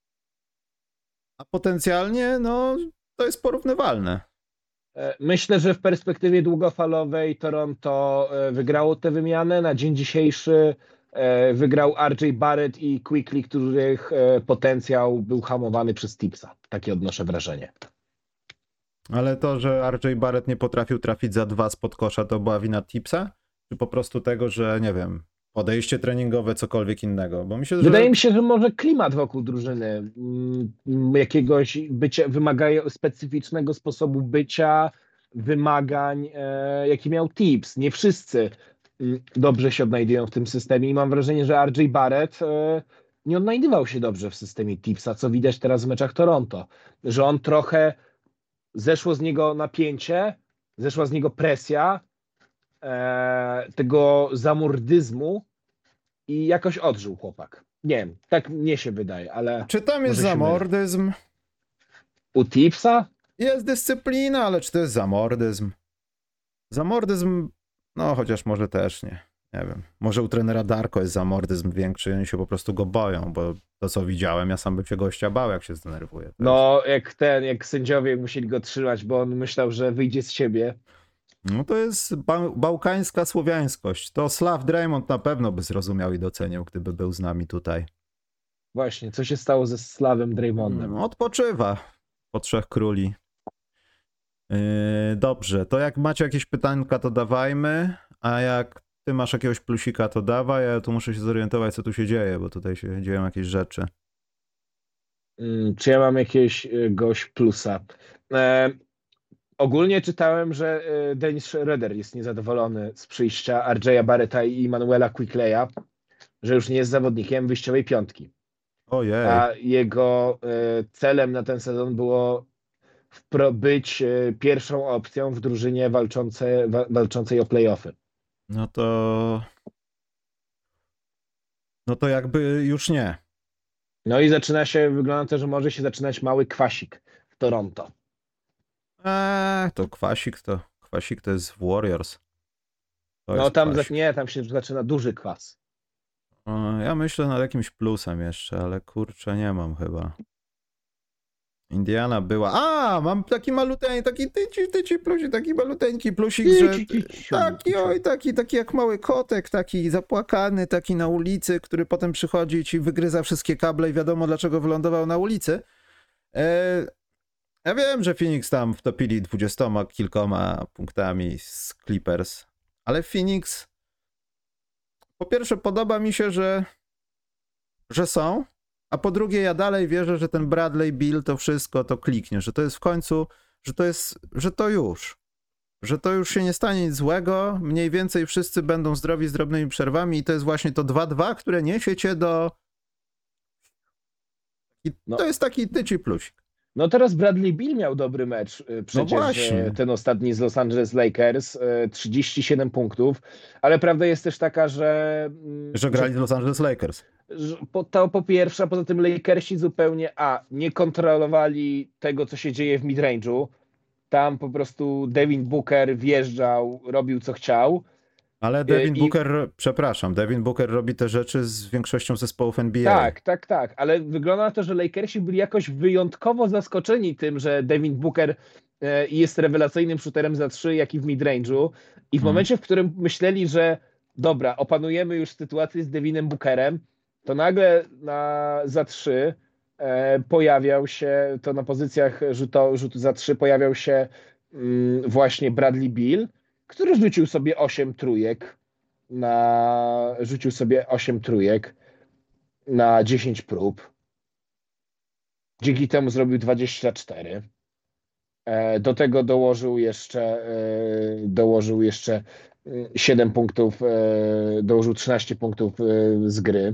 Speaker 1: A potencjalnie, no, to jest porównywalne.
Speaker 2: E, Myślę, że w perspektywie długofalowej Toronto e, wygrało tę wymianę. Na dzień dzisiejszy e, wygrał R J Barrett i Quickley, których e, potencjał był hamowany przez Tipsa. Takie odnoszę wrażenie.
Speaker 1: Ale to, że R J Barrett nie potrafił trafić za dwa spod kosza, to była wina Tipsa? Czy po prostu tego, że nie wiem, podejście treningowe, cokolwiek innego? Bo mi się,
Speaker 2: Wydaje
Speaker 1: że...
Speaker 2: mi się, że może klimat wokół drużyny, mm, jakiegoś bycia, wymagają specyficznego sposobu bycia, wymagań, e, jaki miał Tips. Nie wszyscy mm, dobrze się odnajdują w tym systemie i mam wrażenie, że R J Barrett e, nie odnajdywał się dobrze w systemie Tipsa, co widać teraz w meczach Toronto, że on trochę zeszło z niego napięcie, zeszła z niego presja, e, tego zamordyzmu i jakoś odżył chłopak. Nie wiem, tak mnie się wydaje, ale
Speaker 1: Czy tam jest
Speaker 2: może się mylę.
Speaker 1: zamordyzm?
Speaker 2: U Tipsa?
Speaker 1: Jest dyscyplina, ale czy to jest zamordyzm? Zamordyzm, no chociaż może też nie. Nie wiem. Może u trenera Darko jest zamordyzm większy i oni się po prostu go boją, bo to co widziałem, ja sam bym się gościa bał, jak się zdenerwuje. To jest...
Speaker 2: No, jak ten, jak sędziowie musieli go trzymać, bo on myślał, że wyjdzie z siebie.
Speaker 1: No to jest ba bałkańska słowiańskość. To Slav Draymond na pewno by zrozumiał i docenił, gdyby był z nami tutaj.
Speaker 2: Właśnie, co się stało ze Slavem Draymondem?
Speaker 1: Mm, Odpoczywa po trzech króli. Yy, dobrze, to jak macie jakieś pytanka, to dawajmy, a jak ty masz jakiegoś plusika, to dawaj, a ja tu muszę się zorientować, co tu się dzieje, bo tutaj się dzieją jakieś rzeczy.
Speaker 2: Mm, Czy ja mam jakiegoś y, gość plusa? E, ogólnie czytałem, że y, Dennis Schroeder jest niezadowolony z przyjścia R J Barretta i Manuela Quickleya, że już nie jest zawodnikiem wyjściowej piątki.
Speaker 1: Ojej,
Speaker 2: A jego y, celem na ten sezon było wpro- być y, pierwszą opcją w drużynie walczące, wa- walczącej o playoffy.
Speaker 1: no to... No to jakby już nie.
Speaker 2: No i zaczyna się, wygląda to, że może się zaczynać mały kwasik w Toronto.
Speaker 1: Eee, to kwasik to... Kwasik to jest w Warriors. To
Speaker 2: No
Speaker 1: jest
Speaker 2: tam, za-
Speaker 1: kwasik.
Speaker 2: nie, tam się zaczyna duży kwas.
Speaker 1: O, ja myślę nad jakimś plusem jeszcze, ale kurczę, nie mam chyba. Indiana była. A, mam taki maluteńki, taki tyci, tyci plusik, taki maluteńki plusik, że
Speaker 2: Ci, ci, ci,
Speaker 1: taki,
Speaker 2: ci.
Speaker 1: oj, taki, taki jak mały kotek, taki zapłakany, taki na ulicy, który potem przychodzi i ci wygryza wszystkie kable i wiadomo dlaczego wylądował na ulicy. E, ja wiem, że Phoenix tam wtopili dwudziestoma kilkoma punktami z Clippers, ale Phoenix po pierwsze podoba mi się, że, że są, a po drugie ja dalej wierzę, że ten Bradley Beal to wszystko to kliknie, że to jest w końcu, że to jest, że to już, że to już się nie stanie nic złego, mniej więcej wszyscy będą zdrowi z drobnymi przerwami i to jest właśnie to dwa dwa, które niesie cię do... I
Speaker 2: No.
Speaker 1: to jest taki tyci plusik.
Speaker 2: No teraz Bradley Beal miał dobry mecz. y, Przecież
Speaker 1: No właśnie.
Speaker 2: e, ten ostatni z Los Angeles Lakers, e, trzydzieści siedem punktów, ale prawda jest też taka, że, mm,
Speaker 1: Że grali z Los Angeles Lakers.
Speaker 2: że po, to po pierwsze, a poza tym Lakersi zupełnie a nie kontrolowali tego, co się dzieje w midrange'u. Tam po prostu Devin Booker wjeżdżał, robił co chciał.
Speaker 1: Ale Devin
Speaker 2: I-
Speaker 1: Booker, przepraszam, Devin Booker robi te rzeczy z większością zespołów N B A.
Speaker 2: Tak, tak, tak, ale wygląda na to, że Lakersi byli jakoś wyjątkowo zaskoczeni tym, że Devin Booker e, jest rewelacyjnym shooterem za trzy, jak i w midrange'u. I w
Speaker 1: Mhm.
Speaker 2: momencie, w którym myśleli, że dobra, opanujemy już sytuację z Devinem Bookerem, to nagle na za trzy e, pojawiał się, to na pozycjach rzuto, rzutu za trzy pojawiał się mm, właśnie Bradley Beal, który rzucił sobie osiem trójek na rzucił sobie osiem trójek na dziesięć prób. Dzięki temu zrobił dwadzieścia cztery. E, Do tego dołożył jeszcze, e, dołożył jeszcze e, siedem punktów, e, dołożył trzynaście punktów e, z gry.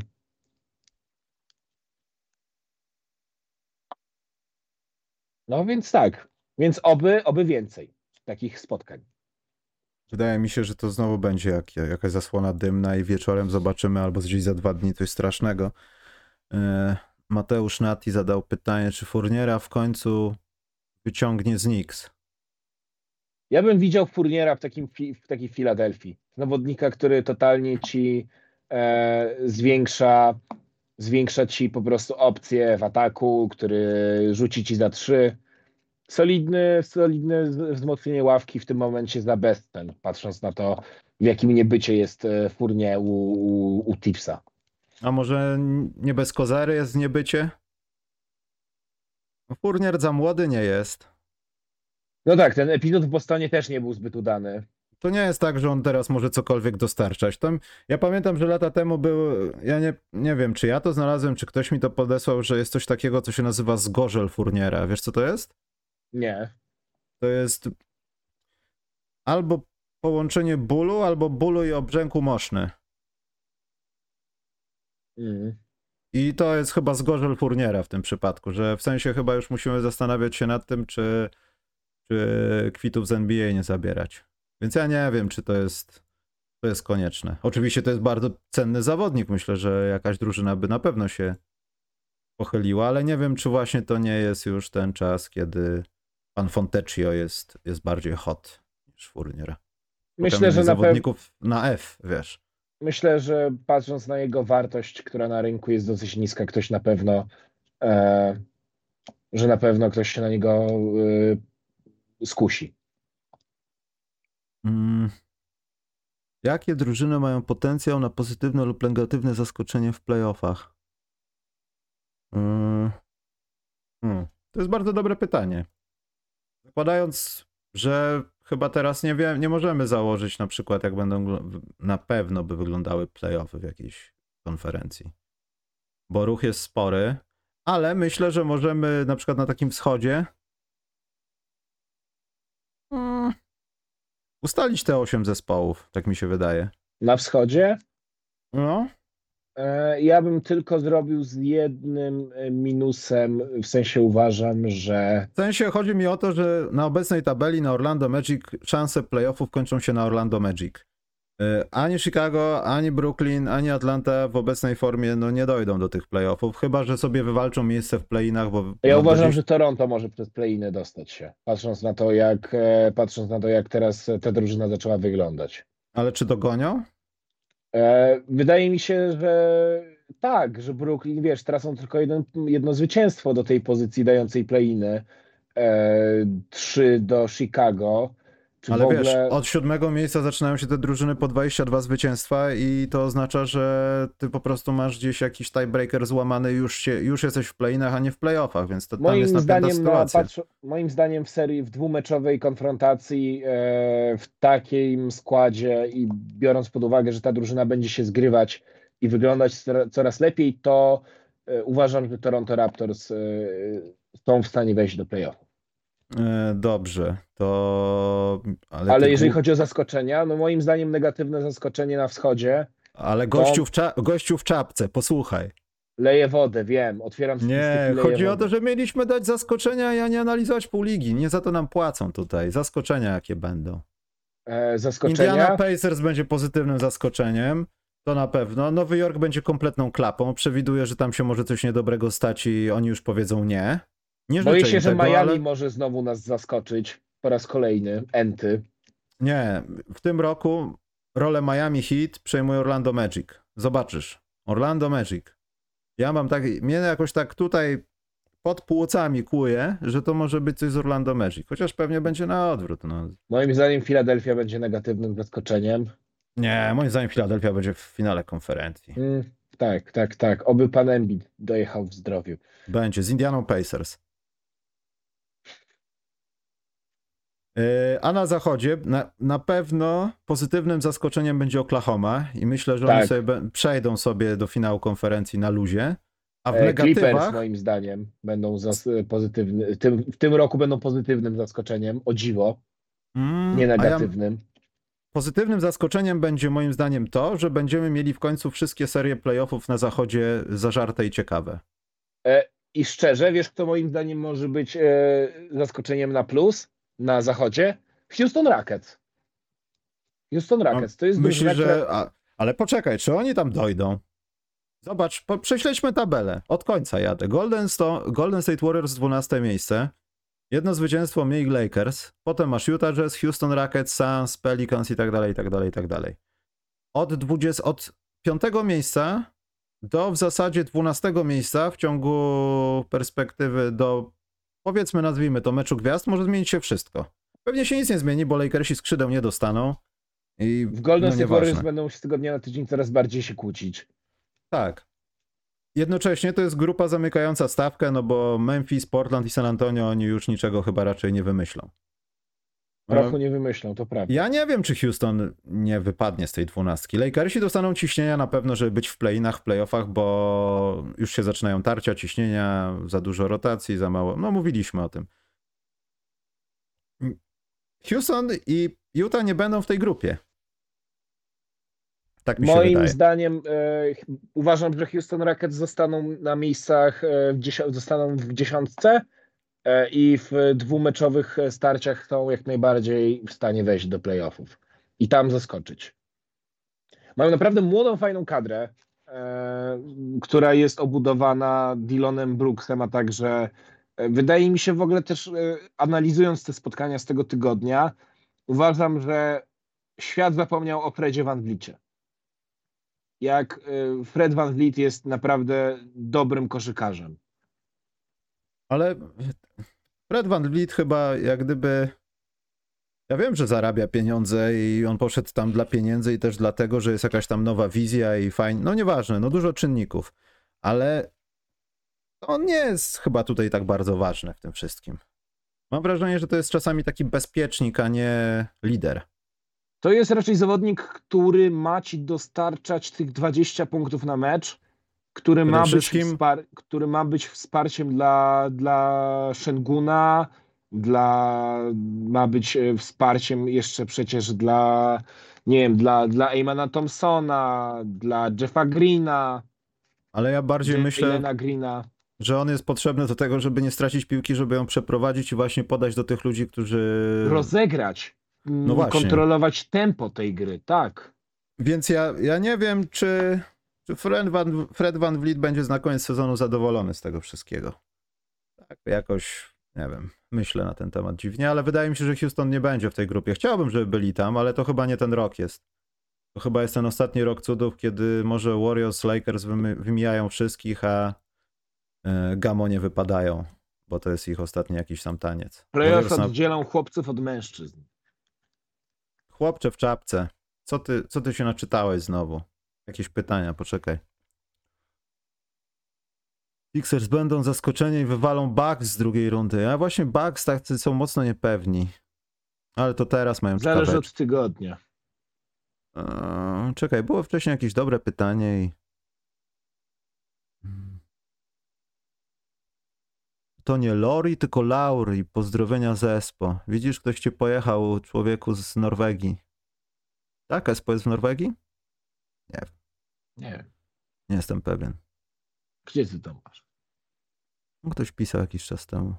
Speaker 2: No więc tak, więc oby, oby więcej takich spotkań.
Speaker 1: Wydaje mi się, że to znowu będzie jak, jakaś zasłona dymna i wieczorem zobaczymy albo gdzieś za dwa dni coś strasznego. E, Mateusz Nati zadał pytanie, czy Fourniera w końcu wyciągnie z Knicks.
Speaker 2: Ja bym widział Fourniera w takim fi- w takiej Filadelfii. Zawodnika, który totalnie ci e, zwiększa, zwiększa ci po prostu opcje w ataku, który rzuci ci za trzy. Solidny, solidne z- wzmocnienie ławki w tym momencie za bezcen, patrząc na to, w jakim niebycie jest e, Fournier u, u, u Tipsa.
Speaker 1: A może nie bez kozary jest niebycie? No, Fournier za młody nie jest.
Speaker 2: No tak, ten epizod w Bostonie też nie był zbyt udany.
Speaker 1: To nie jest tak, że on teraz może cokolwiek dostarczać. Tam, ja pamiętam, że lata temu był, ja nie, nie wiem, czy ja to znalazłem, czy ktoś mi to podesłał, że jest coś takiego, co się nazywa zgorzel Fourniera. Wiesz, co to jest?
Speaker 2: Nie.
Speaker 1: To jest albo połączenie bólu, albo bólu i obrzęku moszny.
Speaker 2: Mm.
Speaker 1: I to jest chyba zgorzel Fourniera w tym przypadku, że w sensie chyba już musimy zastanawiać się nad tym, czy, czy kwitów z N B A nie zabierać. Więc ja nie wiem, czy to jest, to jest konieczne. Oczywiście to jest bardzo cenny zawodnik. Myślę, że jakaś drużyna by na pewno się pochyliła, ale nie wiem, czy właśnie to nie jest już ten czas, kiedy pan Fontecchio jest, jest bardziej hot niż Fournier.
Speaker 2: Myślę, że na
Speaker 1: zawodników pew... na F, wiesz.
Speaker 2: Myślę, że patrząc na jego wartość, która na rynku jest dosyć niska, ktoś na pewno, e, że na pewno ktoś się na niego e, skusi.
Speaker 1: Mm. Jakie drużyny mają potencjał na pozytywne lub negatywne zaskoczenie w playoffach? Hmm. Hmm. To jest bardzo dobre pytanie. Zakładając, że chyba teraz nie wiem, nie możemy założyć na przykład, jak będą na pewno by wyglądały playoffy w jakiejś konferencji. Bo ruch jest spory, ale myślę, że możemy na przykład na takim wschodzie hmm, ustalić te osiem zespołów, tak mi się wydaje.
Speaker 2: Na wschodzie?
Speaker 1: No.
Speaker 2: E, ja bym tylko zrobił z jednym minusem, w sensie uważam, że...
Speaker 1: W sensie chodzi mi o to, że na obecnej tabeli na Orlando Magic szanse playoffów kończą się na Orlando Magic. Ani Chicago, ani Brooklyn, ani Atlanta w obecnej formie no nie dojdą do tych playoffów, chyba że sobie wywalczą miejsce w play-inach, bo...
Speaker 2: Ja
Speaker 1: no,
Speaker 2: uważam,
Speaker 1: dziś...
Speaker 2: że Toronto może przez play-iny dostać się, patrząc na to, jak, patrząc na to, jak teraz ta drużyna zaczęła wyglądać.
Speaker 1: Ale czy dogonią?
Speaker 2: E, wydaje mi się, że tak, że Brooklyn, wiesz, tracą tylko jeden, jedno zwycięstwo do tej pozycji dającej play-iny. E, trzy do Chicago. Czy
Speaker 1: Ale
Speaker 2: w
Speaker 1: wiesz,
Speaker 2: ogóle...
Speaker 1: od siódmego miejsca zaczynają się te drużyny po dwadzieścia dwa zwycięstwa i to oznacza, że ty po prostu masz gdzieś jakiś tiebreaker złamany, już, się, już jesteś w play-inach, a nie w play-offach, więc to, tam
Speaker 2: Moim
Speaker 1: jest napięta
Speaker 2: zdaniem, na,
Speaker 1: sytuacja.
Speaker 2: patrz, moim zdaniem w serii, w dwumeczowej konfrontacji e, w takim składzie i biorąc pod uwagę, że ta drużyna będzie się zgrywać i wyglądać coraz lepiej, to e, uważam, że Toronto Raptors e, są w stanie wejść do playoffów.
Speaker 1: E, dobrze, to... Ale,
Speaker 2: Ale
Speaker 1: ty
Speaker 2: jeżeli
Speaker 1: głu-
Speaker 2: chodzi o zaskoczenia, no moim zdaniem negatywne zaskoczenie na wschodzie
Speaker 1: Ale gościu w, cza- gościu w czapce, posłuchaj.
Speaker 2: leje wodę, wiem, otwieram
Speaker 1: Nie,
Speaker 2: statystyki, leje
Speaker 1: chodzi o
Speaker 2: wodę.
Speaker 1: to, że mieliśmy dać zaskoczenia, a nie analizować pół ligi. Nie za to nam płacą tutaj. Zaskoczenia jakie będą.
Speaker 2: E, zaskoczenia.
Speaker 1: Indiana Pacers będzie pozytywnym zaskoczeniem. To na pewno. Nowy Jork będzie kompletną klapą. Przewiduję, że tam się może coś niedobrego stać i oni już powiedzą nie. Nie
Speaker 2: Boję
Speaker 1: życzę
Speaker 2: się,
Speaker 1: im
Speaker 2: że
Speaker 1: tego,
Speaker 2: Miami
Speaker 1: ale...
Speaker 2: może znowu nas zaskoczyć po raz kolejny. Enty.
Speaker 1: Nie, w tym roku rolę Miami Heat przejmuje Orlando Magic. Zobaczysz. Orlando Magic. Ja mam tak, mnie jakoś tak tutaj pod płucami kłuje, że to może być coś z Orlando Magic. Chociaż pewnie będzie na odwrót. No.
Speaker 2: Moim zdaniem Philadelphia będzie negatywnym zaskoczeniem.
Speaker 1: Nie, moim zdaniem Philadelphia będzie w finale konferencji.
Speaker 2: Mm, tak, tak, tak. Oby pan Embiid dojechał w zdrowiu.
Speaker 1: Będzie z Indianą Pacers. Yy, a na zachodzie na, na pewno pozytywnym zaskoczeniem będzie Oklahoma i myślę, że
Speaker 2: Tak.
Speaker 1: oni sobie be- przejdą sobie do finału konferencji na luzie. A w
Speaker 2: E, Clippers
Speaker 1: negatywach,
Speaker 2: moim zdaniem będą zas- pozytywny, tym, w tym roku będą pozytywnym zaskoczeniem, o dziwo,
Speaker 1: mm,
Speaker 2: nie
Speaker 1: a ja
Speaker 2: negatywnym.
Speaker 1: pozytywnym zaskoczeniem będzie moim zdaniem to, że będziemy mieli w końcu wszystkie serie playoffów na zachodzie zażarte i ciekawe.
Speaker 2: E, I szczerze, wiesz, kto moim zdaniem może być e, zaskoczeniem na plus na zachodzie? Houston Rockets. Houston
Speaker 1: No,
Speaker 2: Rockets to jest
Speaker 1: myślisz,
Speaker 2: drużyna, która...
Speaker 1: że... A, ale poczekaj, czy oni tam dojdą? Zobacz, po, prześledźmy tabelę. Od końca jadę. Golden, Sto- Golden State Warriors dwunaste miejsce. Jedno zwycięstwo mniej Lakers. Potem masz Utah Jazz, Houston Rockets, Suns, Pelicans i tak dalej, i tak dalej, i tak dalej. Od, dwudziestego, od piątego miejsca do w zasadzie dwunastego miejsca w ciągu perspektywy do, powiedzmy, nazwijmy to meczu gwiazd, może zmienić się wszystko. Pewnie się nic nie zmieni, bo Lakersi skrzydeł nie dostaną. I
Speaker 2: W Golden
Speaker 1: no
Speaker 2: State Warriors
Speaker 1: nieważne.
Speaker 2: będą się z tygodnia na tydzień coraz bardziej się kłócić.
Speaker 1: Tak. Jednocześnie to jest grupa zamykająca stawkę, no bo Memphis, Portland i San Antonio, oni już niczego chyba raczej nie wymyślą.
Speaker 2: Prochu nie wymyślą, to prawda.
Speaker 1: Ja nie wiem, czy Houston nie wypadnie z tej dwunastki. Lakersi dostaną ciśnienia na pewno, żeby być w play-inach, w playoffach, bo już się zaczynają tarcia, ciśnienia, za dużo rotacji, za mało. No mówiliśmy o tym. Houston i Utah nie będą w tej grupie. Tak mi się
Speaker 2: Moim
Speaker 1: wydaje.
Speaker 2: zdaniem e, uważam, że Houston Rockets zostaną na miejscach, e, w dziesią- zostaną w dziesiątce e, i w dwumeczowych starciach są jak najbardziej w stanie wejść do playoffów i tam zaskoczyć. Mają naprawdę młodą, fajną kadrę, e, która jest obudowana Dylanem Brooksem, a także e, wydaje mi się w ogóle też, e, analizując te spotkania z tego tygodnia, uważam, że świat zapomniał o Fredzie VanVleetie. Jak e, Fred VanVleet jest naprawdę dobrym koszykarzem.
Speaker 1: Ale Fred VanVleet chyba jak gdyby... Ja wiem, że zarabia pieniądze i on poszedł tam dla pieniędzy i też dlatego, że jest jakaś tam nowa wizja i fajnie. No nieważne, no dużo czynników. Ale on nie jest chyba tutaj tak bardzo ważny w tym wszystkim. Mam wrażenie, że to jest czasami taki bezpiecznik, a nie lider.
Speaker 2: To jest raczej zawodnik, który ma ci dostarczać tych dwadzieścia punktów na mecz, który ma być,
Speaker 1: wszystkim-
Speaker 2: wspar- który ma być wsparciem dla, dla Şenguna, dla, ma być e, wsparciem jeszcze przecież dla, nie wiem, dla, dla Eamona Thompsona, dla Jeffa Greena,
Speaker 1: Ale ja bardziej myślę,
Speaker 2: Jelena Greena.
Speaker 1: że on jest potrzebny do tego, żeby nie stracić piłki, żeby ją przeprowadzić i właśnie podać do tych ludzi, którzy...
Speaker 2: Rozegrać, mm,
Speaker 1: No właśnie.
Speaker 2: kontrolować tempo tej gry, tak.
Speaker 1: Więc ja, ja nie wiem, czy, czy Fred, Van, Fred VanVleet będzie na koniec sezonu zadowolony z tego wszystkiego. Tak, jakoś, nie wiem, myślę na ten temat dziwnie, ale wydaje mi się, że Houston nie będzie w tej grupie. Chciałbym, żeby byli tam, ale to chyba nie ten rok jest. To chyba jest ten ostatni rok cudów, kiedy może Warriors, Lakers wymy, wymijają wszystkich, a y, Gamo nie wypadają, bo to jest ich ostatni jakiś tam taniec.
Speaker 2: Playoffs
Speaker 1: Warriors na...
Speaker 2: oddzielą chłopców od mężczyzn.
Speaker 1: Chłopcze w czapce, co ty, co ty się naczytałeś znowu? Jakieś pytania, poczekaj. Sixers będą zaskoczeni i wywalą Bucks z drugiej rundy. A właśnie Bucks tacy są mocno niepewni. Ale to teraz mają
Speaker 2: Zależy
Speaker 1: ciekawe...
Speaker 2: od tygodnia.
Speaker 1: Eee, czekaj, było wcześniej jakieś dobre pytanie i... To nie Lori, tylko Lauri. Pozdrowienia z Espo. Widzisz, ktoś cię pojechał, człowieku z Norwegii. Tak? Espo jest w Norwegii? Nie wiem.
Speaker 2: Nie wiem.
Speaker 1: Nie jestem pewien.
Speaker 2: Gdzie ty to masz?
Speaker 1: Ktoś pisał jakiś czas temu.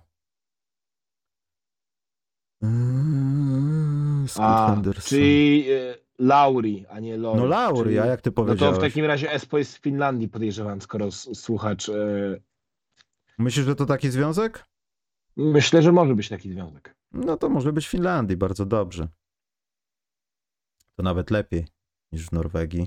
Speaker 1: Eee, Scott
Speaker 2: A,
Speaker 1: Henderson.
Speaker 2: czyli y, Lauri, a nie Lori.
Speaker 1: No Lauri,
Speaker 2: czyli...
Speaker 1: a jak ty
Speaker 2: No
Speaker 1: powiedziałeś?
Speaker 2: to w takim razie Espo jest w Finlandii, podejrzewam, skoro s- słuchacz... Y...
Speaker 1: Myślisz, że to taki związek?
Speaker 2: Myślę, że może być taki związek.
Speaker 1: No to może być w Finlandii, bardzo dobrze. To nawet lepiej niż w Norwegii.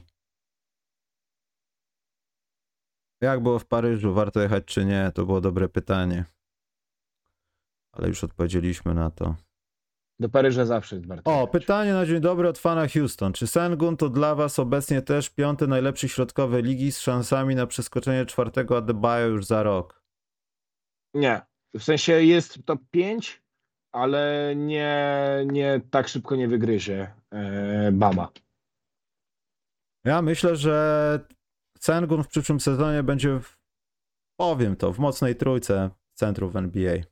Speaker 1: Jak było w Paryżu? Warto jechać czy nie? To było dobre pytanie. Ale już odpowiedzieliśmy na to.
Speaker 2: Do Paryża zawsze jest warto.
Speaker 1: O,
Speaker 2: jechać.
Speaker 1: pytanie na dzień dobry od fana Houston. Czy Sengun to dla was obecnie też piąty najlepszy środkowy ligi z szansami na przeskoczenie czwartego Adebayo już za rok?
Speaker 2: Nie. W sensie jest top pięć, ale nie, nie tak szybko nie wygryzie e, Bama.
Speaker 1: Ja myślę, że Sengun w przyszłym sezonie będzie w powiem to, w mocnej trójce centrów N B A.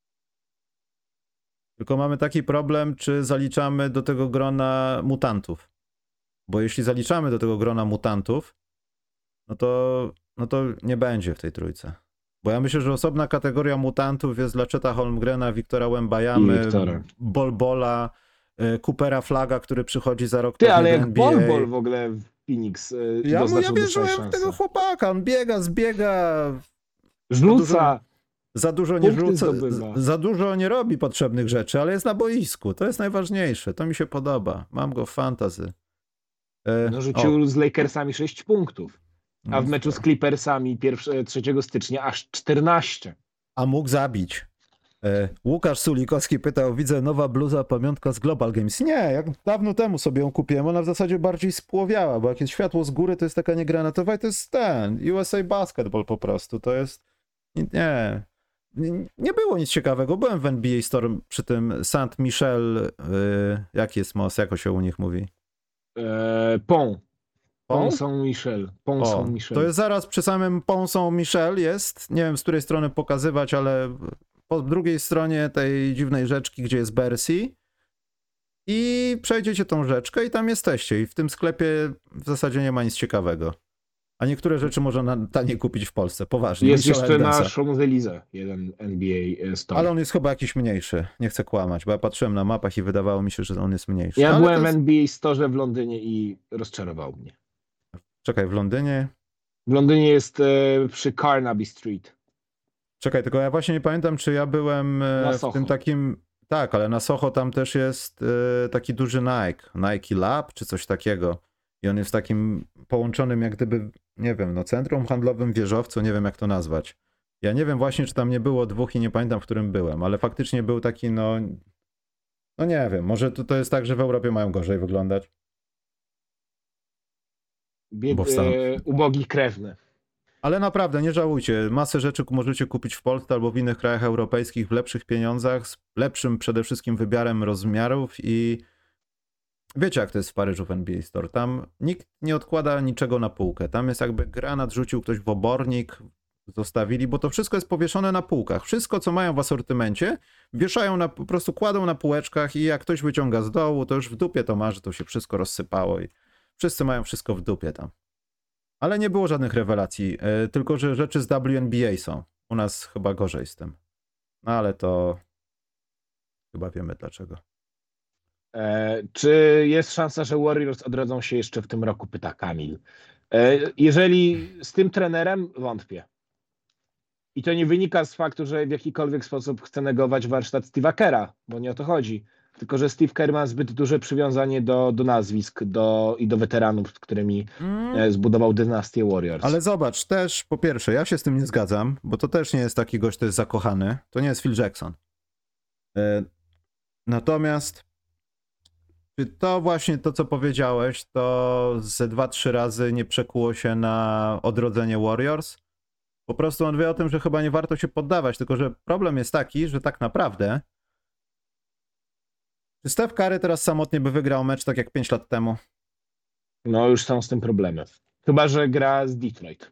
Speaker 1: Tylko mamy taki problem, czy zaliczamy do tego grona mutantów. Bo jeśli zaliczamy do tego grona mutantów, no to, no to nie będzie w tej trójce. Bo ja myślę, że osobna kategoria mutantów jest dla Cheta Holmgrena, Wiktora Wembanyamy, Bol Bola, Coopera Flaga, który przychodzi za rok.
Speaker 2: Ty, ale jak Bol Bol w ogóle w Phoenix yy,
Speaker 1: ja mu ja wierzyłem w tego chłopaka, on biega, zbiega.
Speaker 2: Rzuca.
Speaker 1: Za dużo nie rzuca, za dużo nie robi potrzebnych rzeczy, ale jest na boisku. To jest najważniejsze. To mi się podoba. Mam go w fantasy.
Speaker 2: E, no rzucił o. z Lakersami sześć punktów. A w meczu z Clippersami trzeciego stycznia aż czternaście.
Speaker 1: A mógł zabić. E, Łukasz Sulikowski pytał, widzę nowa bluza, pamiątka z Global Games. Nie, jak dawno temu sobie ją kupiłem, ona w zasadzie bardziej spłowiała, bo jak jest światło z góry, to jest taka niegranatowa i to jest ten, U S A Basketball po prostu. To jest... Nie... Nie było nic ciekawego. Byłem w N B A Store przy tym Saint Michel. Yy, jaki jest most? Jak się u nich mówi?
Speaker 2: Eee, Pont. Pont Saint-Michel. Pont Saint-Michel.
Speaker 1: To jest zaraz przy samym Pont Saint-Michel jest. Nie wiem, z której strony pokazywać, ale po drugiej stronie tej dziwnej rzeczki, gdzie jest Bercy. I przejdziecie tą rzeczkę i tam jesteście. I w tym sklepie w zasadzie nie ma nic ciekawego. A niektóre rzeczy można taniej kupić w Polsce, poważnie.
Speaker 2: Jest Michel jeszcze na Champs-Élysées jeden N B A Store.
Speaker 1: Ale on jest chyba jakiś mniejszy, nie chcę kłamać, bo ja patrzyłem na mapach i wydawało mi się, że on jest mniejszy.
Speaker 2: Ja
Speaker 1: Ale
Speaker 2: byłem
Speaker 1: jest...
Speaker 2: w N B A Store w Londynie i rozczarował mnie.
Speaker 1: Czekaj, w Londynie?
Speaker 2: W Londynie jest e, przy Carnaby Street.
Speaker 1: Czekaj, tylko ja właśnie nie pamiętam, czy ja byłem e, w tym takim... Tak, ale na Soho tam też jest e, taki duży Nike, Nike Lab czy coś takiego. I on jest takim połączonym jak gdyby, nie wiem, no centrum handlowym, wieżowcu, nie wiem jak to nazwać. Ja nie wiem właśnie, czy tam nie było dwóch i nie pamiętam, w którym byłem, ale faktycznie był taki, no, no nie wiem, może to, to jest tak, że w Europie mają gorzej wyglądać.
Speaker 2: Bied, Stan... e, ubogi krewny.
Speaker 1: Ale naprawdę, nie żałujcie. Masę rzeczy możecie kupić w Polsce albo w innych krajach europejskich w lepszych pieniądzach, z lepszym przede wszystkim wymiarem rozmiarów i wiecie, jak to jest w Paryżu w N B A Store. Tam nikt nie odkłada niczego na półkę. Tam jest jakby granat, rzucił ktoś w obornik, zostawili, bo to wszystko jest powieszone na półkach. Wszystko, co mają w asortymencie, wieszają na, po prostu kładą na półeczkach i jak ktoś wyciąga z dołu, to już w dupie to ma, że to się wszystko rozsypało i wszyscy mają wszystko w dupie tam. Ale nie było żadnych rewelacji, yy, tylko że rzeczy z W N B A są. U nas chyba gorzej z tym. No ale to chyba wiemy dlaczego.
Speaker 2: E, czy jest szansa, że Warriors odrodzą się jeszcze w tym roku, pyta Kamil. E, jeżeli z tym trenerem, wątpię. I to nie wynika z faktu, że w jakikolwiek sposób chce negować warsztat Steve'a Kerra, bo nie o to chodzi. Tylko że Steve Kerr ma zbyt duże przywiązanie do, do nazwisk do, i do weteranów, z którymi mm. zbudował dynastię Warriors.
Speaker 1: Ale zobacz, też po pierwsze, ja się z tym nie zgadzam, bo to też nie jest taki gość, to jest zakochany. To nie jest Phil Jackson. E, natomiast czy to właśnie to, co powiedziałeś, to ze dwa, trzy razy nie przekuło się na odrodzenie Warriors? Po prostu on wie o tym, że chyba nie warto się poddawać, tylko że problem jest taki, że tak naprawdę czy Steph Curry teraz samotnie by wygrał mecz tak jak pięć lat temu?
Speaker 2: No już są z tym problemy. Chyba że gra z Detroit.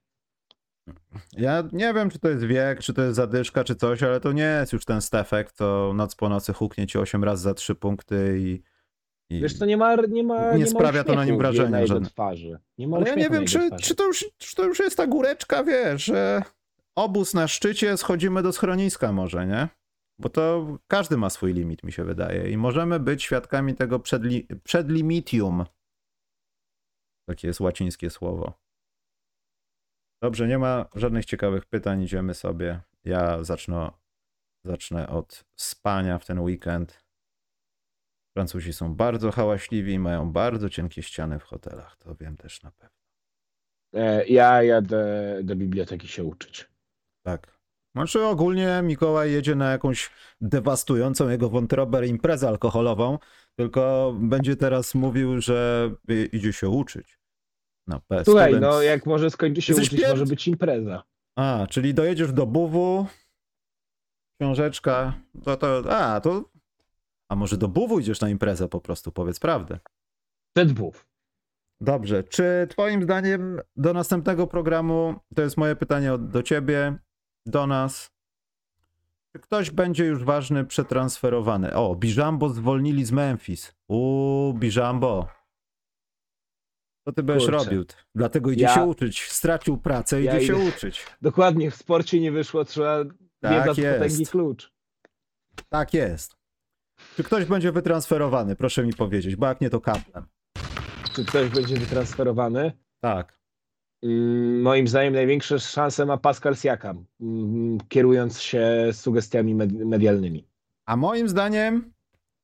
Speaker 1: Ja nie wiem, czy to jest wiek, czy to jest zadyszka, czy coś, ale to nie jest już ten Stefek, co noc po nocy huknie ci osiem razy za trzy punkty i I
Speaker 2: wiesz co, nie ma Nie, ma,
Speaker 1: nie,
Speaker 2: nie
Speaker 1: sprawia
Speaker 2: ma
Speaker 1: to na nim wrażenia.
Speaker 2: Na twarzy. Nie ma
Speaker 1: ale ja nie wiem, czy, czy, to już, czy to już jest ta góreczka, wiesz, że obóz na szczycie, schodzimy do schroniska może, nie? Bo to każdy ma swój limit, mi się wydaje. I możemy być świadkami tego przedli przedlimitium. Takie jest łacińskie słowo. Dobrze, nie ma żadnych ciekawych pytań, idziemy sobie. Ja zacznę, zacznę od spania w ten weekend. Francuzi są bardzo hałaśliwi i mają bardzo cienkie ściany w hotelach. To wiem też na pewno.
Speaker 2: Ja jadę do biblioteki się uczyć.
Speaker 1: Tak. Znaczy ogólnie Mikołaj jedzie na jakąś dewastującą jego wątrobę imprezę alkoholową, tylko będzie teraz mówił, że idzie się uczyć.
Speaker 2: No, słuchaj, student... no jak może skończy się Jesteś uczyć, pierd... może być impreza.
Speaker 1: A, czyli dojedziesz do B W, książeczka, to to, a, to, a może do B W idziesz na imprezę po prostu, powiedz prawdę.
Speaker 2: Przed B W.
Speaker 1: Dobrze. Czy twoim zdaniem do następnego programu, to jest moje pytanie od, do ciebie, do nas, czy ktoś będzie już ważny przetransferowany? O, Bijambo zwolnili z Memphis. Uuu, Bijambo. Co ty będziesz
Speaker 2: Kurczę.
Speaker 1: robił? Dlatego idzie
Speaker 2: Ja-
Speaker 1: się uczyć. Stracił pracę,
Speaker 2: Ja
Speaker 1: idzie się
Speaker 2: idę-
Speaker 1: uczyć.
Speaker 2: Dokładnie, w sporcie nie wyszło, trzeba
Speaker 1: Tak
Speaker 2: wiedza z
Speaker 1: jest.
Speaker 2: potęgi klucz.
Speaker 1: Tak jest. Czy ktoś będzie wytransferowany? Proszę mi powiedzieć, bo jak nie, to Kaplan.
Speaker 2: Czy ktoś będzie wytransferowany?
Speaker 1: Tak.
Speaker 2: Mm, Moim zdaniem największe szanse ma Pascal Siakam, mm, kierując się sugestiami med- medialnymi.
Speaker 1: A moim zdaniem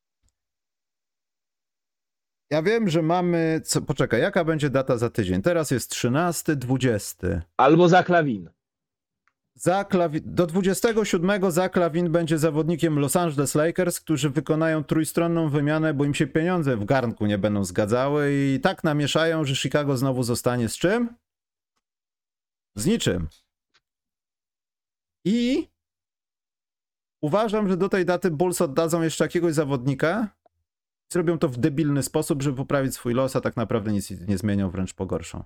Speaker 1: ja wiem, że mamy... Co, poczekaj, jaka będzie data za tydzień? Teraz jest trzynasty, dwudziesty.
Speaker 2: Albo Zach LaVine.
Speaker 1: Zach Lavin, do dwudziestego siódmego Zach LaVine będzie zawodnikiem Los Angeles Lakers, którzy wykonają trójstronną wymianę, bo im się pieniądze w garnku nie będą zgadzały i tak namieszają, że Chicago znowu zostanie z czym? Z niczym. I uważam, że do tej daty Bulls oddadzą jeszcze jakiegoś zawodnika. Zrobią to w debilny sposób, żeby poprawić swój los, a tak naprawdę nic nie zmienią, wręcz pogorszą.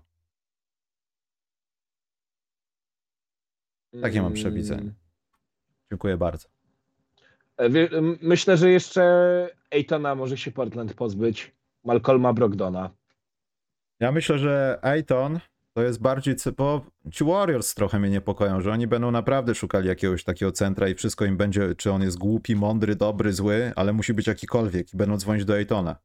Speaker 1: Takie mam przewidzenie. Dziękuję bardzo.
Speaker 2: Mm, wie- m- Myślę, że jeszcze Aytona może się Portland pozbyć. Malcolma Brogdona.
Speaker 1: Ja myślę, że Ayton to jest bardziej, cy- bo ci Warriors trochę mnie niepokoją, że oni będą naprawdę szukali jakiegoś takiego centra i wszystko im będzie, czy on jest głupi, mądry, dobry, zły, ale musi być jakikolwiek i będą dzwonić do Aytona.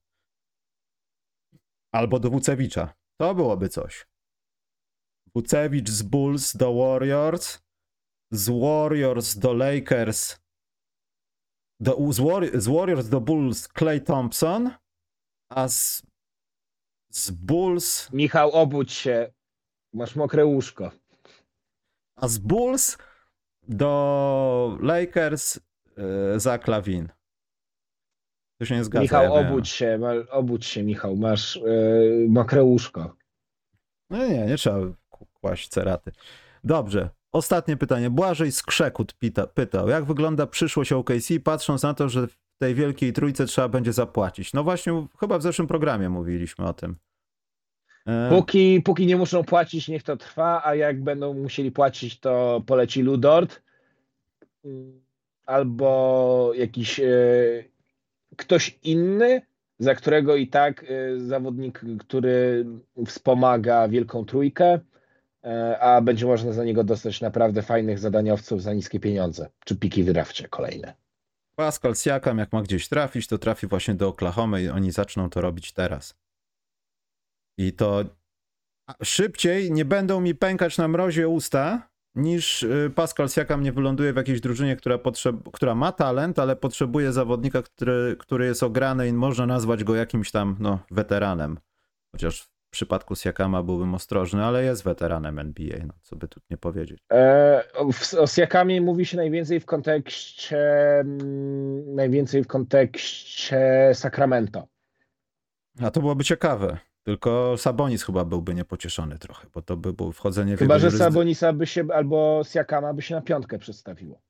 Speaker 1: Albo do Wucewicza. To byłoby coś. Wucewicz z Bulls do Warriors, z Warriors do Lakers, do, z, War, z Warriors do Bulls Klay Thompson, a z, z Bulls
Speaker 2: Michał, obudź się. Masz mokre łóżko.
Speaker 1: A z Bulls do Lakers yy, Zach LaVine. To się nie zgadza.
Speaker 2: Michał,
Speaker 1: ja wiem.
Speaker 2: obudź się. Ma, obudź się, Michał. Masz yy, mokre łóżko.
Speaker 1: No nie, nie trzeba kłaść ceraty. Dobrze. Ostatnie pytanie. Błażej Skrzekut pyta, pytał, jak wygląda przyszłość O K C, patrząc na to, że w tej wielkiej trójce trzeba będzie zapłacić. No właśnie, chyba w zeszłym programie mówiliśmy o tym. E,
Speaker 2: Póki, póki nie muszą płacić, niech to trwa, a jak będą musieli płacić, to poleci Lu Dort mm, albo jakiś e, ktoś inny, za którego i tak e, zawodnik, który wspomaga Wielką Trójkę, e, a będzie można za niego dostać naprawdę fajnych zadaniowców za niskie pieniądze, czy piki wydawcze kolejne.
Speaker 1: Pascal Siakam, jak ma gdzieś trafić, to trafi właśnie do Oklahomy i oni zaczną to robić teraz. I to szybciej nie będą mi pękać na mrozie usta, niż Pascal Siakam nie wyląduje w jakiejś drużynie, która, potrzeb- która ma talent, ale potrzebuje zawodnika, który, który jest ograny i można nazwać go jakimś tam no, weteranem. Chociaż w przypadku Siakama byłbym ostrożny, ale jest weteranem N B A, no, co by tu nie powiedzieć.
Speaker 2: E, o, w- o Siakamie mówi się najwięcej w kontekście mm, najwięcej w kontekście Sacramento.
Speaker 1: A to byłoby ciekawe. Tylko Sabonis chyba byłby niepocieszony trochę, bo to by było wchodzenie w
Speaker 2: Chyba,
Speaker 1: jego
Speaker 2: że
Speaker 1: jurysdykcję.
Speaker 2: Sabonisa by się, albo Siakama by się na piątkę przedstawiło.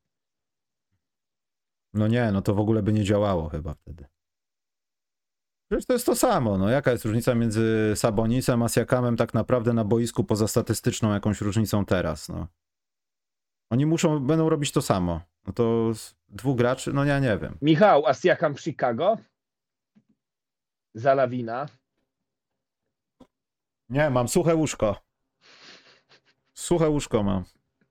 Speaker 1: No nie, no to w ogóle by nie działało chyba wtedy. Przecież to jest to samo, no jaka jest różnica między Sabonisem a Siakamem tak naprawdę na boisku poza statystyczną jakąś różnicą teraz, no. Oni muszą, będą robić to samo. No to z dwóch graczy, no ja nie wiem.
Speaker 2: Michał, a Siakam w Chicago? Za Lawina?
Speaker 1: Nie, mam suche łóżko. Suche łóżko mam.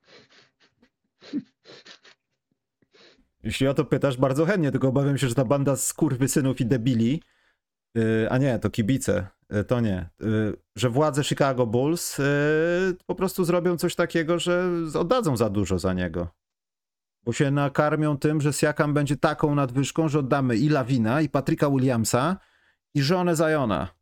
Speaker 1: Jeśli o to pytasz, bardzo chętnie, tylko obawiam się, że ta banda skurwysynów i debili, yy, a nie, to kibice, yy, to nie, yy, że władze Chicago Bulls yy, po prostu zrobią coś takiego, że oddadzą za dużo za niego. Bo się nakarmią tym, że Siakam będzie taką nadwyżką, że oddamy i Lawina, i Patricka Williamsa, i żonę Ziona.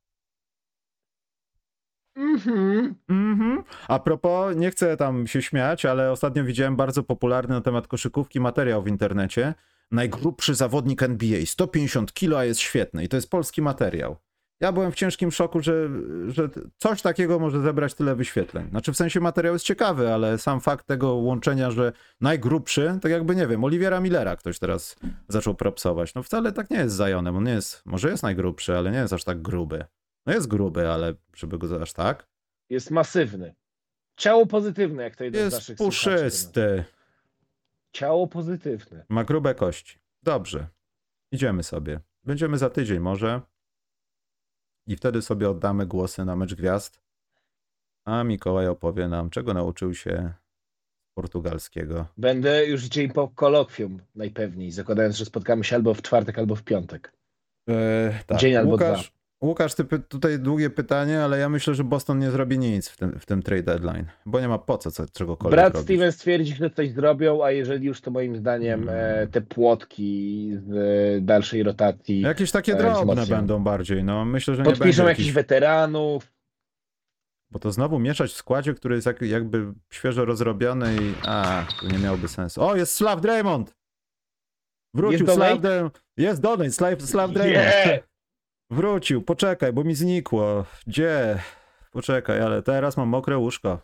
Speaker 2: Mhm.
Speaker 1: Mhm. A propos, nie chcę tam się śmiać, ale ostatnio widziałem bardzo popularny na temat koszykówki materiał w internecie. Najgrubszy zawodnik N B A, sto pięćdziesiąt kilo, a jest świetny. I to jest polski materiał. Ja byłem w ciężkim szoku, że, że coś takiego może zebrać tyle wyświetleń. Znaczy w sensie materiał jest ciekawy, ale sam fakt tego łączenia, że najgrubszy, tak jakby nie wiem, Oliviera Millera ktoś teraz zaczął propsować. No wcale tak nie jest z Zionem. On nie jest, może jest najgrubszy, ale nie jest aż tak gruby. No jest gruby, ale żeby go aż tak.
Speaker 2: Jest masywny. Ciało pozytywne, jak to jeden z
Speaker 1: Jest
Speaker 2: naszych słuchaczy.
Speaker 1: puszysty.
Speaker 2: Ciało pozytywne.
Speaker 1: Ma grube kości. Dobrze. Idziemy sobie. Będziemy za tydzień może. I wtedy sobie oddamy głosy na Mecz Gwiazd. A Mikołaj opowie nam, czego nauczył się portugalskiego.
Speaker 2: Będę już dzień po kolokwium najpewniej, zakładając, że spotkamy się albo w czwartek, albo w piątek.
Speaker 1: Eee, tak.
Speaker 2: Dzień albo
Speaker 1: Łukasz,
Speaker 2: dwa.
Speaker 1: Łukasz, ty py- tutaj długie pytanie, ale ja myślę, że Boston nie zrobi nic w tym, w tym trade deadline, bo nie ma po co, co czegokolwiek
Speaker 2: Brat
Speaker 1: robić.
Speaker 2: Steven stwierdzi, że coś zrobią, a jeżeli już, to moim zdaniem
Speaker 1: Hmm.
Speaker 2: e, te płotki z e, dalszej rotacji
Speaker 1: Jakieś takie
Speaker 2: e,
Speaker 1: drobne
Speaker 2: wzmocnią.
Speaker 1: będą bardziej, no myślę, że nie będzie
Speaker 2: Podpiszą
Speaker 1: jakichś...
Speaker 2: jakichś weteranów.
Speaker 1: Bo to znowu mieszać w składzie, który jest jak, jakby świeżo rozrobiony i... A, to nie miałoby sensu. O, jest Slav Draymond! Wrócił
Speaker 2: Jest
Speaker 1: Slav
Speaker 2: donate?
Speaker 1: Draymond. Jest donate, Slav, Slav Draymond.
Speaker 2: Yeah!
Speaker 1: Wrócił, poczekaj, bo mi znikło. Gdzie? Poczekaj, ale teraz mam mokre łóżko.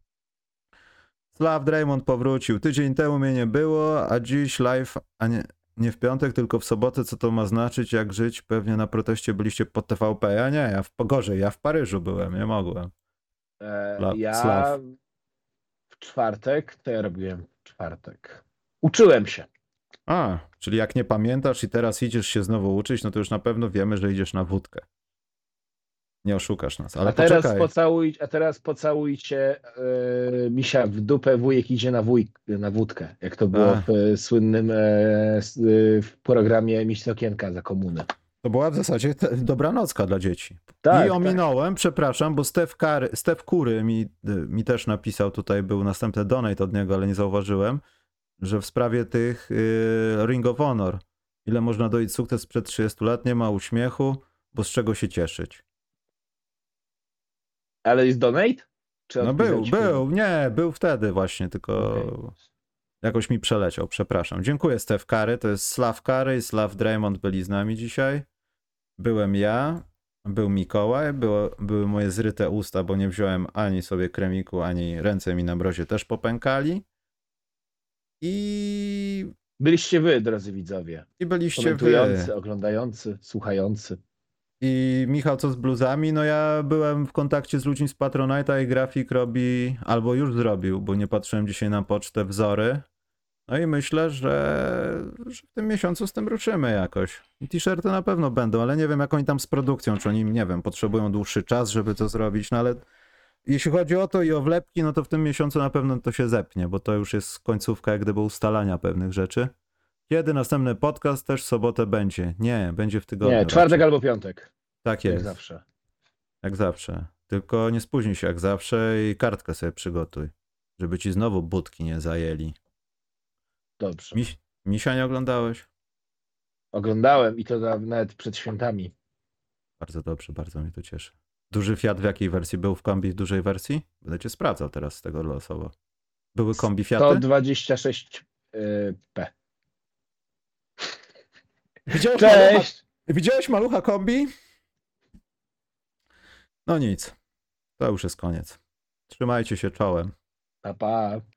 Speaker 1: Slav Draymond powrócił. Tydzień temu mnie nie było, a dziś live, a nie, nie w piątek, tylko w sobotę. Co to ma znaczyć, jak żyć? Pewnie na proteście byliście pod T V P. Ja nie, ja w, gorzej, ja w Paryżu byłem, nie mogłem.
Speaker 2: E,
Speaker 1: Slav,
Speaker 2: ja
Speaker 1: Slav.
Speaker 2: w czwartek, to ja robiłem w czwartek. Uczyłem się.
Speaker 1: A, czyli jak nie pamiętasz i teraz idziesz się znowu uczyć, no to już na pewno wiemy, że idziesz na wódkę. Nie oszukasz nas, ale
Speaker 2: A teraz,
Speaker 1: poczekaj.
Speaker 2: pocałuj, a teraz pocałujcie e, misia w dupę, wujek idzie na, wuj, na wódkę, jak to było
Speaker 1: A.
Speaker 2: w e, słynnym e, s- e, w programie Miś z okienka za komuny.
Speaker 1: To była w zasadzie te, dobranocka dla dzieci.
Speaker 2: Tak,
Speaker 1: I ominąłem, przepraszam, bo Steph, Curry, Steph Kury mi, mi też napisał, tutaj był następny donate od niego, ale nie zauważyłem, że w sprawie tych y, Ring of Honor, ile można dojść sukces sprzed trzydziestu lat, nie ma uśmiechu, bo z czego się cieszyć.
Speaker 2: Ale jest donate? Czy
Speaker 1: No był,
Speaker 2: odpisać?
Speaker 1: był, nie, był wtedy właśnie, tylko
Speaker 2: Okej.
Speaker 1: jakoś mi przeleciał, przepraszam. Dziękuję Steph Curry, to jest Slav Curry i Slav Draymond byli z nami dzisiaj. Byłem ja, był Mikołaj, było, były moje zryte usta, bo nie wziąłem ani sobie kremiku, ani ręce mi na mrozie też popękali. I,
Speaker 2: Byliście wy, drodzy widzowie.
Speaker 1: i byliście
Speaker 2: Komentujący,
Speaker 1: wy.
Speaker 2: oglądający, słuchający.
Speaker 1: I Michał, co z bluzami? No ja byłem w kontakcie z ludźmi z Patronite'a i grafik robi, albo już zrobił, bo nie patrzyłem dzisiaj na pocztę, wzory. No i myślę, że, że w tym miesiącu z tym ruszymy jakoś. I T-shirty na pewno będą, ale nie wiem jak oni tam z produkcją, czy oni, nie wiem, potrzebują dłuższy czas, żeby to zrobić, no ale jeśli chodzi o to i o wlepki, no to w tym miesiącu na pewno to się zepnie, bo to już jest końcówka jak gdyby ustalania pewnych rzeczy. Kiedy następny podcast też w sobotę będzie? Nie, będzie w tygodniu.
Speaker 2: Nie, czwartek
Speaker 1: raczej.
Speaker 2: albo piątek.
Speaker 1: Tak
Speaker 2: Jak
Speaker 1: jest.
Speaker 2: zawsze.
Speaker 1: Jak zawsze. Tylko nie spóźnij się jak zawsze i kartkę sobie przygotuj, żeby ci znowu budki nie zajęli.
Speaker 2: Dobrze.
Speaker 1: Miś, Misia nie oglądałeś?
Speaker 2: Oglądałem i to na- nawet przed świętami.
Speaker 1: Bardzo dobrze, bardzo mnie to cieszy. Duży Fiat w jakiej wersji? Był w kombi w dużej wersji? Będę cię sprawdzał teraz z tego losowo. Były kombi Fiaty?
Speaker 2: sto dwadzieścia sześć y, P.
Speaker 1: Widziałeś malucha,
Speaker 2: Cześć!
Speaker 1: widziałeś malucha kombi? No nic. To już jest koniec. Trzymajcie się czołem.
Speaker 2: Pa, pa.